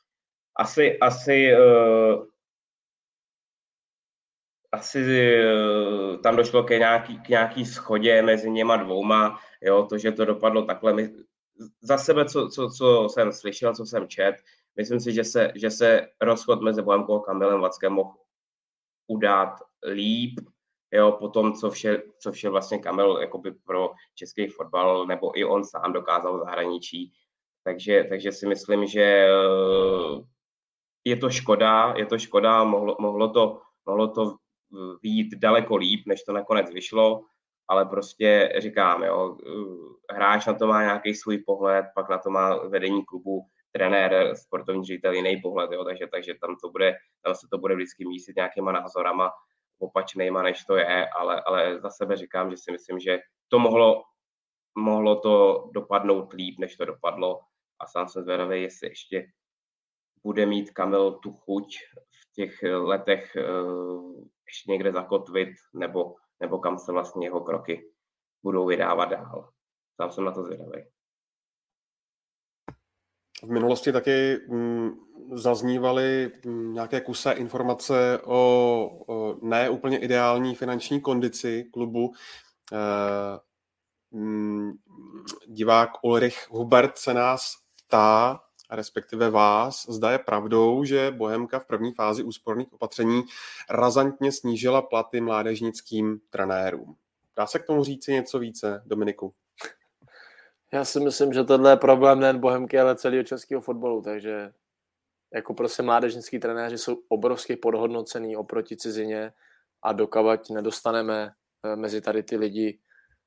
asi tam došlo k nějaký shodě mezi něma dvouma, jo, to, že to dopadlo takhle. Za sebe, co jsem slyšel, co jsem četl, myslím si, že se rozchod mezi Bohemkou a Kamilem Vackem mohl udát líp, jo, po tom, co vše vlastně Kamil jakoby pro český fotbal, nebo i on sám dokázal v zahraničí. Takže si myslím, že je to škoda, mohlo to vyjít daleko líp, než to nakonec vyšlo, ale prostě říkám, jo, hráč na to má nějaký svůj pohled, pak na to má vedení klubu, trenér, sportovní ředitel jiný pohled, jo, takže tam se to bude vždycky mísit nějakýma názorama opačnejma, než to je, ale za sebe říkám, že si myslím, že to mohlo to dopadnout líp, než to dopadlo a sám jsem zvědavý, jestli ještě bude mít Kamil tu chuť v těch letech ještě někde zakotvit, nebo kam se vlastně jeho kroky budou vydávat dál. Sám jsem na to zvědavý. V minulosti taky zaznívaly nějaké kusé informace o ne úplně ideální finanční kondici klubu. Divák Ulrich Hubert se nás ptá, respektive vás, zda je pravdou, že Bohemka v první fázi úsporných opatření razantně snížila platy mládežnickým trenérům. Dá se k tomu říci něco více, Dominiku? Já si myslím, že tohle je problém nejen Bohemky, ale celého českého fotbalu, takže jako prostě mládežnický trenéři jsou obrovsky podhodnocený oproti cizině a dokavať nedostaneme mezi tady ty lidi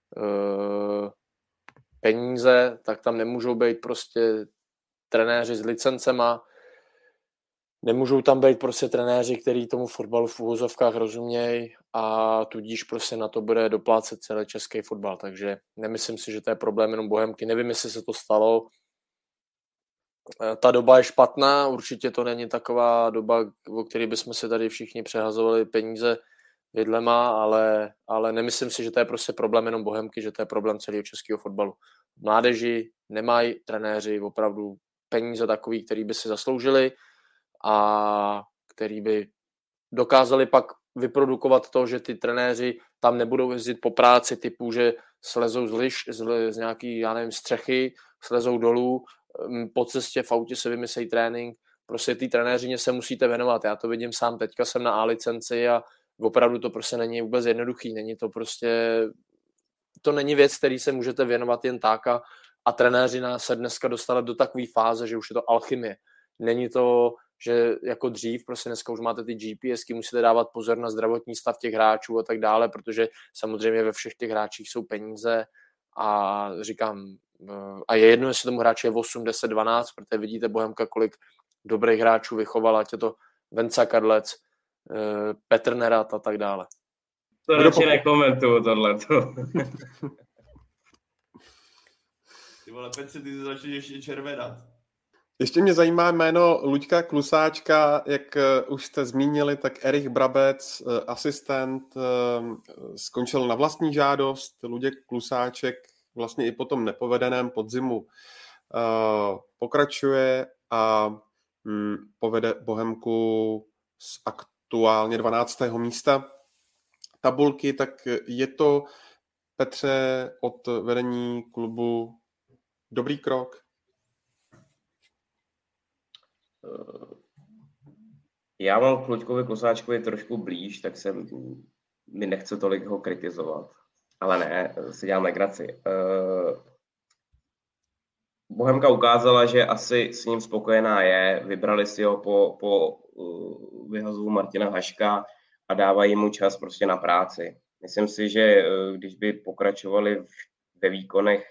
peníze, tak tam nemůžou být prostě trenéři s licencema, nemůžou tam být prostě trenéři, kteří tomu fotbalu v uvozovkách rozumějí a tudíž prostě na to bude doplácet celý český fotbal, takže nemyslím si, že to je problém jenom Bohemky, nevím, jestli se to stalo. Ta doba je špatná, určitě to není taková doba, o které bychom se tady všichni přehazovali peníze vidlema, ale nemyslím si, že to je prostě problém jenom Bohemky, že to je problém celého českého fotbalu. Mládeži nemají trenéři opravdu peníze takový, který by si zasloužili a který by dokázali pak vyprodukovat to, že ty trenéři tam nebudou jezdit po práci typu, že slezou z nějaký, já nevím, střechy, slezou dolů, po cestě v autě se vymyslejí trénink, prostě ty trenéřině se musíte věnovat. Já to vidím sám, teďka jsem na A licenci a opravdu to prostě není vůbec jednoduchý. Není to prostě, to není věc, který se můžete věnovat jen tak a trenéři nás se dneska dostali do takové fáze, že už je to alchymie. Není to, že jako dřív, prostě dneska už máte ty GPSky, musíte dávat pozor na zdravotní stav těch hráčů a tak dále, protože samozřejmě ve všech těch hráčích jsou peníze a říkám, a je jedno, jestli tomu hráči je 8, 10, 12, protože vidíte Bohemka, kolik dobrých hráčů vychovala, ať je to Venca Kadlec, Petr Nerad a tak dále. To radši nekomentuju tohleto. Ty vole, Petře, ty se začneš ještě červenat. Ještě mě zajímá jméno Luďka Klusáčka, jak už jste zmínili, tak Erich Brabec, asistent, skončil na vlastní žádost. Luděk Klusáček vlastně i po tom nepovedeném podzimu pokračuje a povede Bohemku z aktuálně 12. místa tabulky, tak je to, Petře, od vedení klubu dobrý krok? Já mám k Luďkovi Klusáčkovi trošku blíž, tak mi nechce tolik ho kritizovat. Ale ne, si dělám legraci. Bohemka ukázala, že asi s ním spokojená je. Vybrali si ho po vyhazu Martina Haška a dávají mu čas prostě na práci. Myslím si, že když by pokračovali ve výkonech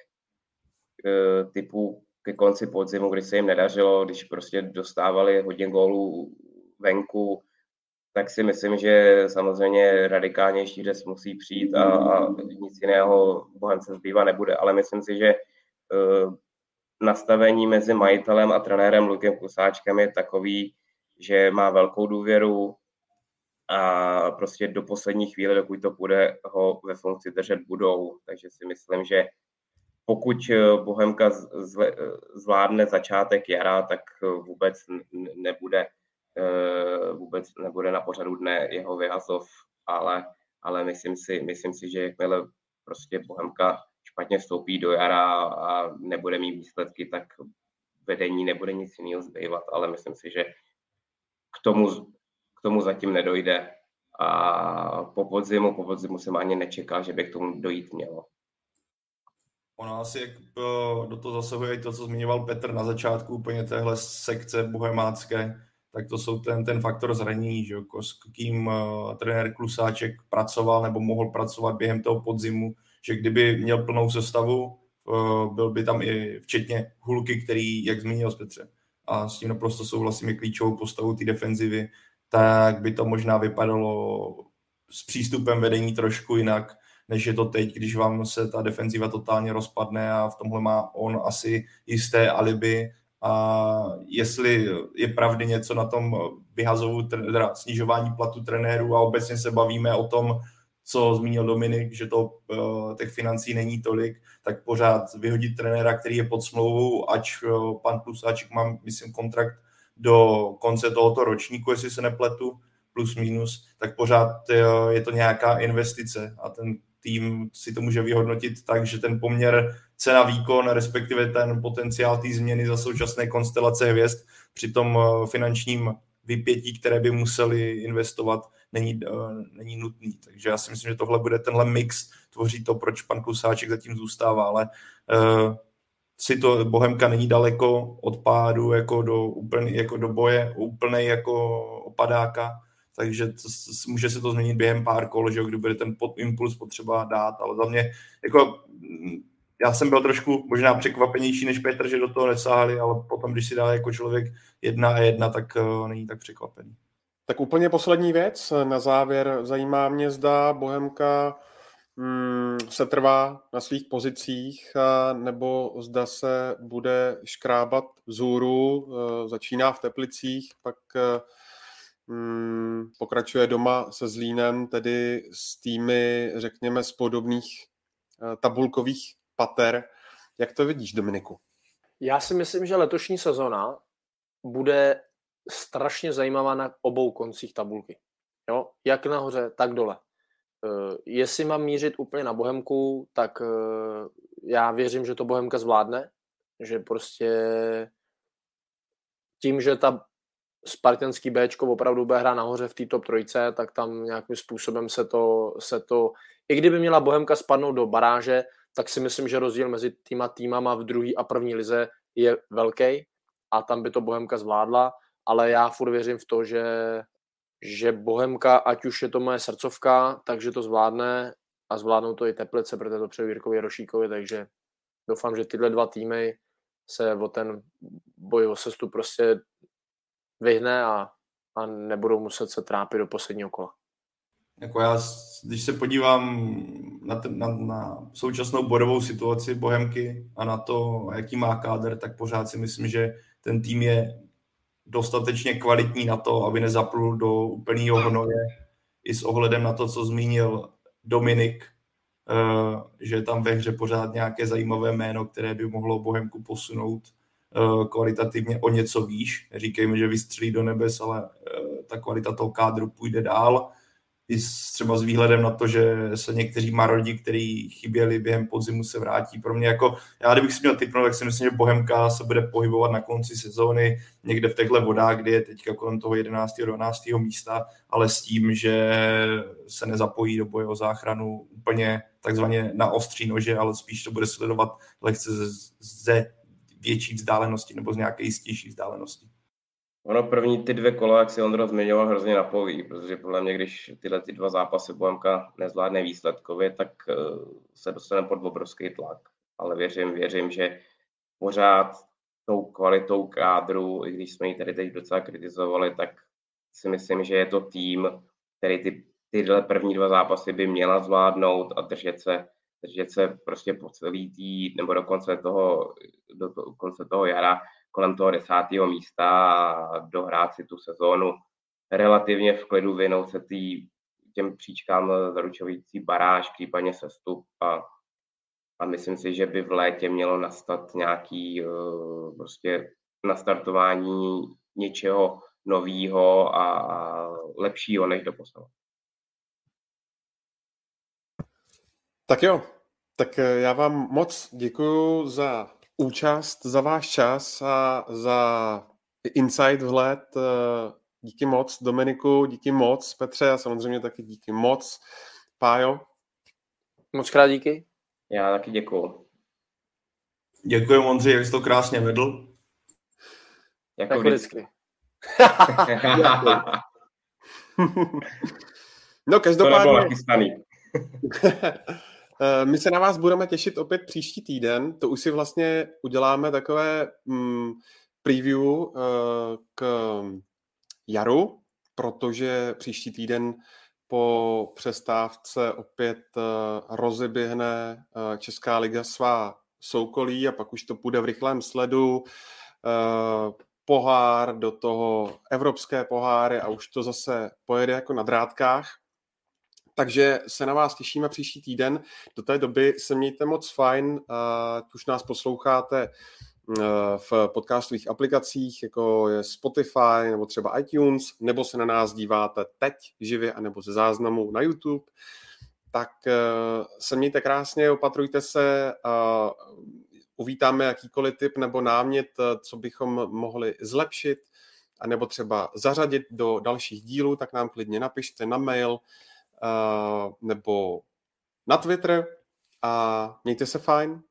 typu ke konci podzimu, kdy se jim nedařilo, když prostě dostávali hodně gólů venku, tak si myslím, že samozřejmě radikálnější řez musí přijít a nic jiného Bohemce zbývá nebude. Ale myslím si, že nastavení mezi majitelem a trenérem Luďkem Klusáčkem je takový, že má velkou důvěru a prostě do poslední chvíle, dokud to půjde, ho ve funkci držet budou. Takže si myslím, že pokud Bohemka zvládne začátek jara, tak vůbec nebude na pořadu dne jeho vyhazov, ale myslím si, že jakmile prostě Bohemka špatně vstoupí do jara a nebude mít výsledky, tak vedení nebude nic jiného zbývat, ale myslím si, že k tomu zatím nedojde a po podzimu jsem ani nečekal, že by k tomu dojít mělo. Ono asi, jak do toho zasahuje i to, co zmiňoval Petr na začátku úplně téhle sekce bohemácké, tak to jsou ten faktor zranění, že s kým trenér Klusáček pracoval nebo mohl pracovat během toho podzimu, že kdyby měl plnou sestavu, byl by tam i včetně Hulky, který, jak zmínil Petře, a s tím naprosto souhlasím, je klíčovou postavou té defenzivy, tak by to možná vypadalo s přístupem vedení trošku jinak, než je to teď, když vám se ta defenziva totálně rozpadne a v tomhle má on asi jisté alibi. A jestli je pravdy něco na tom vyhazovu, teda snižování platu trenérů a obecně se bavíme o tom, co zmínil Dominik, že to těch financí není tolik, tak pořád vyhodit trenéra, který je pod smlouvou, ač pan Klusáček má, myslím, kontrakt do konce tohoto ročníku, jestli se nepletu, plus minus, tak pořád je to nějaká investice a ten tým si to může vyhodnotit tak, že ten poměr cena výkon, respektive ten potenciál té změny za současné konstelace hvězd při tom finančním vypětí, které by museli investovat, není nutný. Takže já si myslím, že tohle bude tenhle mix, tvoří to, proč pan Klusáček zatím zůstává, ale si to Bohemka není daleko od pádu jako do boje, úplnej jako opadáka, takže může se to změnit během pár kol, že kdy bude ten impuls potřeba dát, ale za mě, jako, já jsem byl trošku možná překvapenější než Petr, že do toho nesáhli, ale potom, když si dá jako člověk 1-1, tak není tak překvapený. Tak úplně poslední věc, na závěr zajímá mě, zda Bohemka se trvá na svých pozicích, nebo zda se bude škrábat vzhůru, začíná v Teplicích, pak pokračuje doma se Zlínem, tedy s týmy, řekněme, z podobných tabulkových pater. Jak to vidíš, Dominiku? Já si myslím, že letošní sezona bude strašně zajímavá na obou koncích tabulky. Jo? Jak nahoře, tak dole. Jestli mám mířit úplně na Bohemku, tak já věřím, že to Bohemka zvládne, že prostě tím, že ta spartanský Bčko opravdu bude hrát nahoře v té top 3, tak tam nějakým způsobem se to, i kdyby měla Bohemka spadnout do baráže, tak si myslím, že rozdíl mezi týmama v druhé a první lize je velký a tam by to Bohemka zvládla, ale já furt věřím v to, že Bohemka, ať už je to moje srdcovka, takže to zvládne a zvládnou to i Teplice, protože to přeju Jirkovi Rošíkovi, takže doufám, že tyhle dva týmy se o ten boj o sestup prostě vyhne a nebudou muset se trápit do posledního kola. Jako já, když se podívám na současnou bodovou situaci Bohemky a na to, jaký má kádr, tak pořád si myslím, že ten tým je dostatečně kvalitní na to, aby nezaplul do úplného hnoje. I s ohledem na to, co zmínil Dominik, že je tam ve hře pořád nějaké zajímavé jméno, které by mohlo Bohemku posunout kvalitativně o něco výš. Neříkejme, že vystřelí do nebes, ale ta kvalita toho kádru půjde dál. I třeba s výhledem na to, že se někteří marodí, kteří chyběli během podzimu, se vrátí. Pro mě jako, já kdybych si měl tipnout, tak si myslím, že Bohemka se bude pohybovat na konci sezóny někde v těchto vodách, kdy je teďka kolem toho 11. 12. místa, ale s tím, že se nezapojí do boje o záchranu úplně takzvaně na ostří nože, ale spíš to bude sledovat lehce ze větší vzdálenosti nebo z nějaké jistější vzdálenosti. Ono první ty 2 kola, jak si Ondro zmiňoval, hrozně napoví, protože podle mě, když tyhle 2 zápasy Bohemka nezvládne výsledkově, tak se dostane pod obrovský tlak. Ale věřím, že pořád tou kvalitou kádru, i když jsme ji tady teď docela kritizovali, tak si myslím, že je to tým, který tyhle první 2 zápasy by měla zvládnout a držet se prostě po celý tý, nebo do konce toho jara, kolem toho 10. místa a dohrát si tu sezónu relativně v klidu, věnout se těm příčkám zaručující baráž, případně sestup a myslím si, že by v létě mělo nastat nějaký prostě nastartování něčeho nového a lepšího než doposud. Tak jo, tak já vám moc děkuju za účast, za váš čas a za insight, vhled. Díky moc Dominiku, díky moc Petře a samozřejmě taky díky moc Pájo. Moc krát díky. Já taky děkuju. Děkuji, Ondřej, jak jsi to krásně vedl. Jako vždycky. No každopádně... To nebylo nachystaný. My se na vás budeme těšit opět příští týden. To už si vlastně uděláme takové preview k jaru, protože příští týden po přestávce opět rozeběhne Česká liga svá soukolí a pak už to půjde v rychlém sledu. Pohár, do toho evropské poháry a už to zase pojede jako na drátkách. Takže se na vás těšíme příští týden. Do té doby se mějte moc fajn, už nás posloucháte v podcastových aplikacích, jako je Spotify nebo třeba iTunes, nebo se na nás díváte teď živě, anebo ze záznamu na YouTube. Tak se mějte krásně, opatrujte se, uvítáme jakýkoliv tip nebo námět, co bychom mohli zlepšit, anebo třeba zařadit do dalších dílů, tak nám klidně napište na mail, nebo na Twitter a mějte se fajn.